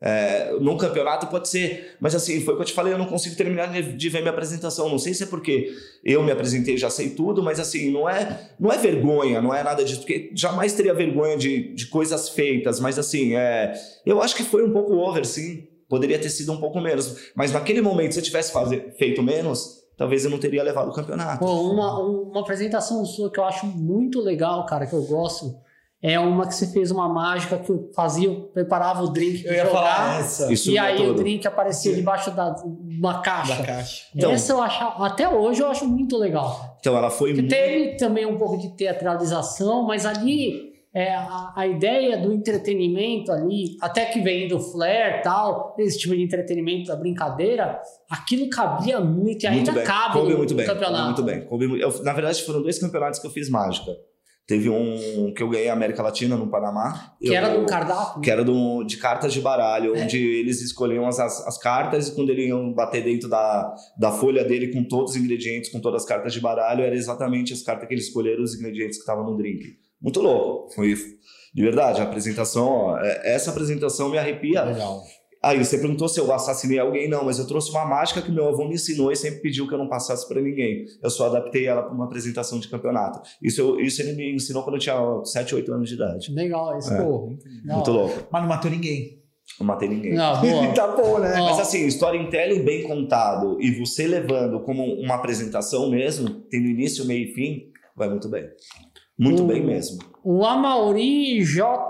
No campeonato pode ser, mas assim, foi o que eu te falei, eu não consigo terminar de ver minha apresentação. Não sei se é porque eu me apresentei, já sei tudo, mas assim, não é vergonha, não é nada disso, porque jamais teria vergonha de coisas feitas, mas assim, eu acho que foi um pouco over, sim, poderia ter sido um pouco menos, mas naquele momento, se eu tivesse feito menos, talvez eu não teria levado o campeonato. Uma apresentação sua que eu acho muito legal, cara, que eu gosto, é uma que você fez uma mágica que preparava o drink eu ia jogar, falar essa. E aí o drink aparecia debaixo de uma caixa. Então, essa eu acho, até hoje eu acho muito legal. Então ela foi muito... Teve também um pouco de teatralização, mas ali a ideia do entretenimento ali, até que vem do flair e tal, esse tipo de entretenimento da brincadeira, aquilo cabia muito e ainda cabe no campeonato. Muito bem. Na verdade foram 2 campeonatos que eu fiz mágica. Teve um que eu ganhei a América Latina, no Panamá. Que era do cardápio? Que era de cartas de baralho, onde eles escolhiam as cartas e quando eles iam bater dentro da folha dele com todos os ingredientes, com todas as cartas de baralho, era exatamente as cartas que eles escolheram, os ingredientes que estavam no drink. Muito louco. Foi, de verdade, a apresentação, essa apresentação me arrepia. Legal. Aí você perguntou se eu assassinei alguém, não, mas eu trouxe uma mágica que meu avô me ensinou e sempre pediu que eu não passasse para ninguém. Eu só adaptei ela para uma apresentação de campeonato. Isso ele me ensinou quando eu tinha 7, 8 anos de idade. Legal, isso. Muito louco. Mas não matou ninguém. Não matei ninguém. Não, boa. Tá bom, né? Mas assim, storytelling bem contado e você levando como uma apresentação mesmo, tendo início, meio e fim, vai muito bem. Muito bem mesmo. O Amauri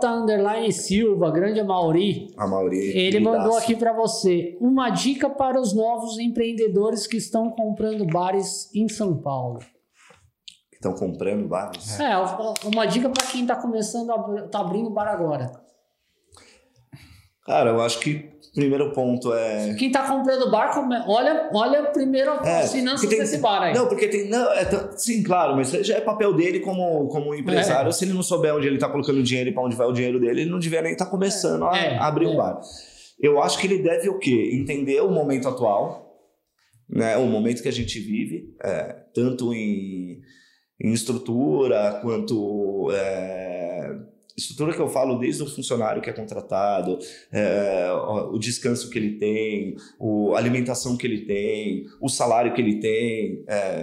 J. Silva, grande Amauri. Ele mandou aqui para você uma dica para os novos empreendedores que estão comprando bares em São Paulo. Estão comprando bares? Uma dica para quem está começando, tá abrindo bar agora. Cara, eu acho que o primeiro ponto é... Quem tá comprando bar, olha primeiro as finanças desse bar aí. Não, porque tem... sim, claro, mas já é papel dele como empresário. Se ele não souber onde ele tá colocando o dinheiro e para onde vai o dinheiro dele, ele não devia nem estar começando a abrir um bar. Eu acho que ele deve o quê? Entender o momento atual, né? O momento que a gente vive, tanto em estrutura quanto... estrutura que eu falo desde o funcionário que é contratado, o descanso que ele tem, a alimentação que ele tem, o salário que ele tem.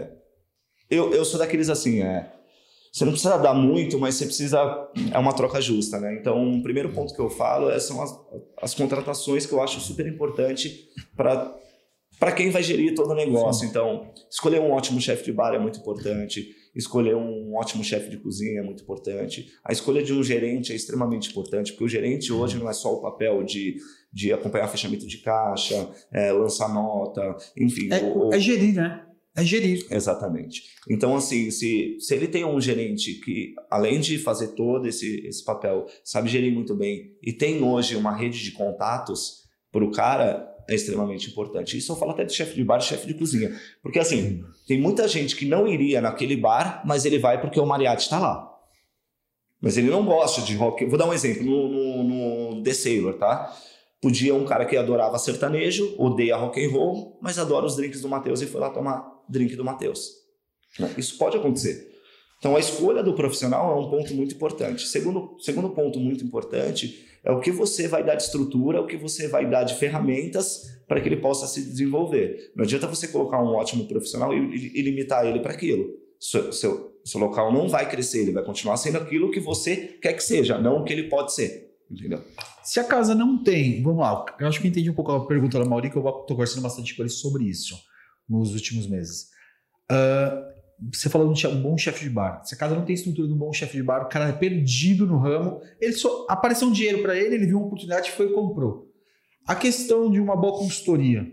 Eu sou daqueles assim, você não precisa dar muito, mas você precisa... É uma troca justa, né? Então, o primeiro ponto que eu falo são as contratações que eu acho super importante para quem vai gerir todo o negócio. Sim. Então, escolher um ótimo chefe de bar é muito importante. Escolher um ótimo chefe de cozinha é muito importante. A escolha de um gerente é extremamente importante, porque o gerente hoje não é só o papel de acompanhar fechamento de caixa, lançar nota, enfim. É gerir, né? É gerir. Exatamente. Então, assim, se ele tem um gerente que, além de fazer todo esse papel, sabe gerir muito bem e tem hoje uma rede de contatos para o cara... é extremamente importante. Isso eu falo até de chefe de bar e chefe de cozinha. Porque, assim, tem muita gente que não iria naquele bar, mas ele vai porque o mariachi está lá. Mas ele não gosta de rock. Vou dar um exemplo. No The Sailor, tá? Podia um cara que adorava sertanejo, odeia rock and roll, mas adora os drinks do Matheus e foi lá tomar drink do Matheus. Isso pode acontecer. Então, a escolha do profissional é um ponto muito importante. Segundo ponto muito importante é o que você vai dar de estrutura, o que você vai dar de ferramentas para que ele possa se desenvolver. Não adianta você colocar um ótimo profissional e limitar ele para aquilo. Seu local não vai crescer, ele vai continuar sendo aquilo que você quer que seja, não o que ele pode ser. Entendeu? Se a casa não tem... Vamos lá, eu acho que eu entendi um pouco a pergunta da Mauri, que eu estou conversando bastante com ele sobre isso nos últimos meses. Você falou de um bom chefe de bar. Se a casa não tem estrutura de um bom chefe de bar, o cara é perdido no ramo, ele só apareceu um dinheiro para ele, ele viu uma oportunidade, foi e comprou. A questão de uma boa consultoria.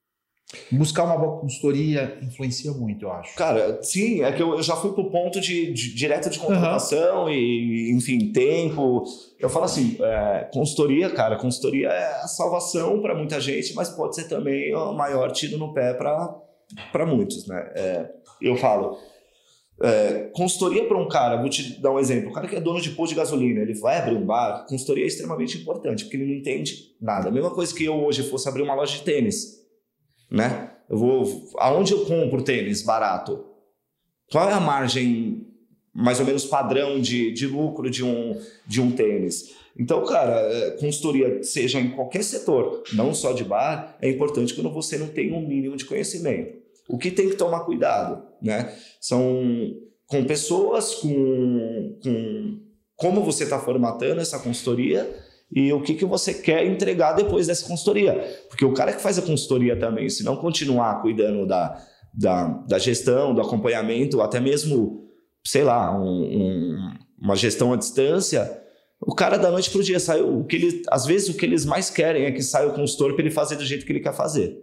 Buscar uma boa consultoria influencia muito, eu acho. Cara, sim, é que eu já fui pro ponto direto de contratação e, enfim, tempo. Eu falo assim, consultoria é a salvação para muita gente, mas pode ser também o maior tiro no pé para muitos, né? Eu falo, consultoria para um cara, vou te dar um exemplo, o cara que é dono de posto de gasolina, ele vai abrir um bar, consultoria é extremamente importante, porque ele não entende nada. A mesma coisa que eu hoje fosse abrir uma loja de tênis, né? Aonde eu compro tênis barato? Qual é a margem mais ou menos padrão de lucro de um tênis? Então, cara, consultoria, seja em qualquer setor, não só de bar, é importante quando você não tem um mínimo de conhecimento. O que tem que tomar cuidado, né? São com pessoas, com como você está formatando essa consultoria e o que você quer entregar depois dessa consultoria. Porque o cara que faz a consultoria também, se não continuar cuidando da gestão, do acompanhamento, até mesmo, sei lá, uma gestão à distância, o cara da noite para o dia sai. Às vezes o que eles mais querem é que saia o consultor para ele fazer do jeito que ele quer fazer.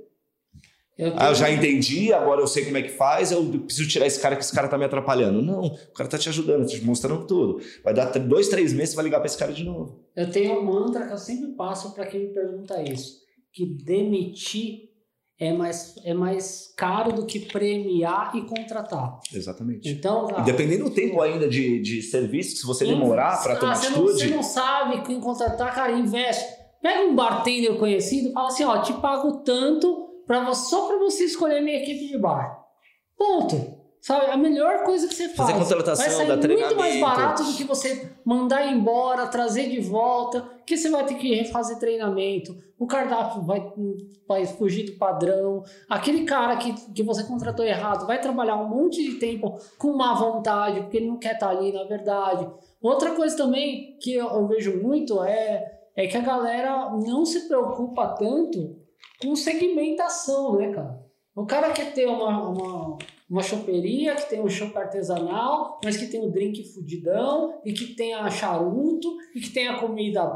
Eu já entendi, agora eu sei como é que faz, eu preciso tirar esse cara, que esse cara tá me atrapalhando. Não, o cara tá te ajudando, te mostrando tudo. Vai dar 2, 3 meses, você vai ligar pra esse cara de novo. Eu tenho um mantra que eu sempre passo para quem me pergunta isso, que demitir é mais caro do que premiar e contratar. Exatamente. Então, e dependendo do tempo ainda de serviço, se você demorar para tomar atitude... Você não sabe quem contratar, cara, investe. Pega um bartender conhecido e fala assim, ó, te pago tanto... só para você escolher a minha equipe de bar. Ponto. Sabe? A melhor coisa que você faz. Fazer contratação, vai sair dar muito mais barato do que você mandar embora, trazer de volta, que você vai ter que refazer treinamento, o cardápio vai fugir do padrão, aquele cara que você contratou errado vai trabalhar um monte de tempo com má vontade, porque ele não quer estar ali, na verdade. Outra coisa também que eu vejo muito é que a galera não se preocupa tanto com segmentação, né, cara? O cara quer ter uma choperia, que tem um chopp artesanal, mas que tem um drink fudidão, e que tem a charuto, e que tem a comida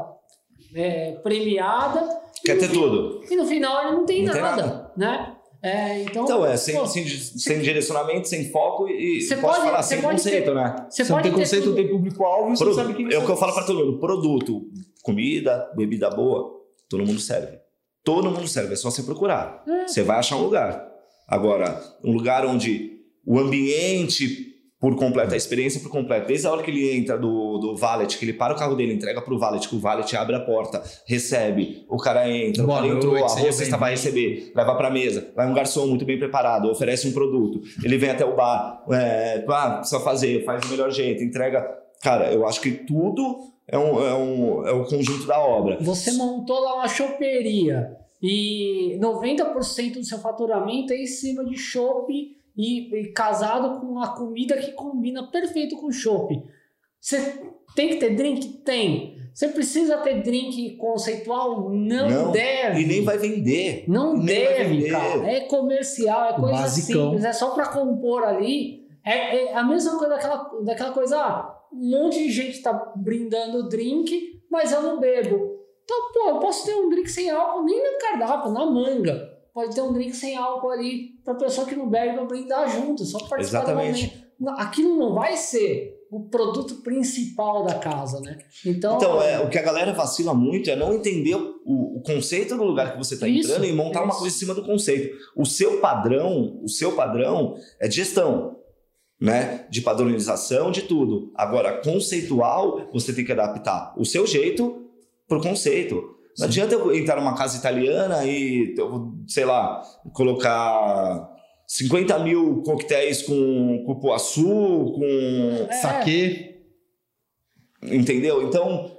premiada. Quer ter tudo. E no final ele não tem nada, né? Então sem direcionamento, sem foco e pode falar sem conceito, né? Você não tem conceito, não tem público-alvo, você não sabe quem é o que eu falo para todo mundo. Produto, comida, bebida boa, todo mundo serve. Todo mundo serve, é só você procurar. Você vai achar um lugar. Agora, um lugar onde o ambiente por completo, a experiência por completo, desde a hora que ele entra do valet, que ele para o carro dele, entrega pro valet, que o valet abre a porta, recebe, o cara entra, o cara entrou, a cesta vai receber, leva pra mesa, vai um garçom muito bem preparado, oferece um produto, ele vem até o bar, precisa fazer, faz do melhor jeito, entrega. Cara, eu acho que tudo é o conjunto da obra. Você montou lá uma choperia e 90% do seu faturamento é em cima de chopp e casado com uma comida que combina perfeito com o chopp. Você tem que ter drink? Tem. Você precisa ter drink conceitual? Não deve. E nem vai vender. Não deve, cara. É comercial, é coisa simples. É só para compor ali. É a mesma coisa daquela coisa... um monte de gente tá brindando drink, mas eu não bebo. Então, eu posso ter um drink sem álcool nem no cardápio, na manga. Pode ter um drink sem álcool ali pra pessoa que não bebe pra brindar junto, só pra participar do momento. Aquilo não vai ser o produto principal da casa, né? Então o que a galera vacila muito é não entender o conceito do lugar que você está entrando e montar uma coisa em cima do conceito. O seu padrão é de gestão, né? De padronização, de tudo. Agora, conceitual, você tem que adaptar o seu jeito pro conceito. Não adianta eu entrar numa casa italiana e, sei lá, colocar 50 mil coquetéis com cupuaçu, com saquê. Entendeu? Então,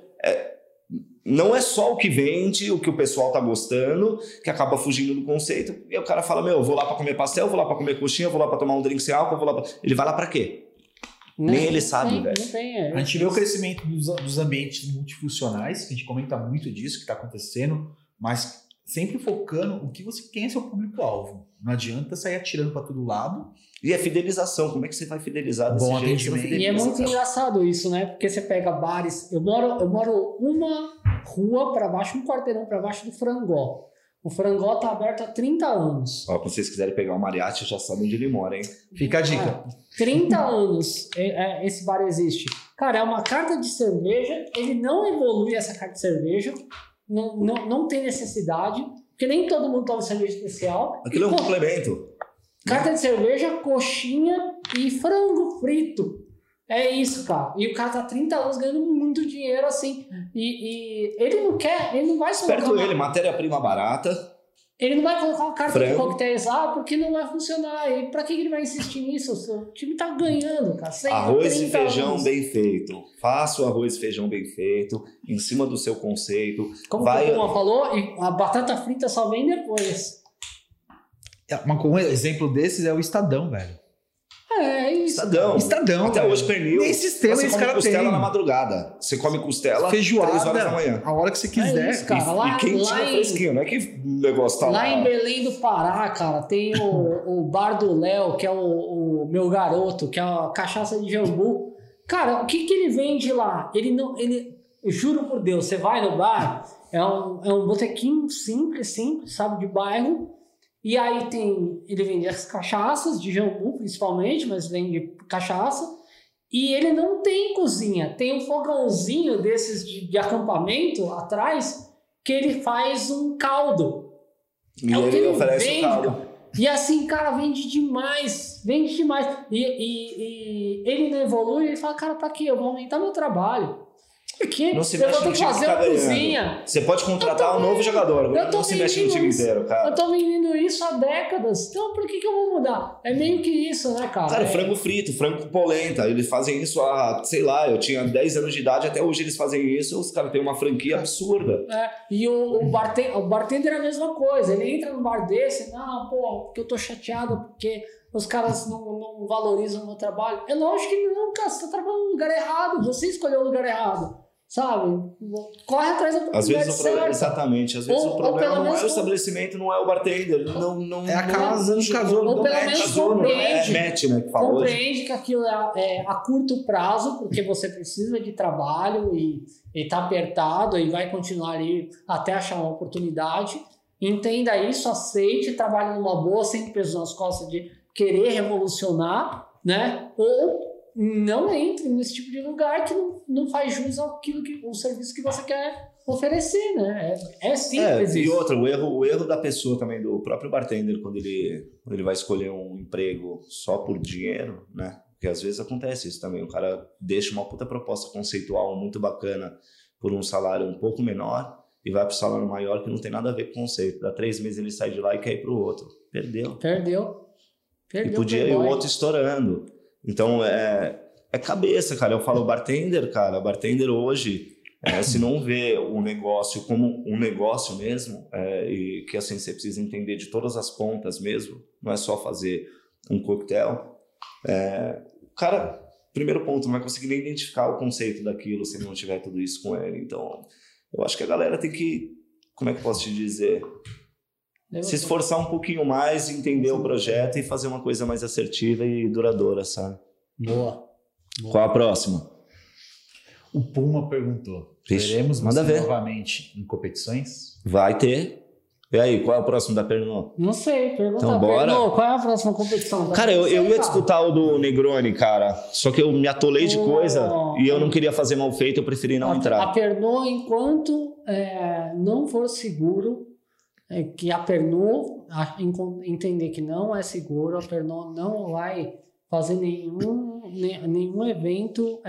não é só o que vende, o que o pessoal tá gostando, que acaba fugindo do conceito. E aí o cara fala, eu vou lá para comer pastel, vou lá para comer coxinha, vou lá para tomar um drink sem álcool, Ele vai lá para quê? Nem ele sabe, velho. A gente vê o crescimento dos ambientes multifuncionais, que a gente comenta muito disso, que está acontecendo, mas sempre focando quem é seu público-alvo. Não adianta sair atirando para todo lado. E a fidelização, como é que você vai fidelizar desse jeito? E é muito engraçado isso, né? Porque você pega bares... Eu moro uma rua para baixo, um quarteirão para baixo do Frangó. O Frangó tá aberto há 30 anos. Ó, quando vocês quiserem pegar um mariachi, já sabem onde ele mora, hein? Fica a dica. 30 anos esse bar existe. Cara, é uma carta de cerveja, ele não evolui essa carta de cerveja, não tem necessidade, porque nem todo mundo toma cerveja especial. Aquilo é um complemento. Carta de cerveja, coxinha e frango frito. É isso, cara. E o cara tá 30 anos ganhando muito dinheiro, assim. E ele não quer, ele não vai... Esperto ele, matéria-prima barata. Ele não vai colocar uma carta de coquetéis lá porque não vai funcionar. E pra que ele vai insistir nisso? O seu time tá ganhando, cara. Arroz e feijão bem feito. Faça o arroz e feijão bem feito, em cima do seu conceito. Como o Puma falou, a batata frita só vem depois. Um exemplo desses é o Estadão, velho. É isso. Estadão. Até hoje pernil. Nem sistema você esse come cara costela tem. na madrugada. Você come costela feijoada 3 horas da manhã. A hora que você quiser. É isso, cara. E quentinho, fresquinho. Não é que o negócio tá lá. Lá em Belém do Pará, cara, tem o Bar do Léo, que é o meu garoto, que é a cachaça de jambu. Cara, o que ele vende lá? Eu juro por Deus, você vai no bar, é um botequinho simples, sabe, de bairro. E aí ele vende as cachaças de jambu, principalmente, mas vende cachaça. E ele não tem cozinha. Tem um fogãozinho desses de acampamento atrás, que ele faz um caldo. E ele oferece o caldo. E assim, cara, vende demais. E ele não evolui, ele fala, cara, pra quê? Eu vou aumentar meu trabalho. Porque não se eu mexe vou ter que fazer uma cozinha. Você pode contratar um novo jogador, não se mexe no time inteiro, cara. Eu tô vendendo isso há décadas, então por que eu vou mudar? É meio que isso, né, cara? Cara, frango frito, frango com polenta, eles fazem isso há, sei lá, eu tinha 10 anos de idade, até hoje eles fazem isso, os caras têm uma franquia absurda. E o bartender é a mesma coisa, ele entra no bar desse, porque eu tô chateado porque os caras não valorizam o meu trabalho. É lógico que não, cara, você tá trabalhando no lugar errado, você escolheu o lugar errado. Sabe? Corre atrás da oportunidade certa. Exatamente. Às vezes o problema não é o estabelecimento, não é o bartender. Não é a casa, não casou. Ou pelo menos compreende, né, que falou compreende que aquilo é a curto prazo, porque você precisa de trabalho e tá apertado e vai continuar ali até achar uma oportunidade. Entenda isso, aceite, trabalhe numa boa, sem peso nas costas de querer revolucionar, né? Ou não entre nesse tipo de lugar que não faz jus àquilo o serviço que você quer oferecer, né? É simples isso. E outra, o erro da pessoa também, do próprio bartender, quando ele vai escolher um emprego só por dinheiro, né? Porque às vezes acontece isso também, o cara deixa uma puta proposta conceitual muito bacana por um salário um pouco menor e vai pro salário maior que não tem nada a ver com o conceito. Dá 3 meses ele sai de lá e quer ir pro outro. Perdeu e podia ir o outro estourando. Então, é cabeça, cara. Eu falo bartender, cara. Bartender hoje, se não vê o negócio como um negócio mesmo, e que assim, você precisa entender de todas as pontas mesmo, não é só fazer um coquetel. O cara, primeiro ponto, não vai conseguir nem identificar o conceito daquilo se ele não tiver tudo isso com ele. Então, eu acho que a galera tem que, como é que eu posso te dizer? Se esforçar um pouquinho mais, entender o projeto e fazer uma coisa mais assertiva e duradoura, sabe? Boa. Qual a próxima? O Puma perguntou. Teremos novamente em competições? Vai ter. E aí, qual é o próximo da Pernod? Não sei, pergunta. Então, bora. Pernod, qual é a próxima competição? Cara, eu ia disputar o do Negroni, cara. Só que eu me atolei de coisa e eu não queria fazer mal feito, eu preferi não entrar. A Pernod, enquanto não for seguro, que a Pernod entender que não é seguro, a Pernod não vai fazer nenhum evento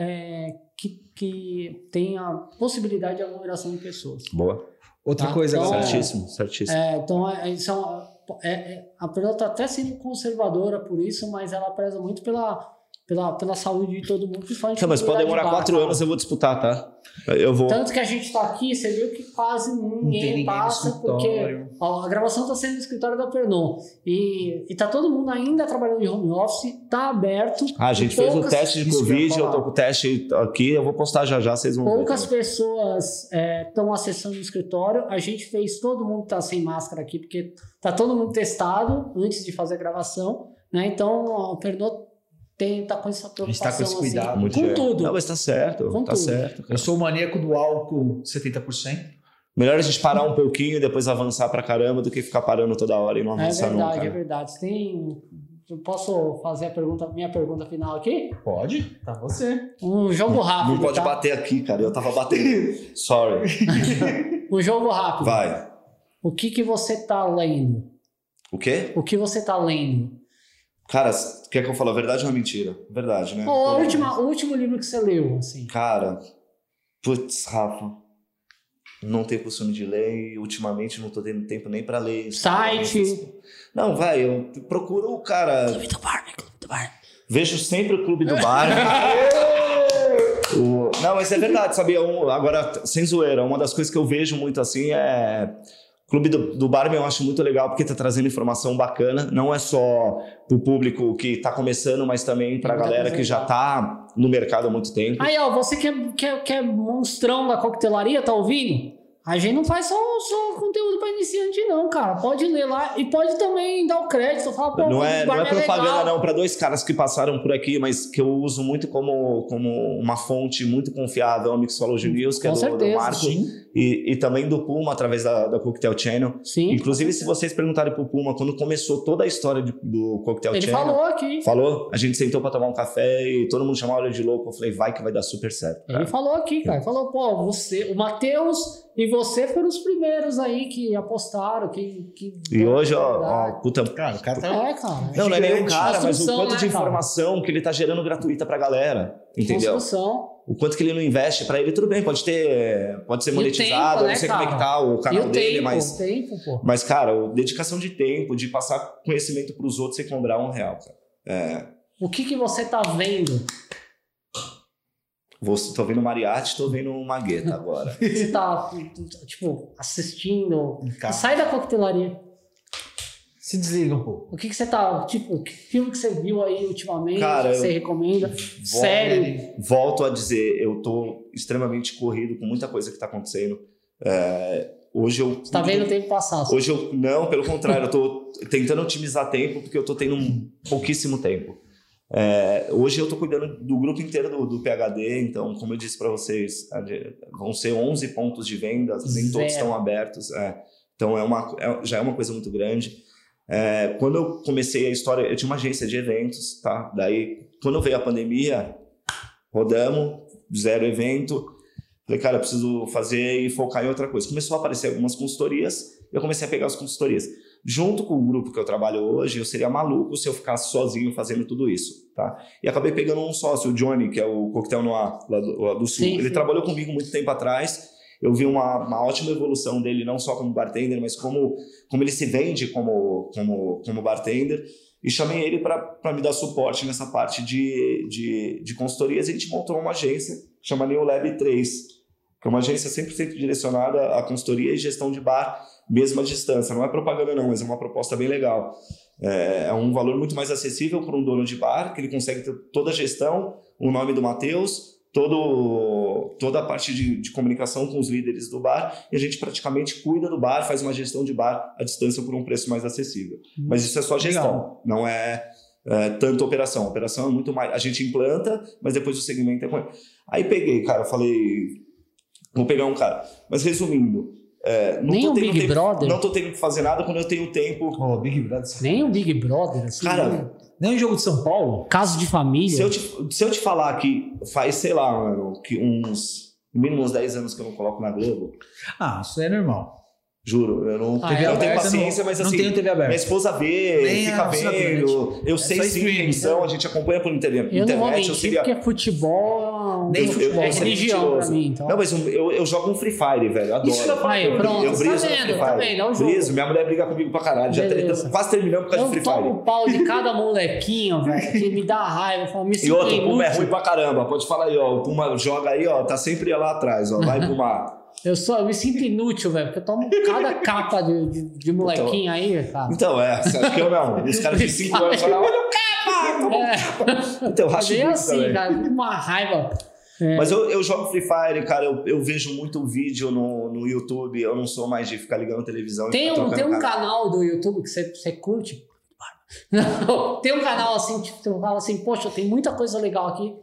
que tenha possibilidade de aglomeração de pessoas. Boa. Outra coisa, então, certíssimo. Então, isso a Pernod tá até sendo conservadora por isso, mas ela preza muito pela saúde de todo mundo, principalmente. Mas pode demorar 4 anos, eu vou disputar, tá? Eu vou. Tanto que a gente tá aqui, você viu que quase ninguém passa, porque a gravação tá sendo no escritório da Pernod. E tá todo mundo ainda trabalhando de home office, tá aberto. A gente fez um teste de Covid, eu tô com o teste aqui, eu vou postar já, vocês vão ver. Poucas pessoas estão acessando o escritório. A gente fez, todo mundo tá sem máscara aqui, porque tá todo mundo testado antes de fazer a gravação, né? Então, a Pernod tá com essa preocupação. A gente tá com esse cuidado. Assim, com tudo. Não, mas tá certo. Com tá tudo. certo. Cara. Eu sou o maníaco do álcool 70%. Melhor a gente parar um pouquinho e depois avançar pra caramba do que ficar parando toda hora e não avançar nunca. É verdade. Eu posso fazer minha pergunta final aqui? Pode, tá você. Um jogo rápido. Não pode bater aqui, cara. Eu tava batendo. Sorry. Um jogo rápido. Vai. O que você tá lendo? O quê? O que você tá lendo? Cara, quer que eu fale a verdade ou a mentira? Verdade, né? O último livro que você leu, assim. Cara, putz, Rafa, não tenho costume de ler e ultimamente não tô tendo tempo nem pra ler. Site? Não, vai, eu procuro, cara... Clube do Bar. Vejo sempre o Clube do Bar. Não, mas é verdade, sabia? Agora, sem zoeira, uma das coisas que eu vejo muito assim é... Clube do Barman eu acho muito legal porque tá trazendo informação bacana, não é só pro público que tá começando, mas também pra galera que já tá no mercado há muito tempo. Aí, ó, você que é monstrão da coquetelaria, tá ouvindo? A gente não faz só conteúdo pra iniciante, não, cara. Pode ler lá e pode também dar o crédito. Falar, pô, não é propaganda, legal. não. Para 2 caras que passaram por aqui, mas que eu uso muito como uma fonte muito confiável, a Mixology News, que é do Marco. E também do Puma, através da Cocktail Channel. Sim. Inclusive, se vocês perguntarem pro Puma, quando começou toda a história do Cocktail Channel... Ele falou aqui. Falou? A gente sentou pra tomar um café e todo mundo chamava ele de louco. Eu falei, vai que vai dar super certo. Cara. Ele falou aqui, cara. Ele falou, pô, o Matheus e você foram os primeiros aí que apostaram, E hoje, ó, puta... Cara, o cara tá... cara. Não é nenhum cara, mas o quanto de informação que ele tá gerando gratuita pra galera. Entendeu? O quanto que ele não investe pra ele, tudo bem, pode ser monetizado, tempo, não sei como é que tá o canal dele, mas... Mas, cara, dedicação de tempo, de passar conhecimento pros outros sem cobrar R$1, cara. O que você tá vendo? Tô vendo Mariachi, tô vendo Magueta agora. Você tá, tipo, assistindo... Sai da coquetelaria. Se desliga um pouco. O que você tá... Tipo, que filme que você viu aí ultimamente, cara, que você recomenda? Sério? Volto a dizer, eu tô extremamente corrido com muita coisa que tá acontecendo. Hoje eu... Você tá vendo o tempo passar. Hoje eu... Não, pelo contrário, eu tô tentando otimizar tempo porque eu tô tendo pouquíssimo tempo. Hoje eu tô cuidando do grupo inteiro do PhD, então, como eu disse para vocês, vão ser 11 pontos de vendas, nem todos estão abertos. Então, já é uma coisa muito grande. Quando eu comecei a história, eu tinha uma agência de eventos, tá? Daí, quando veio a pandemia, rodamos, 0 evento. Falei, cara, eu preciso fazer e focar em outra coisa. Começou a aparecer algumas consultorias, eu comecei a pegar as consultorias. Junto com o grupo que eu trabalho hoje, eu seria maluco se eu ficasse sozinho fazendo tudo isso, tá? E acabei pegando um sócio, o Johnny, que é o Coquetel Noir, lá do Sul. Sim, ele trabalhou comigo muito tempo atrás. Eu vi uma ótima evolução dele, não só como bartender, mas como ele se vende como bartender. E chamei ele para me dar suporte nessa parte de consultorias. E a gente montou uma agência, chama Neo Lab 3, que é uma agência 100% direcionada à consultoria e gestão de bar, mesma distância. Não é propaganda não, mas é uma proposta bem legal. É um valor muito mais acessível para um dono de bar, que ele consegue ter toda a gestão, o nome do Matheus, toda a parte de comunicação com os líderes do bar, e a gente praticamente cuida do bar, faz uma gestão de bar à distância por um preço mais acessível. Mas isso é só gestão, não é tanto operação. A operação é muito mais... A gente implanta, mas depois o segmento é... Aí peguei, cara, falei... Vou pegar um cara. Mas resumindo... Nem um Big Brother? Não tô tendo que fazer nada quando eu tenho tempo. Big Brother. Nem um Big Brother, assim. Cara, nem um jogo de São Paulo? Caso de família. Se eu te falar que faz, sei lá, mano, que mínimo uns 10 anos que eu não coloco na Globo. Isso é normal. Juro, eu não tenho paciência, mas assim, não tenho TV aberta. Minha esposa vê, fica vendo, eu sei sim a emissão, a gente acompanha por internet. Eu não vou mentir, porque futebol é religião pra mim. Então. Não, mas eu jogo um Free Fire, velho, eu adoro. Eu briso no Free Fire. Briso, minha mulher briga comigo pra caralho, quase terminamos por causa de Free Fire. Eu tomo o pau de cada molequinho, velho, que me dá raiva. E outro, o Puma é ruim pra caramba, pode falar aí, ó, o Puma joga aí, ó, tá sempre lá atrás, ó, vai Puma. Eu me sinto inútil, velho, porque eu tomo cada capa de molequinho então, aí, cara. Então, você acha que eu não? Os caras de 5 anos falam, olha o capa! Então, eu acho assim, também. Cara, com uma raiva. Mas eu jogo Free Fire, cara, eu vejo muito vídeo no YouTube, eu não sou mais de ficar ligando a televisão. Tem um canal do YouTube que você curte? Não, tem um canal assim, tipo, tu fala assim, poxa, tem muita coisa legal aqui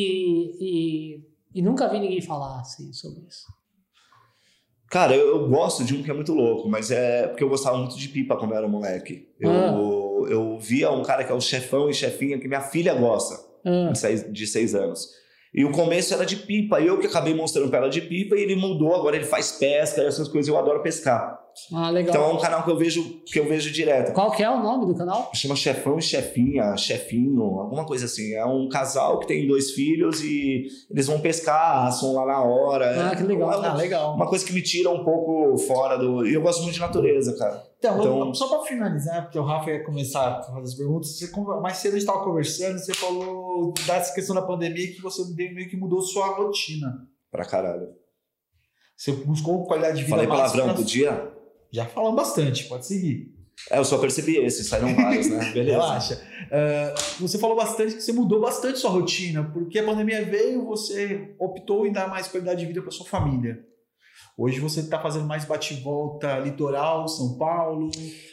e nunca vi ninguém falar assim sobre isso. Cara, eu gosto de um que é muito louco, mas é porque eu gostava muito de pipa quando eu era moleque. Eu via um cara que é o chefão e chefinha, que minha filha gosta, de 6 anos. E o começo era de pipa, eu que acabei mostrando pra ela de pipa e ele mudou, agora ele faz pesca e essas coisas, eu adoro pescar. Legal. Então é um canal que eu vejo direto. Qual que é o nome do canal? Chama Chefão e Chefinha, Chefinho, alguma coisa assim. É um casal que tem 2 filhos e eles vão pescar, assam lá na hora. Que legal. Legal. Uma coisa que me tira um pouco fora do... E eu gosto muito de natureza, cara. Então só pra finalizar, porque o Rafa ia começar a fazer as perguntas, mais cedo a gente estava conversando, você falou dessa questão da pandemia que você meio que mudou sua rotina. Pra caralho. Você buscou qualidade de vida. Falei palavrão do dia? Já falamos bastante, pode seguir. Eu só percebi esse, saíram vários, né? Beleza. Relaxa. Você falou bastante que você mudou bastante sua rotina, porque a pandemia veio, você optou em dar mais qualidade de vida para sua família. Hoje você está fazendo mais bate-volta litoral, São Paulo.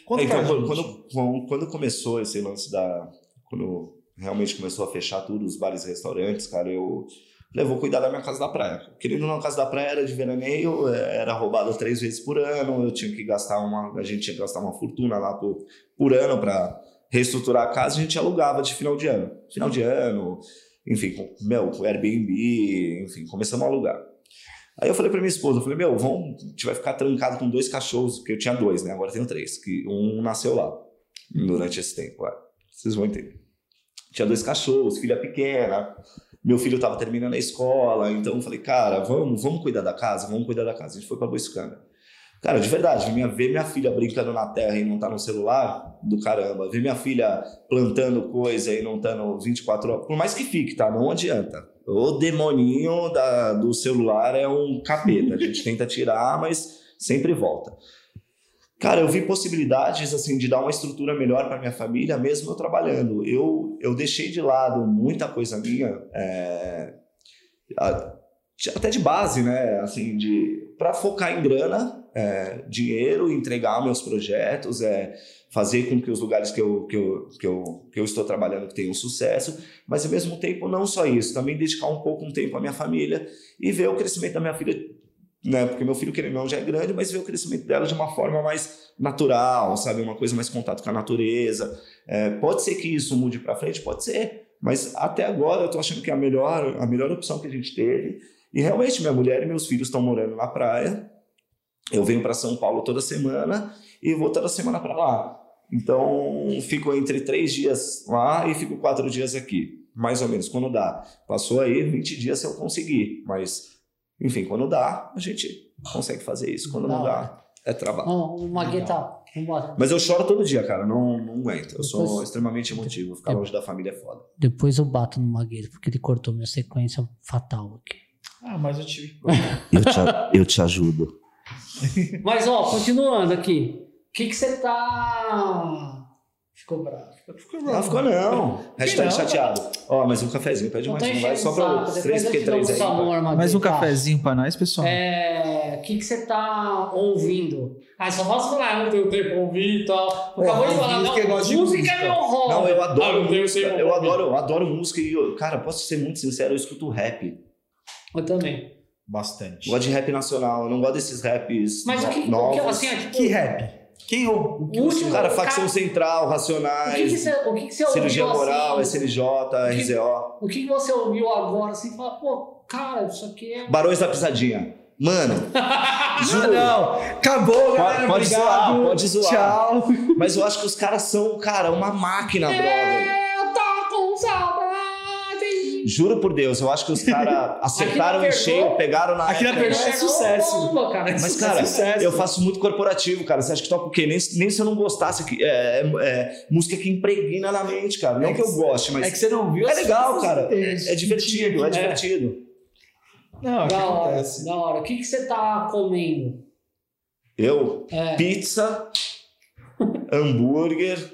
Quando começou esse lance quando realmente começou a fechar tudo, os bares e restaurantes, cara, eu vou cuidar da minha casa da praia. Querendo na casa da praia era de veraneio, era roubado 3 vezes por ano, a gente tinha que gastar uma fortuna lá por ano para reestruturar a casa, a gente alugava de final de ano, enfim, com Airbnb, enfim, começamos a alugar. Aí eu falei pra minha esposa, a gente vai ficar trancado com 2 cachorros, porque eu tinha 2, né? Agora tenho 3, que um nasceu lá durante esse tempo, vocês vão entender. Tinha 2 cachorros, filha pequena, meu filho estava terminando a escola, então eu falei, cara, vamos cuidar da casa, A gente foi pra Boiscanga. Cara, de verdade, ver minha filha brincando na terra e não tá no celular, do caramba. Ver minha filha plantando coisa e não tá no 24 horas, por mais que fique, tá? Não adianta. O demoninho do celular é um capeta. A gente tenta tirar, mas sempre volta. Cara, eu vi possibilidades assim, de dar uma estrutura melhor para minha família, mesmo eu trabalhando. Eu deixei de lado muita coisa minha, até de base, né? Assim, para focar em grana, dinheiro, entregar meus projetos, fazer com que os lugares que eu estou trabalhando tenham sucesso, mas ao mesmo tempo não só isso, também dedicar um tempo à minha família e ver o crescimento da minha filha, né? Porque meu filho, querendo ou não, já é grande, mas ver o crescimento dela de uma forma mais natural, sabe? Uma coisa mais contato com a natureza. Pode ser que isso mude para frente, pode ser, mas até agora eu tô achando que é a melhor opção que a gente teve. E realmente minha mulher e meus filhos estão morando na praia. Eu venho para São Paulo toda semana e vou toda semana para lá. Então fico entre 3 dias lá e fico 4 dias aqui, mais ou menos, quando dá. Passou aí 20 dias se eu conseguir, mas enfim, quando dá, a gente consegue fazer isso. Quando não dá, é trabalho. Mas eu choro todo dia, cara. Não aguento. Eu sou extremamente emotivo. Ficar longe da família é foda. Depois eu bato no Magueto, porque ele cortou minha sequência fatal aqui. Mas eu tive. Eu te ajudo. Mas, continuando aqui. O que você tá... Ficou bravo. Não ficou não. Hashtag chateado. Mas um cafezinho, pede mais um. Vai só pra 3, porque 3 aí. Mais um cafezinho pra nós, pessoal. O que você tá ouvindo? Só posso falar, não tenho tempo pra ouvir e tal. Acabou de falar, música é meu hobby. Não, eu adoro música. Eu adoro música e, cara, posso ser muito sincero, eu escuto rap. Eu também. Bastante. Eu gosto de rap nacional, eu não gosto desses raps novos. Que rap? Quem o último, cara, Facção Central, Racionais, o que você ouviu, Cirurgia Moral, assim, SLJ, RZO. O que você ouviu agora assim, fala, cara, isso aqui é... Barões da Pisadinha. Mano, juro. Não, acabou, galera. Pode zoar, pode zoar. Tchau. Mas eu acho que os caras são, cara, uma máquina, brother. Eu tô com saudade. Juro por Deus, eu acho que os caras acertaram em cheio, pegaram na Aqui na Pernambuco é sucesso. Mas, cara, eu faço muito corporativo, cara. Você acha que toca o quê? Nem se eu não gostasse. Música que impregna na mente, cara. Não que eu goste, mas... É que você não viu. É legal, cara. É divertido, é divertido. Não, da hora, da hora. O que você tá comendo? Eu? Pizza, hambúrguer...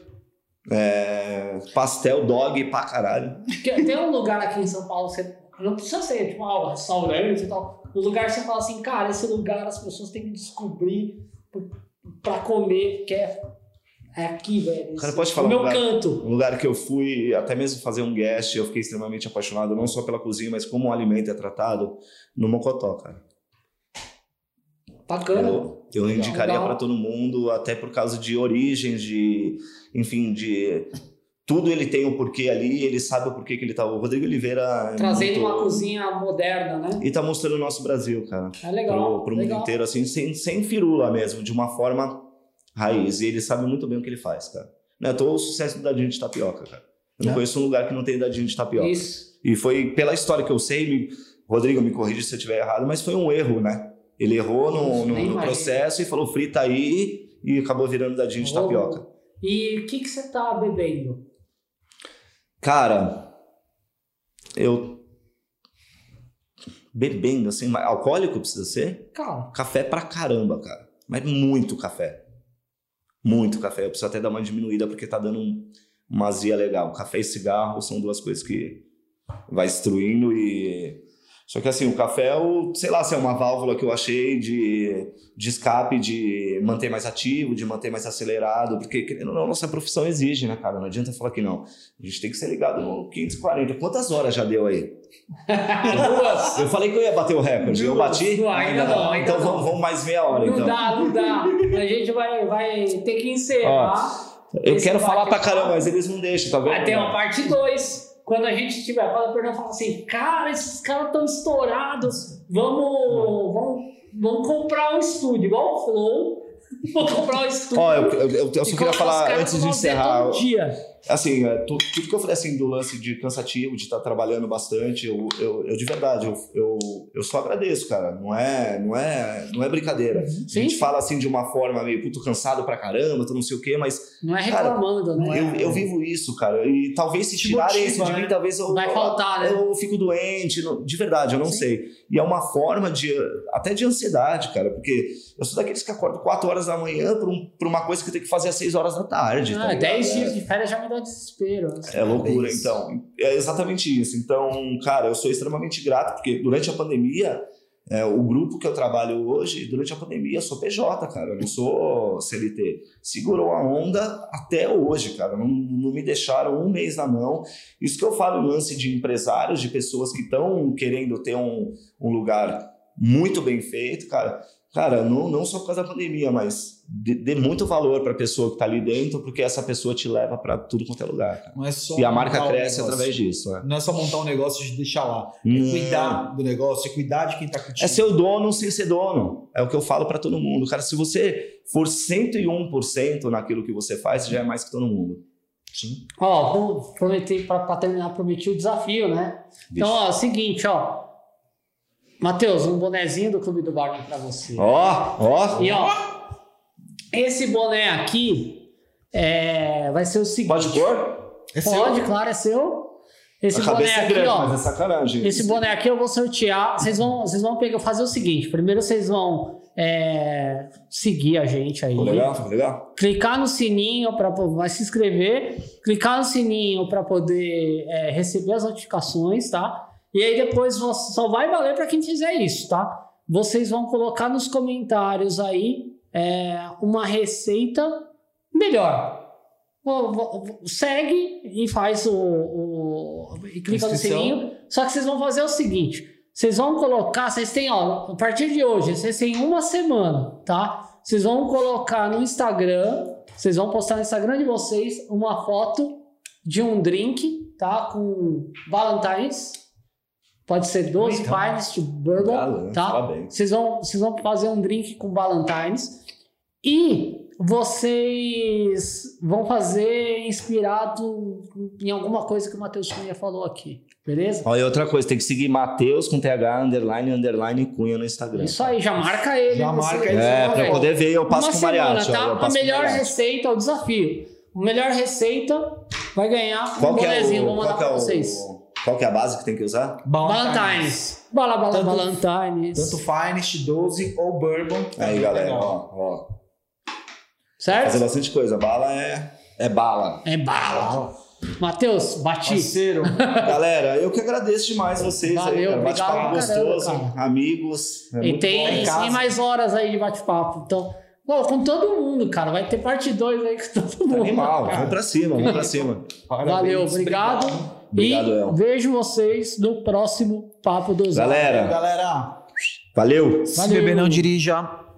pastel dog pra caralho. Tem um lugar aqui em São Paulo, você não precisa ser tipo um restaurante e tal, um lugar que você fala assim, cara, esse lugar as pessoas têm que descobrir pra comer, que é aqui, velho. Cara, pode falar um lugar que eu fui até mesmo fazer um guest, eu fiquei extremamente apaixonado, não só pela cozinha, mas como o alimento é tratado no Mocotó, cara. Bacana. Eu indicaria para todo mundo, até por causa de origens, enfim, tudo ele tem o porquê ali, ele sabe o porquê que ele tá. O Rodrigo Oliveira... Trazendo uma cozinha moderna, né? E tá mostrando o nosso Brasil, cara. É legal. Pro mundo inteiro, assim, sem firula mesmo, de uma forma raiz. E ele sabe muito bem o que ele faz, cara. Não é o sucesso do Dadinho de Tapioca, cara. Eu não conheço um lugar que não tem Dadinho de Tapioca. Isso. E foi, pela história que eu sei, Rodrigo, me corrige se eu estiver errado, mas foi um erro, né? Ele errou no processo e falou frita aí e acabou virando Dadinho de Tapioca. E o que você tá bebendo? Cara, eu... Bebendo, assim, alcoólico precisa ser? Cara. Café pra caramba, cara. Mas muito café. Muito café. Eu preciso até dar uma diminuída porque tá dando uma azia legal. Café e cigarro são duas coisas que vai destruindo e... Só que assim, o café, sei lá, se é uma válvula que eu achei de escape, de manter mais ativo, de manter mais acelerado, porque querendo ou não, nossa profissão exige, né, cara? Não adianta falar que não. A gente tem que ser ligado no 540. Quantas horas já deu aí? 2. Eu falei que eu ia bater o recorde. Eu bati? Ainda não. Então vamos mais meia hora, então. Não dá. A gente vai ter que encerrar. Eu quero falar pra caramba, mas eles não deixam, tá vendo? Vai ter uma parte 2. Quando a gente tiver, quando a Pernambuco fala assim, cara, esses caras estão estourados, vamos comprar um estúdio, igual o Flow, vamos comprar um estúdio. Eu só queria falar, antes de encerrar, assim, tudo que eu falei assim, do lance de cansativo, de estar trabalhando bastante, eu de verdade, eu só agradeço, cara, não é brincadeira. Sim. A gente fala assim de uma forma meio, puto, cansado pra caramba, não sei o quê, mas... Não é reclamando, cara, né? Eu vivo isso, cara, e talvez se tirarem isso de mim, talvez vai faltar, né? Eu fico doente, de verdade, eu não sei. E é uma forma até de ansiedade, cara, porque eu sou daqueles que acordam 4 horas da manhã por uma coisa que eu tenho que fazer às 6 horas da tarde. 10 dias de férias já me dá desespero. É loucura, então. É exatamente isso. Então, cara, eu sou extremamente grato, porque durante a pandemia, o grupo que eu trabalho hoje, durante a pandemia, eu sou PJ, cara, eu não sou CLT. Segurou a onda até hoje, cara, não me deixaram um mês na mão. Isso que eu falo, o lance de empresários, de pessoas que estão querendo ter um lugar muito bem feito, cara, não só por causa da pandemia, mas dê muito valor para a pessoa que está ali dentro, porque essa pessoa te leva para tudo quanto é lugar. Cara. Não é só e a marca cresce através disso. Não é só montar um negócio e deixar lá. É cuidar do negócio, é cuidar de quem está contigo. É ser o dono sem ser dono. É o que eu falo para todo mundo. Cara, se você for 101% naquilo que você faz, você já é mais que todo mundo. Sim. Prometi, para terminar, prometi o desafio, né? Vixe. Então, é o seguinte, Matheus, um bonezinho do Clube do Barman pra você. E esse boné aqui vai ser o seguinte. Pode pôr? Pode, claro, é seu. Esse boné aqui, mas é sacanagem. Esse boné aqui eu vou sortear. Vocês vão pegar, fazer o seguinte. Primeiro vocês vão seguir a gente aí. Ficou legal. Clicar no sininho vai se inscrever. Clicar no sininho para poder receber as notificações, tá? E aí depois só vai valer para quem fizer isso, tá? Vocês vão colocar nos comentários aí uma receita melhor. Segue e faz e clica no sininho. Só que vocês vão fazer o seguinte: vocês vão colocar, vocês têm, a partir de hoje, vocês têm uma semana, tá? Vocês vão colocar no Instagram, vocês vão postar no Instagram de vocês uma foto de um drink, tá? Com Valentine's. Pode ser 12 Finest Bourbon, tá? Vocês vão fazer um drink com Ballantines e vocês vão fazer inspirado em alguma coisa que o Matheus Cunha falou aqui, beleza? Olha, outra coisa, tem que seguir Matheus com TH, _ Cunha no Instagram. Isso aí, já marca ele. Já marca ele. Pra eu poder ver, eu passo com o Mariachi. Tá? A melhor receita, o desafio. A melhor receita vai ganhar um bonezinho, vou mandar pra vocês. Qual que é a base que tem que usar? Ballantines. Ballantines. Tanto Finest, 12 ou Bourbon. Aí, galera, ó. Certo? Fazer bastante coisa. Bala é bala. É bala. Matheus, bati. Parceiro. Galera, eu que agradeço demais vocês. Valeu, aí, bate-papo gostoso, cara. Amigos. E tem mais horas aí de bate-papo. Então, com todo mundo, cara. Vai ter parte 2 aí com todo mundo. Animal, vamos pra cima. Parabéns, valeu, obrigado. Obrigado, El. Vejo vocês no próximo Papo do Zé. Galera. Valeu. Valeu. Se beber, não dirija.